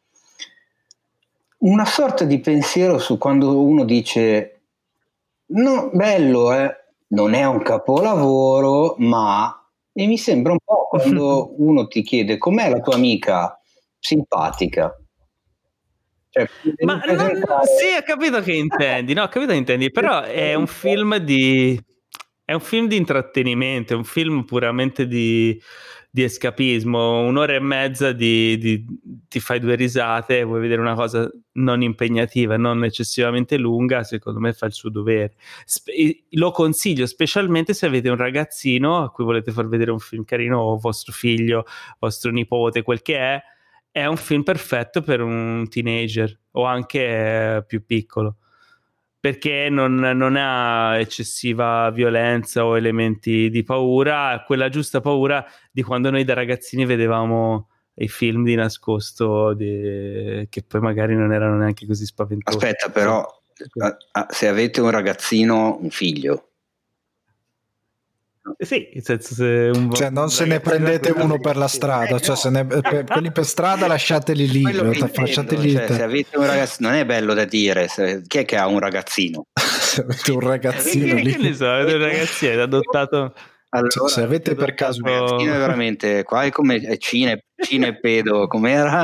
una sorta di pensiero su quando uno dice no, bello, non è un capolavoro, ma... E mi sembra un po' quando uno ti chiede com'è la tua amica simpatica. Cioè, ma sì, ho capito che intendi, no, ho capito che intendi, però è un film di intrattenimento, è un film puramente di escapismo, 1.5 ore ti fai 2 risate, vuoi vedere una cosa non impegnativa, non eccessivamente lunga, secondo me fa il suo dovere. Lo consiglio specialmente se avete un ragazzino a cui volete far vedere un film carino, o vostro figlio, vostro nipote, quel che è un film perfetto per un teenager o anche più piccolo, perché non ha eccessiva violenza o elementi di paura, quella giusta paura di quando noi da ragazzini vedevamo i film di nascosto che poi magari non erano neanche così spaventosi. Aspetta, però se avete un ragazzino, un figlio, sì, nel senso, cioè non se ne prendete uno per la strada, cioè quelli per strada lasciateli lì, cioè, se avete un ragazzino, non è bello da dire, chi è che ha un ragazzino? Se avete un ragazzino lì, che ne so, avete un ragazzino adottato. Allora, se avete per caso un ragazzino è veramente qua, è come cinepedo, com'era?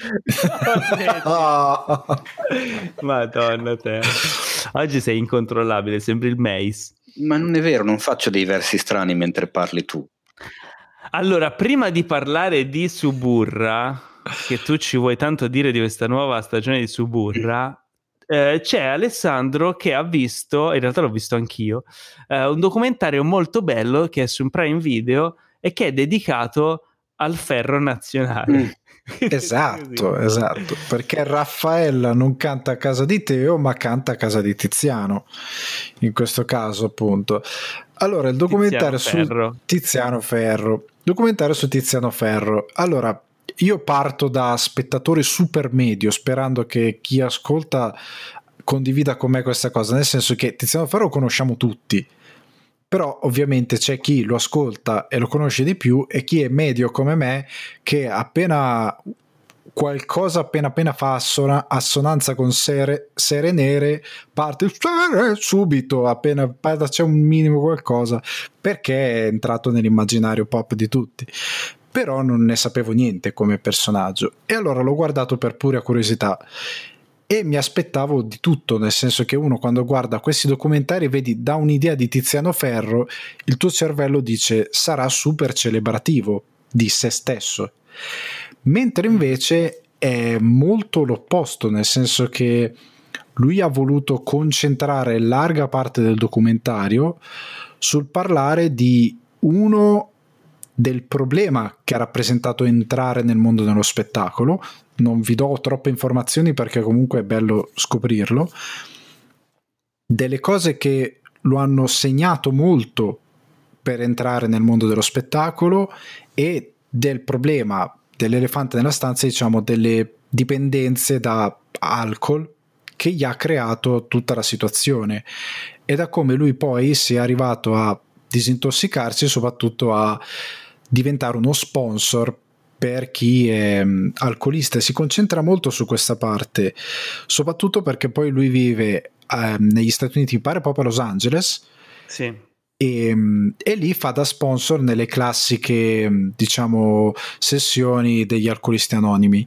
Oh. Madonna te, oggi sei incontrollabile, sembri il Mace. Ma non è vero, non faccio dei versi strani mentre parli tu. Allora, prima di parlare di Suburra, che tu ci vuoi tanto dire di questa nuova stagione di Suburra, c'è Alessandro che ha visto, in realtà l'ho visto anch'io, un documentario molto bello che è su Prime Video e che è dedicato al ferro nazionale. Esatto, perché Raffaella non canta a casa di Teo, ma canta a casa di Tiziano, in questo caso appunto. Allora, il documentario su Tiziano Ferro. Documentario su Tiziano Ferro. Allora, io parto da spettatore super medio, sperando che chi ascolta condivida con me questa cosa, nel senso che Tiziano Ferro lo conosciamo tutti, però ovviamente c'è chi lo ascolta e lo conosce di più e chi è medio come me, che appena qualcosa appena fa assonanza con sere nere parte subito, appena c'è un minimo qualcosa, perché è entrato nell'immaginario pop di tutti, però non ne sapevo niente come personaggio e allora l'ho guardato per pura curiosità e mi aspettavo di tutto, nel senso che uno quando guarda questi documentari vedi da un'idea di Tiziano Ferro, il tuo cervello dice sarà super celebrativo di se stesso, mentre invece è molto l'opposto, nel senso che lui ha voluto concentrare larga parte del documentario sul parlare di uno del problema che ha rappresentato entrare nel mondo dello spettacolo. Non vi do troppe informazioni perché comunque è bello scoprirlo, delle cose che lo hanno segnato molto per entrare nel mondo dello spettacolo e del problema dell'elefante nella stanza, diciamo, delle dipendenze da alcol che gli ha creato tutta la situazione e da come lui poi sia arrivato a disintossicarsi e soprattutto a diventare uno sponsor per chi è alcolista, e si concentra molto su questa parte, soprattutto perché poi lui vive negli Stati Uniti, mi pare proprio a Los Angeles, sì. E lì fa da sponsor nelle classiche, diciamo, sessioni degli alcolisti anonimi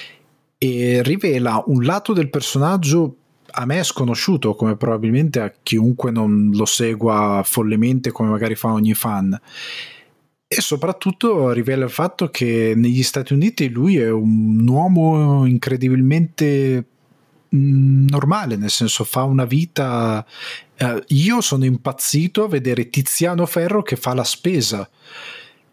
e rivela un lato del personaggio a me sconosciuto, come probabilmente a chiunque non lo segua follemente come magari fa ogni fan, e soprattutto rivela il fatto che negli Stati Uniti lui è un uomo incredibilmente normale, nel senso fa una vita. Io sono impazzito a vedere Tiziano Ferro che fa la spesa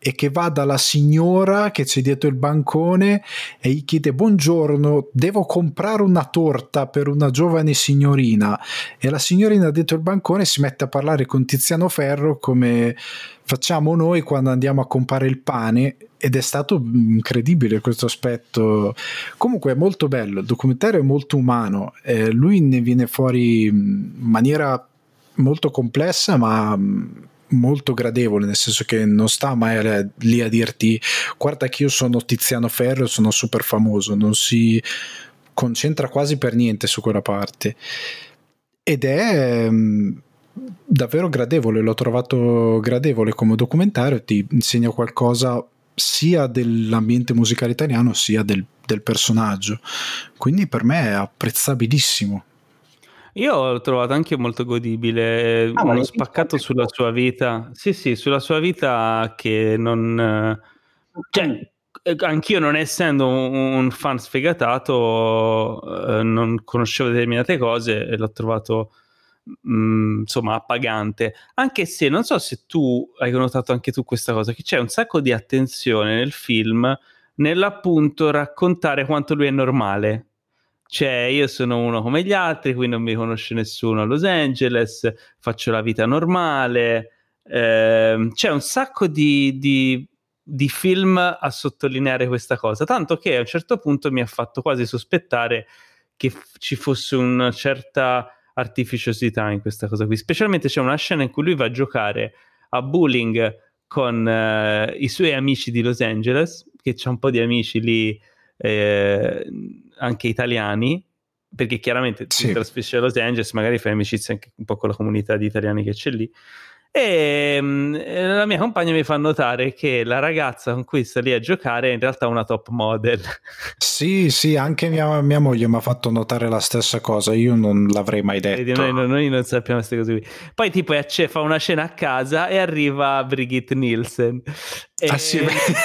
e che va dalla signora che c'è dietro il bancone e gli chiede: buongiorno, devo comprare una torta per una giovane signorina, e la signorina dietro il bancone si mette a parlare con Tiziano Ferro come facciamo noi quando andiamo a comprare il pane, ed è stato incredibile questo aspetto. Comunque è molto bello, il documentario è molto umano, lui ne viene fuori in maniera molto complessa ma molto gradevole, nel senso che non sta mai lì a dirti guarda che io sono Tiziano Ferro, sono super famoso, non si concentra quasi per niente su quella parte, ed è davvero gradevole. L'ho trovato gradevole come documentario, ti insegna qualcosa sia dell'ambiente musicale italiano sia del personaggio, quindi per me è apprezzabilissimo. Io l'ho trovato anche molto godibile, uno spaccato sulla sua vita. Sì, sulla sua vita che non... Cioè, anch'io non essendo un fan sfegatato, non conoscevo determinate cose e l'ho trovato insomma appagante. Anche se non so se tu hai notato anche tu questa cosa, che c'è un sacco di attenzione nel film nell'appunto raccontare quanto lui è normale. Cioè, io sono uno come gli altri, qui non mi conosce nessuno a Los Angeles, faccio la vita normale. C'è un sacco di film a sottolineare questa cosa, tanto che a un certo punto mi ha fatto quasi sospettare che ci fosse una certa artificiosità in questa cosa qui. Specialmente c'è una scena in cui lui va a giocare a bowling con i suoi amici di Los Angeles, che c'ha un po' di amici lì anche italiani, perché chiaramente si trasferisce a Los Angeles, magari fai amicizia anche un po' con la comunità di italiani che c'è lì, e la mia compagna mi fa notare che la ragazza con cui sta lì a giocare è in realtà una top model. Sì, anche mia moglie mi ha fatto notare la stessa cosa, io non l'avrei mai detto. Noi non sappiamo queste cose qui. Poi tipo fa una cena a casa e arriva Brigitte Nielsen. Sì,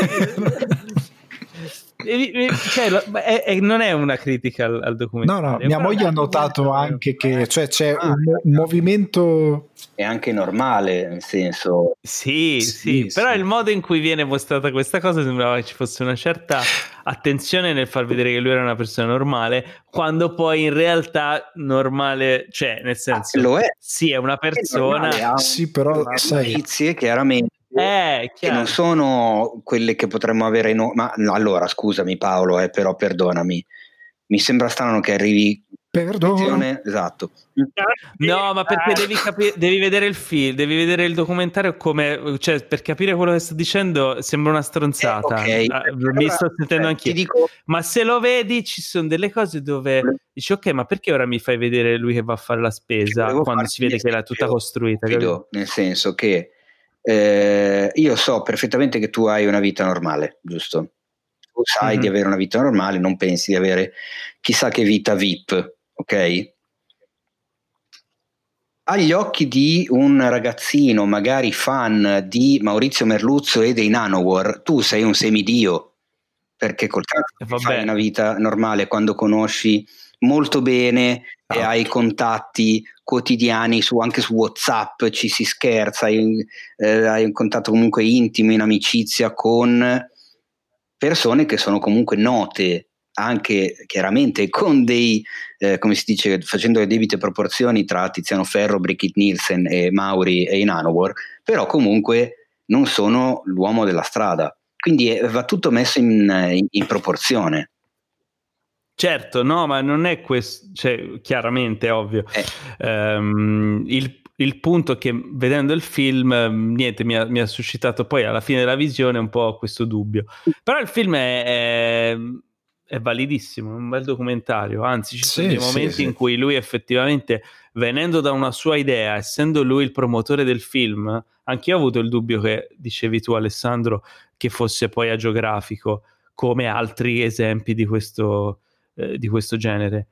cioè, non è una critica al documentario. No, mia moglie ha notato anche che c'è un movimento. È anche normale, nel senso. Sì, però il modo in cui viene mostrata questa cosa sembrava che ci fosse una certa attenzione nel far vedere che lui era una persona normale, quando poi in realtà normale, cioè nel senso lo è. Sì, è una persona. Sì, però sai, notizie chiaramente che non sono quelle che potremmo avere noi. Ma allora scusami Paolo, però perdonami, mi sembra strano che arrivi. Perdono. Esatto. No, ma perché devi vedere il film, devi vedere il documentario come, cioè, per capire quello che sto dicendo sembra una stronzata. Okay. Mi sto sentendo anch'io. Ma se lo vedi ci sono delle cose dove dici ok, ma perché ora mi fai vedere lui che va a fare la spesa quando si vede che è tutta costruita? Nel senso che io so perfettamente che tu hai una vita normale, giusto? Tu sai di avere una vita normale, non pensi di avere chissà che vita VIP, ok? Agli occhi di un ragazzino magari fan di Maurizio Merluzzo e dei Nanowar, tu sei un semidio, perché col cazzo fai una vita normale quando conosci molto bene e hai contatti quotidiani anche su WhatsApp, ci si scherza, hai un contatto comunque intimo in amicizia con persone che sono comunque note, anche chiaramente con dei come si dice, facendo le debite proporzioni tra Tiziano Ferro, Brigitte Nielsen e Mauri e i Nanowar, però comunque non sono l'uomo della strada, quindi va tutto messo in proporzione. Certo, no, ma non è questo, cioè, chiaramente è ovvio. Il punto è che vedendo il film, niente, mi ha suscitato poi alla fine della visione un po' questo dubbio. Però il film è validissimo, è un bel documentario, anzi ci sono dei momenti in cui lui effettivamente, venendo da una sua idea, essendo lui il promotore del film, anche io ho avuto il dubbio che dicevi tu Alessandro, che fosse poi agiografico, come altri esempi di questo genere.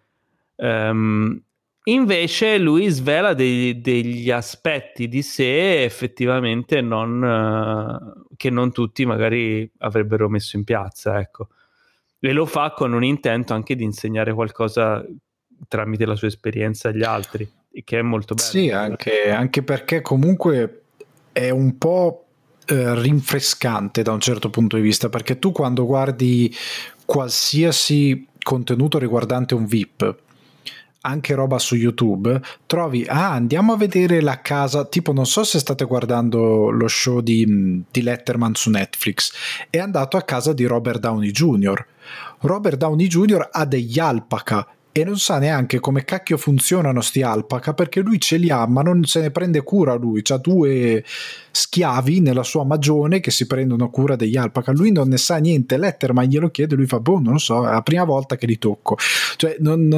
Invece lui svela degli aspetti di sé effettivamente che non tutti magari avrebbero messo in piazza, ecco. E lo fa con un intento anche di insegnare qualcosa tramite la sua esperienza agli altri, che è molto bello. Sì, anche perché comunque è un po' rinfrescante da un certo punto di vista, perché tu quando guardi qualsiasi contenuto riguardante un VIP, anche roba su YouTube, trovi andiamo a vedere la casa, tipo non so se state guardando lo show di Letterman su Netflix, è andato a casa di Robert Downey Jr. Robert Downey Jr. ha degli alpaca e non sa neanche come cacchio funzionano sti alpaca, perché lui ce li ha ma non se ne prende cura lui, c'ha 2 schiavi nella sua magione che si prendono cura degli alpaca, lui non ne sa niente. Letterman glielo chiede, lui fa non lo so, è la prima volta che li tocco, cioè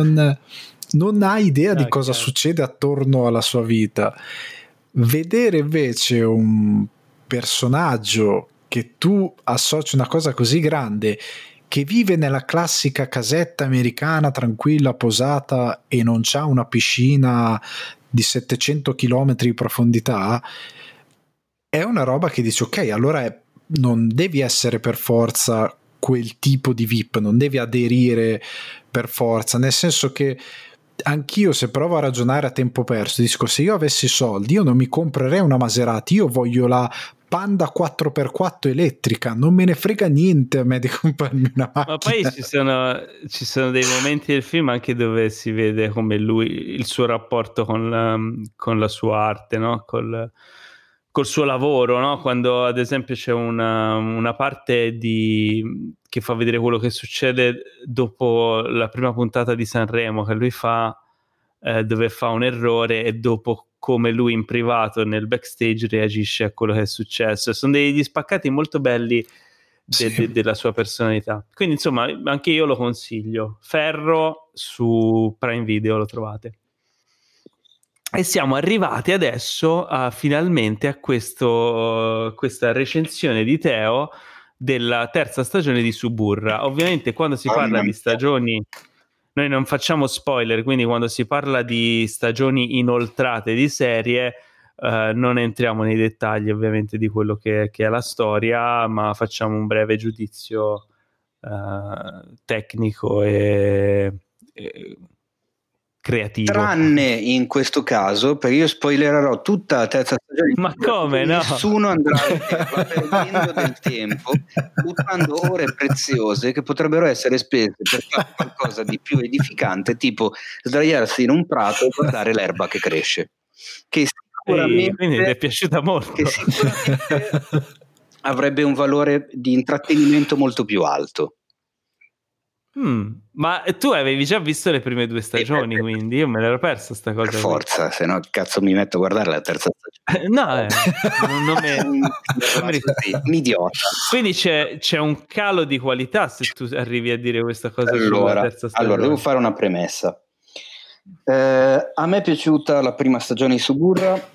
non ha idea di cosa succede attorno alla sua vita. Vedere invece un personaggio che tu associ una cosa così grande, che vive nella classica casetta americana tranquilla, posata, e non c'ha una piscina di 700 km di profondità, è una roba che dici ok, allora non devi essere per forza quel tipo di VIP, non devi aderire per forza, nel senso che anch'io, se provo a ragionare a tempo perso, dico se io avessi soldi io non mi comprerei una Maserati, io voglio la Panda 4x4 elettrica, non me ne frega niente a me di comprarmi una macchina. Ma poi ci sono dei momenti del film anche dove si vede come lui, il suo rapporto con la sua arte, no? Col suo lavoro, no? Quando ad esempio c'è una parte che fa vedere quello che succede dopo la prima puntata di Sanremo, che lui fa dove fa un errore, e dopo come lui in privato nel backstage reagisce a quello che è successo. Sono degli spaccati molto belli della sua personalità. Quindi insomma anche io lo consiglio. Ferro su Prime Video lo trovate. E siamo arrivati adesso finalmente a questa recensione di Teo della terza stagione di Suburra. Ovviamente quando si parla di stagioni noi non facciamo spoiler, quindi quando si parla di stagioni inoltrate di serie non entriamo nei dettagli ovviamente di quello che è la storia, ma facciamo un breve giudizio tecnico e creativo. Tranne in questo caso, perché io spoilererò tutta la terza stagione. Ma come no? Nessuno andrà a vederla perdendo del tempo, buttando ore preziose che potrebbero essere spese per fare qualcosa di più edificante, tipo sdraiarsi in un prato e guardare l'erba che cresce. Che sicuramente, quindi ti è piaciuta molto. Che sicuramente avrebbe un valore di intrattenimento molto più alto. Ma tu avevi già visto le prime 2 stagioni, quindi io me l'ero persa sta cosa. Per forza, se no cazzo mi metto a guardare la terza stagione. No, un idiota. Quindi c'è un calo di qualità se tu arrivi a dire questa cosa sulla terza stagione. Allora, devo fare una premessa. A me è piaciuta la prima stagione di Suburra.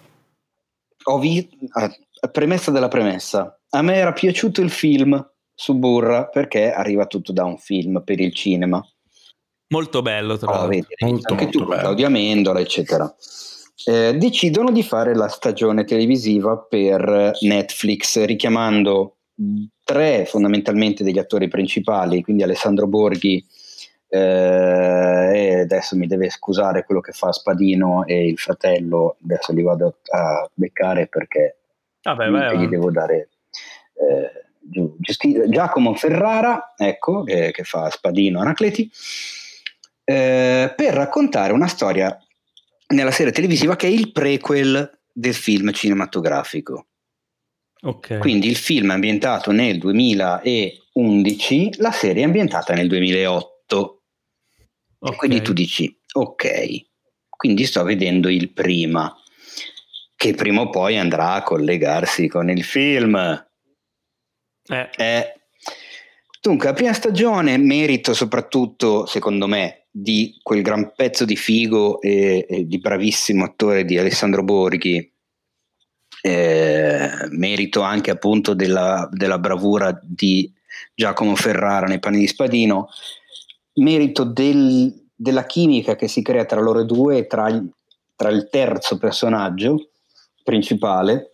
Premessa della premessa. A me era piaciuto il film Suburra perché arriva tutto da un film per il cinema molto bello, tra l'altro. Vedi, anche tu, Claudia Amendola, eccetera. Decidono di fare la stagione televisiva per Netflix, richiamando 3 fondamentalmente degli attori principali, quindi Alessandro Borghi, e adesso mi deve scusare quello che fa Spadino, e il fratello, adesso li vado a beccare perché gli devo dare Giacomo Ferrara, ecco, che fa Spadino Anacleti, per raccontare una storia nella serie televisiva che è il prequel del film cinematografico. Okay. Quindi il film è ambientato nel 2011, la serie è ambientata nel 2008. Okay. Quindi tu dici ok, quindi sto vedendo il prima, che prima o poi andrà a collegarsi con il film. Dunque, la prima stagione, merito soprattutto, secondo me, di quel gran pezzo di figo e di bravissimo attore di Alessandro Borghi, merito anche appunto della bravura di Giacomo Ferrara nei panni di Spadino, merito della chimica che si crea tra loro due e tra il terzo personaggio principale.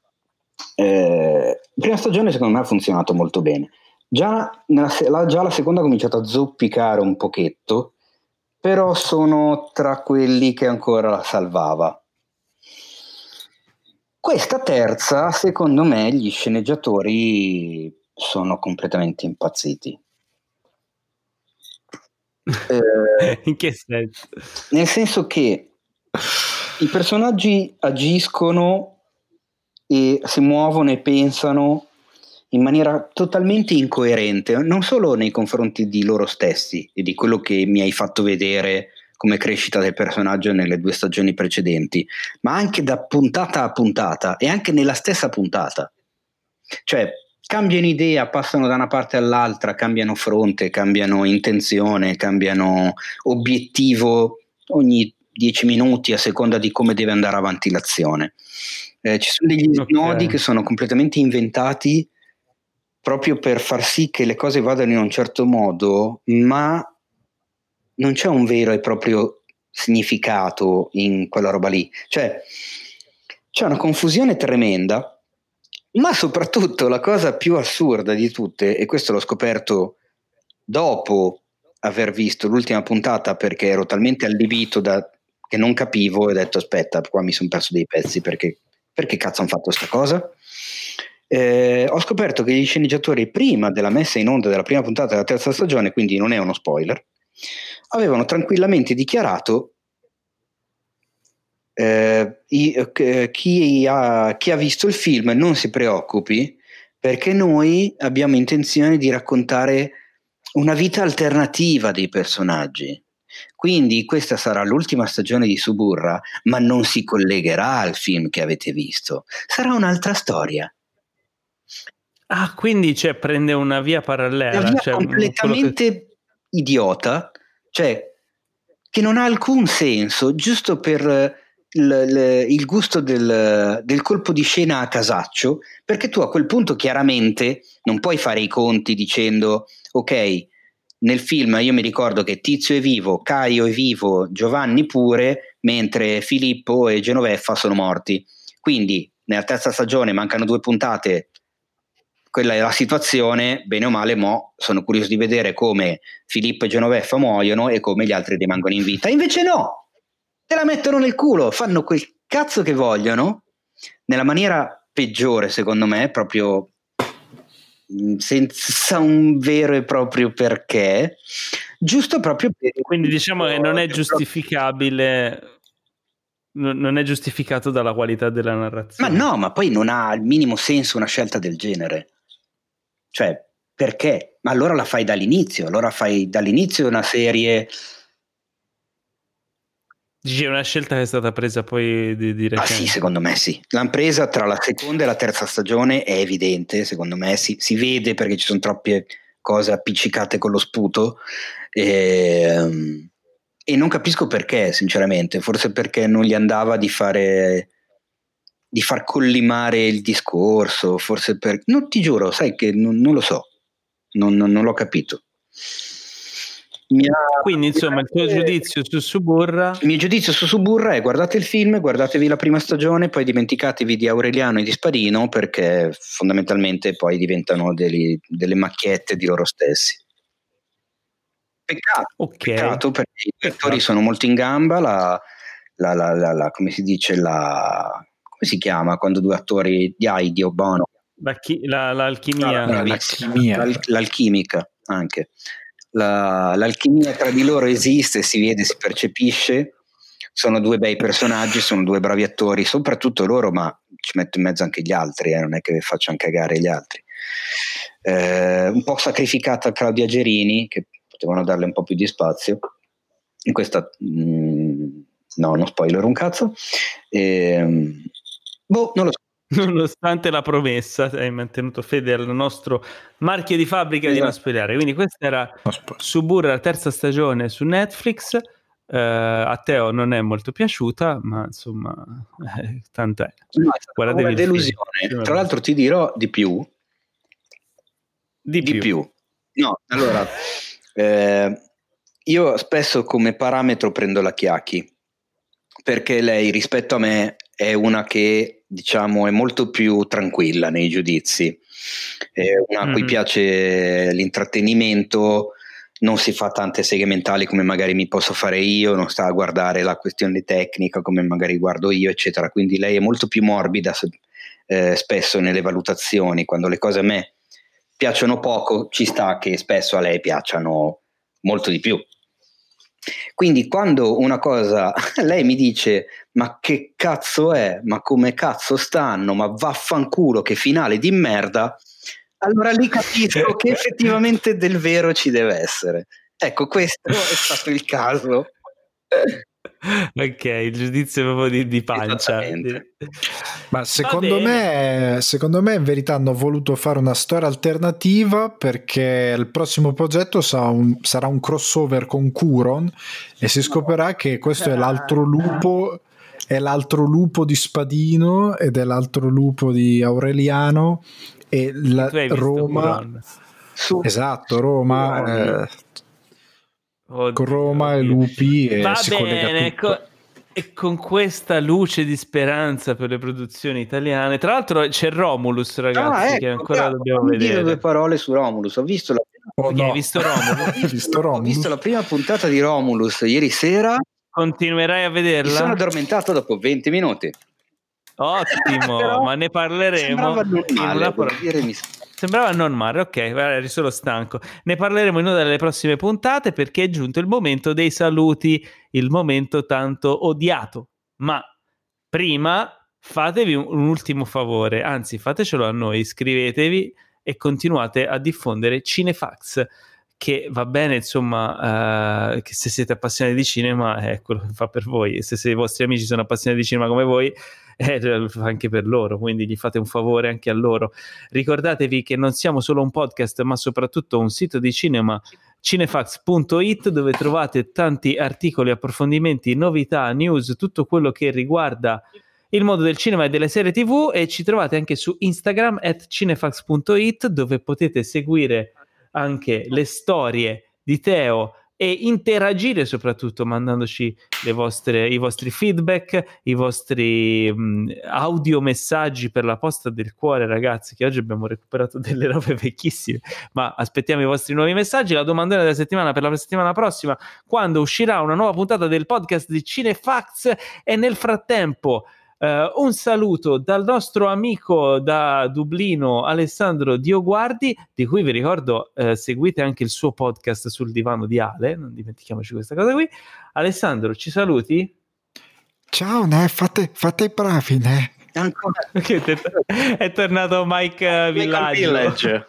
Prima stagione secondo me ha funzionato molto bene, già la seconda ha cominciato a zoppicare un pochetto, però sono tra quelli che ancora la salvava. Questa terza, secondo me, gli sceneggiatori sono completamente impazziti. In che senso? Nel senso che i personaggi agiscono e si muovono e pensano in maniera totalmente incoerente, non solo nei confronti di loro stessi e di quello che mi hai fatto vedere come crescita del personaggio nelle 2 stagioni precedenti, ma anche da puntata a puntata e anche nella stessa puntata. Cioè, cambiano idea, passano da una parte all'altra, cambiano fronte, cambiano intenzione, cambiano obiettivo ogni 10 minuti a seconda di come deve andare avanti l'azione. Ci sono degli snodi che sono completamente inventati proprio per far sì che le cose vadano in un certo modo, ma non c'è un vero e proprio significato in quella roba lì. Cioè, c'è una confusione tremenda. Ma soprattutto la cosa più assurda di tutte, e questo l'ho scoperto dopo aver visto l'ultima puntata perché ero talmente allibito che non capivo e ho detto aspetta, qua mi sono perso dei pezzi perché cazzo hanno fatto sta cosa? Ho scoperto che gli sceneggiatori prima della messa in onda della prima puntata della terza stagione, quindi non è uno spoiler, avevano tranquillamente dichiarato chi ha visto il film non si preoccupi perché noi abbiamo intenzione di raccontare una vita alternativa dei personaggi, quindi questa sarà l'ultima stagione di Suburra, ma non si collegherà al film che avete visto, sarà un'altra storia. Ah, quindi prende una via parallela, una via completamente idiota, cioè che non ha alcun senso, giusto per il gusto del colpo di scena a casaccio, perché tu a quel punto chiaramente non puoi fare i conti dicendo ok, nel film io mi ricordo che Tizio è vivo, Caio è vivo, Giovanni pure, mentre Filippo e Genoveffa sono morti, quindi nella terza stagione mancano 2 puntate, quella è la situazione, bene o male, mo sono curioso di vedere come Filippo e Genoveffa muoiono e come gli altri rimangono in vita. Invece no, te la mettono nel culo, fanno quel cazzo che vogliono, nella maniera peggiore secondo me, proprio senza un vero e proprio perché, giusto proprio per... Quindi diciamo che non è giustificabile... Non è giustificato dalla qualità della narrazione. Ma no, ma poi non ha al minimo senso una scelta del genere. Cioè, perché? Ma allora la fai dall'inizio, una serie... Dice una scelta che è stata presa poi di recente. Ah sì, secondo me sì. L'hanno presa tra la seconda e la terza stagione, è evidente, secondo me si vede perché ci sono troppe cose appiccicate con lo sputo e non capisco perché, sinceramente, forse perché non gli andava di far collimare il discorso, forse per... Non ti giuro, sai che non lo so, non l'ho capito. Quindi insomma il tuo giudizio su Suburra? Il mio giudizio su Suburra è: guardate il film, guardatevi la prima stagione, poi dimenticatevi di Aureliano e di Spadino, perché fondamentalmente poi diventano delle macchiette di loro stessi. Peccato perché i due attori sono molto in gamba, come si dice, come si chiama quando 2 attori di Bono? L'alchimia. L'alchimica anche. L'alchimia tra di loro esiste, si vede, si percepisce, sono 2 bei personaggi, sono 2 bravi attori, soprattutto loro, ma ci metto in mezzo anche gli altri, non è che facciano cagare gli altri. Un po' sacrificata Claudia Gerini, che potevano darle un po' più di spazio in questa no, non spoiler un cazzo, non lo so. Nonostante la promessa hai mantenuto fede al nostro marchio di fabbrica di non spoilerare. Quindi questa era Suburra, la terza stagione su Netflix. A Teo non è molto piaciuta, ma insomma tant'è. No, è stata una delusione. Tra l'altro ti dirò di più. No, allora io spesso come parametro prendo la Chiacchi, perché lei rispetto a me è una che diciamo è molto più tranquilla nei giudizi, è una a cui piace l'intrattenimento, non si fa tante seghe mentali come magari mi posso fare io, non sta a guardare la questione tecnica come magari guardo io, eccetera. Quindi lei è molto più morbida spesso nelle valutazioni. Quando le cose a me piacciono poco, ci sta che spesso a lei piacciono molto di più. Quindi quando una cosa lei mi dice ma che cazzo è, ma come cazzo stanno, ma vaffanculo che finale di merda, allora lì capisco che effettivamente del vero ci deve essere. Ecco, questo è stato il caso. Ok, il giudizio proprio di pancia. Ma secondo me in verità hanno voluto fare una storia alternativa, perché il prossimo progetto sarà un crossover con Curon e si scoprirà che questo è l'altro lupo, di Spadino ed è l'altro lupo di Aureliano, e Roma. Esatto, Roma. Con Roma e lupi e va si bene, e con questa luce di speranza per le produzioni italiane. Tra l'altro c'è Romulus, ragazzi, che ancora dobbiamo vedere. Dire due parole su Romulus. Ho visto hai visto Romulus? Ho visto la prima puntata di Romulus ieri sera. Continuerai a vederla? Mi sono addormentato dopo 20 minuti. Ottimo, ma ne parleremo. Sembrava non male, ok, eri solo stanco. Ne parleremo in una delle prossime puntate, perché è giunto il momento dei saluti, il momento tanto odiato. Ma prima fatevi un ultimo favore, anzi fatecelo a noi, iscrivetevi e continuate a diffondere Cinefax, che va bene, insomma, che se siete appassionati di cinema è quello che fa per voi, e se i vostri amici sono appassionati di cinema come voi, lo fa anche per loro, quindi gli fate un favore anche a loro. Ricordatevi che non siamo solo un podcast, ma soprattutto un sito di cinema, cinefax.it, dove trovate tanti articoli, approfondimenti, novità, news, tutto quello che riguarda il mondo del cinema e delle serie TV, e ci trovate anche su Instagram @cinefax.it, dove potete seguire anche le storie di Teo e interagire, soprattutto mandandoci i vostri feedback, i vostri audio messaggi per la posta del cuore, ragazzi, che oggi abbiamo recuperato delle robe vecchissime, ma aspettiamo i vostri nuovi messaggi. La domandona della settimana per la settimana prossima, quando uscirà una nuova puntata del podcast di Cinefax. E nel frattempo un saluto dal nostro amico da Dublino, Alessandro Dioguardi, di cui vi ricordo seguite anche il suo podcast sul divano di Ale, non dimentichiamoci questa cosa qui. Alessandro, ci saluti? Ciao, fate i bravi, Ancora. È tornato Mike Villaggio.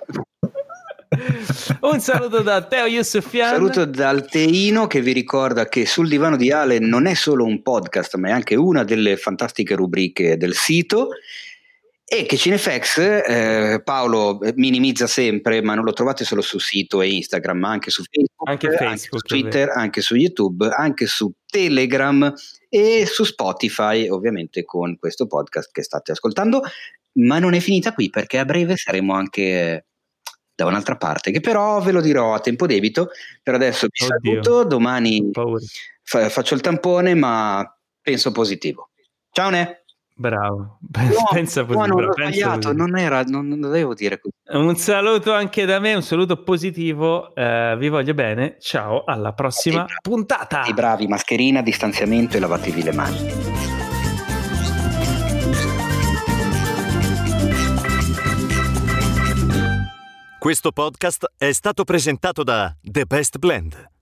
Un saluto da Teo Yusufian. Saluto dal Teino, che vi ricorda che sul divano di Ale non è solo un podcast, ma è anche una delle fantastiche rubriche del sito, e che Cinefax Paolo minimizza sempre, ma non lo trovate solo sul sito e Instagram, ma anche su Facebook, anche su Twitter, anche su YouTube, anche su Telegram e su Spotify, ovviamente con questo podcast che state ascoltando. Ma non è finita qui, perché a breve saremo anche da un'altra parte, che però ve lo dirò a tempo debito. Per adesso vi saluto, domani faccio il tampone, ma penso positivo. Ciao bravo, pensa positivo. Non ho sbagliato, non dovevo dire così. Un saluto anche da me, un saluto positivo, vi voglio bene, ciao, alla prossima puntata. I bravi, mascherina, distanziamento e lavatevi le mani. Questo podcast è stato presentato da The Best Blend,